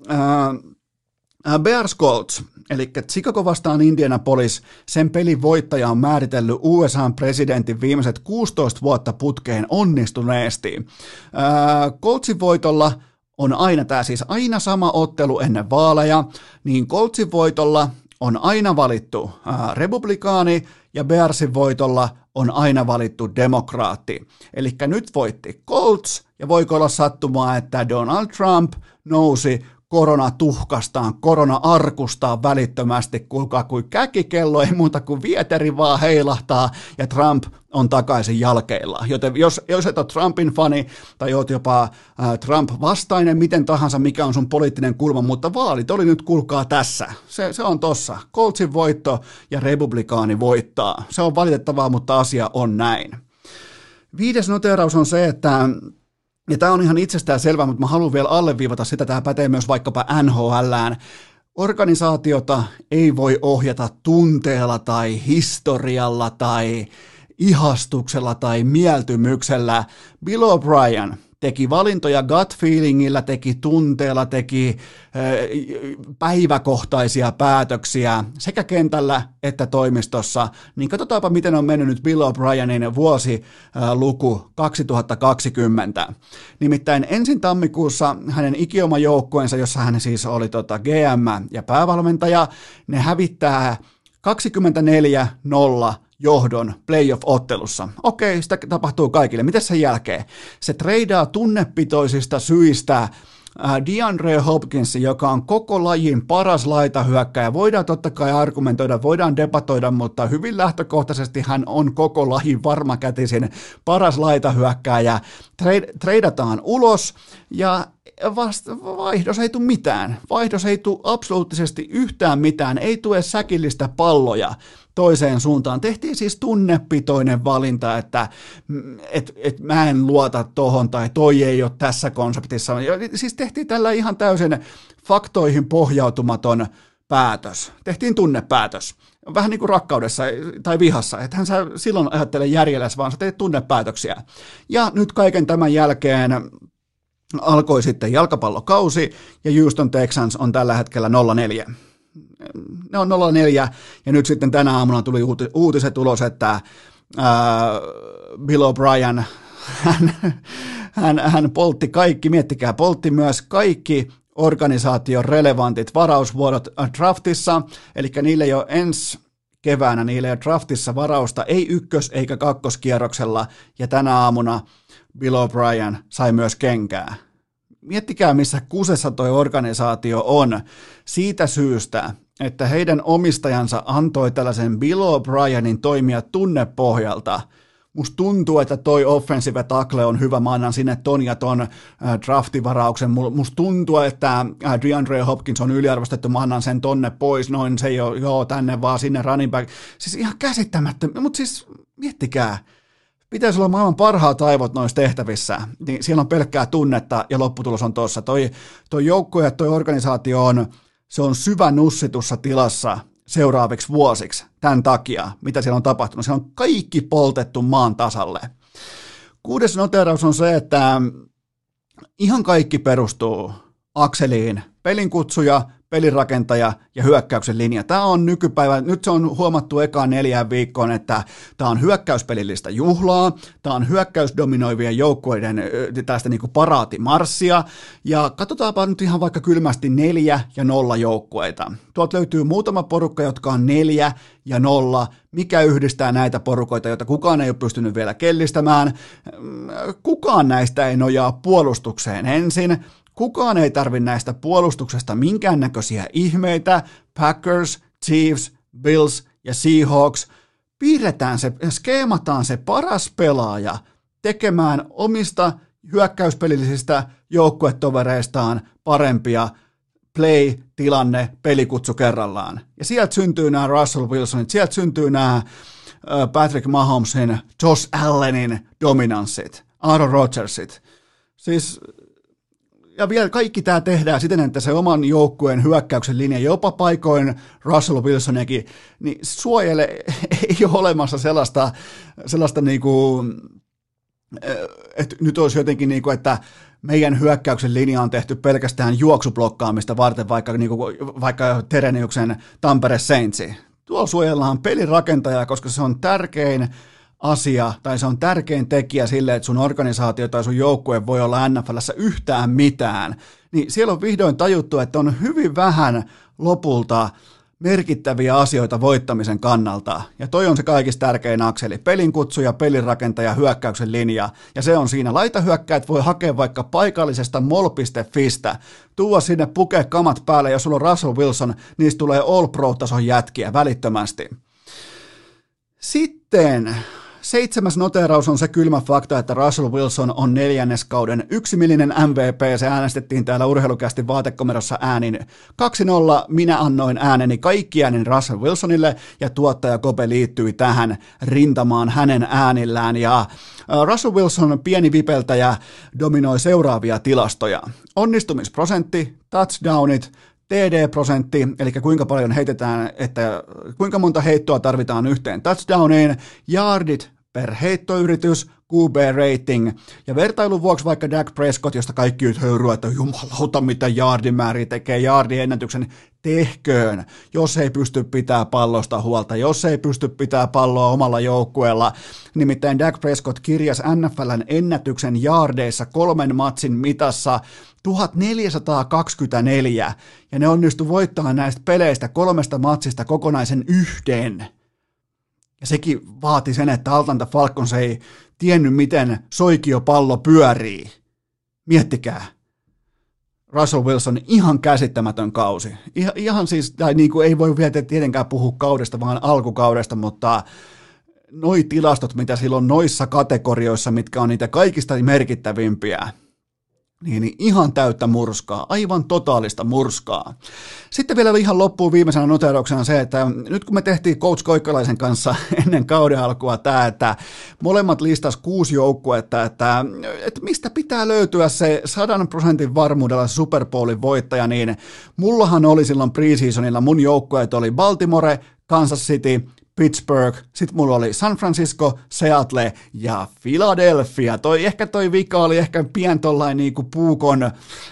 ää, Bears Colts, eli Chicago vastaan Indianapolis, sen pelin voittaja on määritellyt U S A:n presidentin viimeiset kuusitoista vuotta putkeen onnistuneesti. Ää, Coltsin voitolla on aina tämä siis aina sama ottelu ennen vaaleja, niin Coltsin voitolla on aina valittu ää, republikaani ja Bearsin voitolla on aina valittu demokraatti. Eli nyt voitti Colts ja voiko olla sattumaa, että Donald Trump nousi koronatuhkastaan, korona-arkustaan välittömästi, kuulkaa kuin käkikello, ei muuta kuin vieteri vaan heilahtaa ja Trump on takaisin jalkeilla. Joten jos, jos et ole Trumpin fani tai oot jopa äh, Trump-vastainen, miten tahansa, mikä on sun poliittinen kulma, mutta vaalit oli nyt, kuulkaa tässä. Se, se on tossa. Coltsin voitto ja republikaani voittaa. Se on valitettavaa, mutta asia on näin. Viides noteraus on se, että ja tämä on ihan itsestään selvä, mutta mä haluan vielä alleviivata sitä, tämä pätee myös vaikkapa N H L:ään. Organisaatiota ei voi ohjata tunteella tai historialla tai ihastuksella tai mieltymyksellä. Bill O'Brien teki valintoja gut feelingillä, teki tunteella, teki päiväkohtaisia päätöksiä sekä kentällä että toimistossa, niin katsotaanpa miten on mennyt nyt Bill O'Brienin vuosiluku kaksituhattakaksikymmentä. Nimittäin ensin tammikuussa hänen ikioma joukkueensa, jossa hän siis oli tota G M ja päävalmentaja, ne hävittää kaksikymmentäneljä nolla johdon playoff-ottelussa. Okei, sitä tapahtuu kaikille. Miten sen jälkeen? Se treidaa tunnepitoisista syistä DeAndre Hopkinsin, joka on koko lajin paras laitahyökkäjä. Voidaan totta kai argumentoida, voidaan debatoida, mutta hyvin lähtökohtaisesti hän on koko lajin varmakätisin paras laitahyökkäjä. Treidataan ulos ja vasta vaihdos ei tule mitään. Vaihdos ei tule absoluuttisesti yhtään mitään. Ei tule säkillistä palloja toiseen suuntaan. Tehtiin siis tunnepitoinen valinta, että et, et mä en luota tohon tai toi ei ole tässä konseptissa. Siis tehtiin tällä ihan täysin faktoihin pohjautumaton päätös. Tehtiin tunnepäätös. Vähän niin kuin rakkaudessa tai vihassa, että hän sä silloin ajattele järjelläsi, vaan sä teet tunnepäätöksiä. Ja nyt kaiken tämän jälkeen alkoi sitten jalkapallokausi ja Houston Texans on tällä hetkellä nolla neljä. Ne on nolla neljä ja nyt sitten tänä aamuna tuli uutiset ulos, että ää, Bill O'Brien, hän, hän, hän poltti kaikki, miettikää, poltti myös kaikki organisaation relevantit varausvuodot draftissa, eli niille ei ole ensi keväänä, niille ei ole draftissa varausta, ei ykkös- eikä kakkoskierroksella, ja tänä aamuna Bill O'Brien sai myös kenkää. Miettikää, missä kusessa toi organisaatio on siitä syystä, että heidän omistajansa antoi tällaisen Bill O'Brienin toimia tunnepohjalta. Musta tuntuu, että toi offensive tackle on hyvä, mä annan sinne ton ja ton draftivarauksen. Musta tuntuu, että DeAndre Hopkins on yliarvostettu, mä annan sen tonne pois, noin se ei ole, joo, tänne vaan sinne running back. Siis ihan käsittämättä, mutta siis miettikää. Pitäisi olla maailman parhaat aivot noissa tehtävissä, niin siellä on pelkkää tunnetta ja lopputulos on tuossa. Toi, toi joukkue ja toi organisaatio on, se on syvä nussitussa tilassa seuraaviksi vuosiksi tämän takia, mitä siellä on tapahtunut. Se on kaikki poltettu maan tasalle. Kuudes noteraus on se, että ihan kaikki perustuu akseliin, pelinkutsuja, pelirakentaja ja hyökkäyksen linja. Tämä on nykypäivä, nyt se on huomattu ekaan neljään viikkoon, että tämä on hyökkäyspelillistä juhlaa, tämä on hyökkäysdominoivien joukkueiden tästä niin kuin paraatimarssia, ja katsotaanpa nyt ihan vaikka kylmästi neljä ja nolla joukkueita. Tuolta löytyy muutama porukka, jotka on neljä ja nolla, mikä yhdistää näitä porukoita, joita kukaan ei ole pystynyt vielä kellistämään. Kukaan näistä ei nojaa puolustukseen ensin. Kukaan ei tarvi näistä puolustuksesta minkäännäköisiä ihmeitä. Packers, Chiefs, Bills ja Seahawks. Piirretään se, skeemataan se paras pelaaja tekemään omista hyökkäyspelillisistä joukkuetovereistaan parempia play, tilanne, pelikutsu kerrallaan. Ja sieltä syntyy nämä Russell Wilsonit, sieltä syntyy nämä Patrick Mahomesin, Josh Allenin dominanssit, Aaron Rodgersit. Siis, ja vielä kaikki tämä tehdään siten, että se oman joukkueen hyökkäyksen linja, jopa paikoin Russell Wilsoniakin, niin suojele ei ole olemassa sellaista, sellaista niinku, että nyt olisi jotenkin niin kuin, että meidän hyökkäyksen linja on tehty pelkästään juoksublokkaamista varten, vaikka, niin kuin, vaikka Tereniuksen Tampere Saintsi. Tuolla suojellaan pelirakentajaa, koska se on tärkein asia, tai se on tärkein tekijä sille, että sun organisaatio tai sun joukkue voi olla N F L:ssä yhtään mitään. Niin siellä on vihdoin tajuttu, että on hyvin vähän lopulta merkittäviä asioita voittamisen kannalta. Ja toi on se kaikista tärkein akseli. Pelinkutsuja, pelirakentaja, hyökkäyksen linja. Ja se on siinä. Laitahyökkäät voi hakea vaikka paikallisesta mol piste fistä. Tuua sinne, pukea kamat päälle. Jos sulla on Russell Wilson, niistä tulee All Pro-tason jätkiä välittömästi. Sitten seitsemäs noteeraus on se kylmä fakta, että Russell Wilson on neljänneskauden yksimielinen M V P. Se äänestettiin täällä Urheilukästin vaatekomerossa äänin kaksi nolla. Minä annoin ääneni, kaikki äänin Russell Wilsonille, ja tuottaja Kope liittyi tähän rintamaan hänen äänillään. Ja Russell Wilson, pieni vipeltäjä, dominoi seuraavia tilastoja. Onnistumisprosentti, touchdownit, T D-prosentti, eli kuinka paljon heitetään, että kuinka monta heittoa tarvitaan yhteen touchdowniin, yardit per heittoyritys, Q B-rating, ja vertailun vuoksi vaikka Dak Prescott, josta kaikki nyt höyryä, että jumalauta mitä yardimääriä tekee, yardiennätyksen tehköön, jos ei pysty pitää pallosta huolta, jos ei pysty pitää palloa omalla joukkueella. Nimittäin Dak Prescott kirjasi N F L:n ennätyksen yardeissa kolmen matsin mitassa tuhatneljäsataakaksikymmentäneljä, ja ne onnistui voittamaan näistä peleistä kolmesta matsista kokonaisen yhden. Ja sekin vaati sen, että Atlanta Falcons ei tiennyt, miten soikiopallo pyörii. Miettikää. Russell Wilson, ihan käsittämätön kausi. Ihan, ihan siis, tai niin kuin ei voi vielä tietenkään puhua kaudesta, vaan alkukaudesta, mutta noi tilastot, mitä silloin noissa kategorioissa, mitkä on niitä kaikista merkittävimpiä, niin ihan täyttä murskaa, aivan totaalista murskaa. Sitten vielä ihan loppuun viimeisenä noteerauksena se, että nyt kun me tehtiin Coach Koikkalaisen kanssa ennen kauden alkua tämä, että molemmat listas kuusi joukkuetta, että, että mistä pitää löytyä se sadan prosentin varmuudella Super Bowlin voittaja, niin mullahan oli silloin preseasonilla, mun joukkueet oli Baltimore, Kansas City, Pittsburgh, sitten mulla oli San Francisco, Seattle ja Philadelphia. Toi, ehkä toi vika oli ehkä pien tollain niinku puukon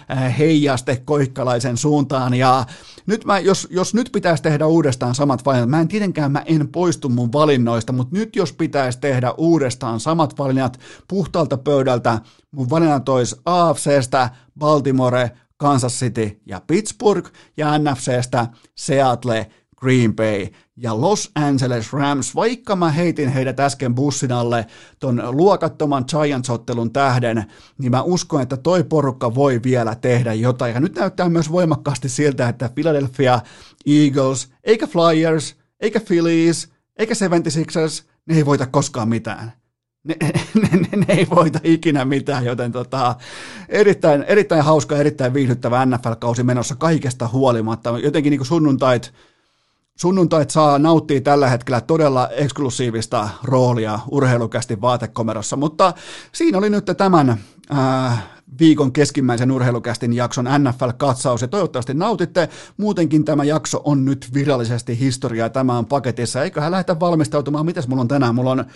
heijaste Koikkalaisen suuntaan, ja nyt mä, jos, jos nyt pitäisi tehdä uudestaan samat valinnat, mä en tietenkään mä en poistu mun valinnoista, mutta nyt jos pitäisi tehdä uudestaan samat valinnat puhtaalta pöydältä, mun valinnat olisi A F C:stä Baltimore, Kansas City ja Pittsburgh, ja N F C:stä Seattle, Green Bay ja Los Angeles Rams, vaikka mä heitin heidät äsken bussin alle ton luokattoman Giants-ottelun tähden, niin mä uskon, että toi porukka voi vielä tehdä jotain. Ja nyt näyttää myös voimakkaasti siltä, että Philadelphia Eagles, eikä Flyers, eikä Phillies, eikä seitsemänkymmentäkuusi, ne ei voita koskaan mitään. Ne, ne, ne, ne ei voita ikinä mitään, joten tota, erittäin, erittäin hauska, erittäin viihdyttävä N F L-kausi menossa kaikesta huolimatta. Jotenkin niin kuin sunnuntait, Sunnuntait saa nauttia tällä hetkellä todella eksklusiivista roolia Urheilukästin vaatekomerossa, mutta siinä oli nyt tämän ää, viikon keskimmäisen Urheilukästin jakson N F L-katsaus, ja toivottavasti nautitte. Muutenkin tämä jakso on nyt virallisesti historiaa, tämä on paketissa, eiköhän lähdetä valmistautumaan. Mitäs mulla on tänään? Mulla on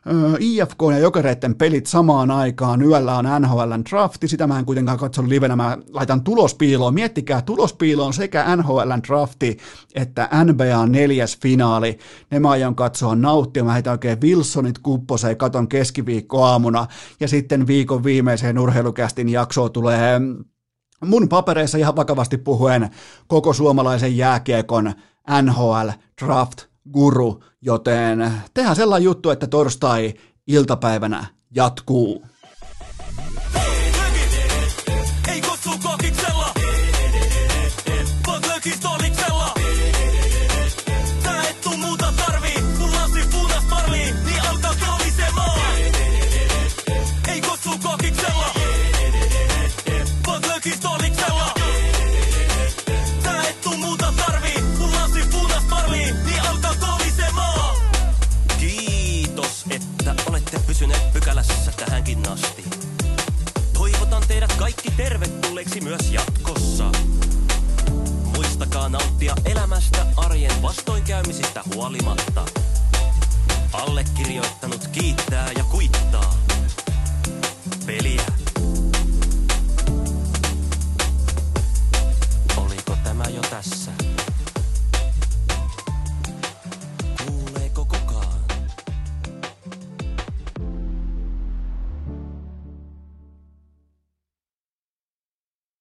I F K ja Jokereiden pelit samaan aikaan, yöllä on N H L:n drafti, sitä mä en kuitenkaan katso livenä, mä laitan tulospiiloon, miettikää, tulospiiloon sekä N H L:n drafti että N B A neljäs finaali, ne mä aion katsoa nauttia, mä heitän oikein Wilsonit kupposeen, katon keskiviikkoaamuna, ja sitten viikon viimeiseen Urheilukästin jaksoon tulee mun papereissa ihan vakavasti puhuen koko suomalaisen jääkiekon N H L draft guru, joten tehdään sellainen juttu, että torstai-iltapäivänä jatkuu. Ei kutsuko nauttia elämästä arjen vastoinkäymisistä huolimatta. Allekirjoittanut kiittää ja kuittaa. Peliä.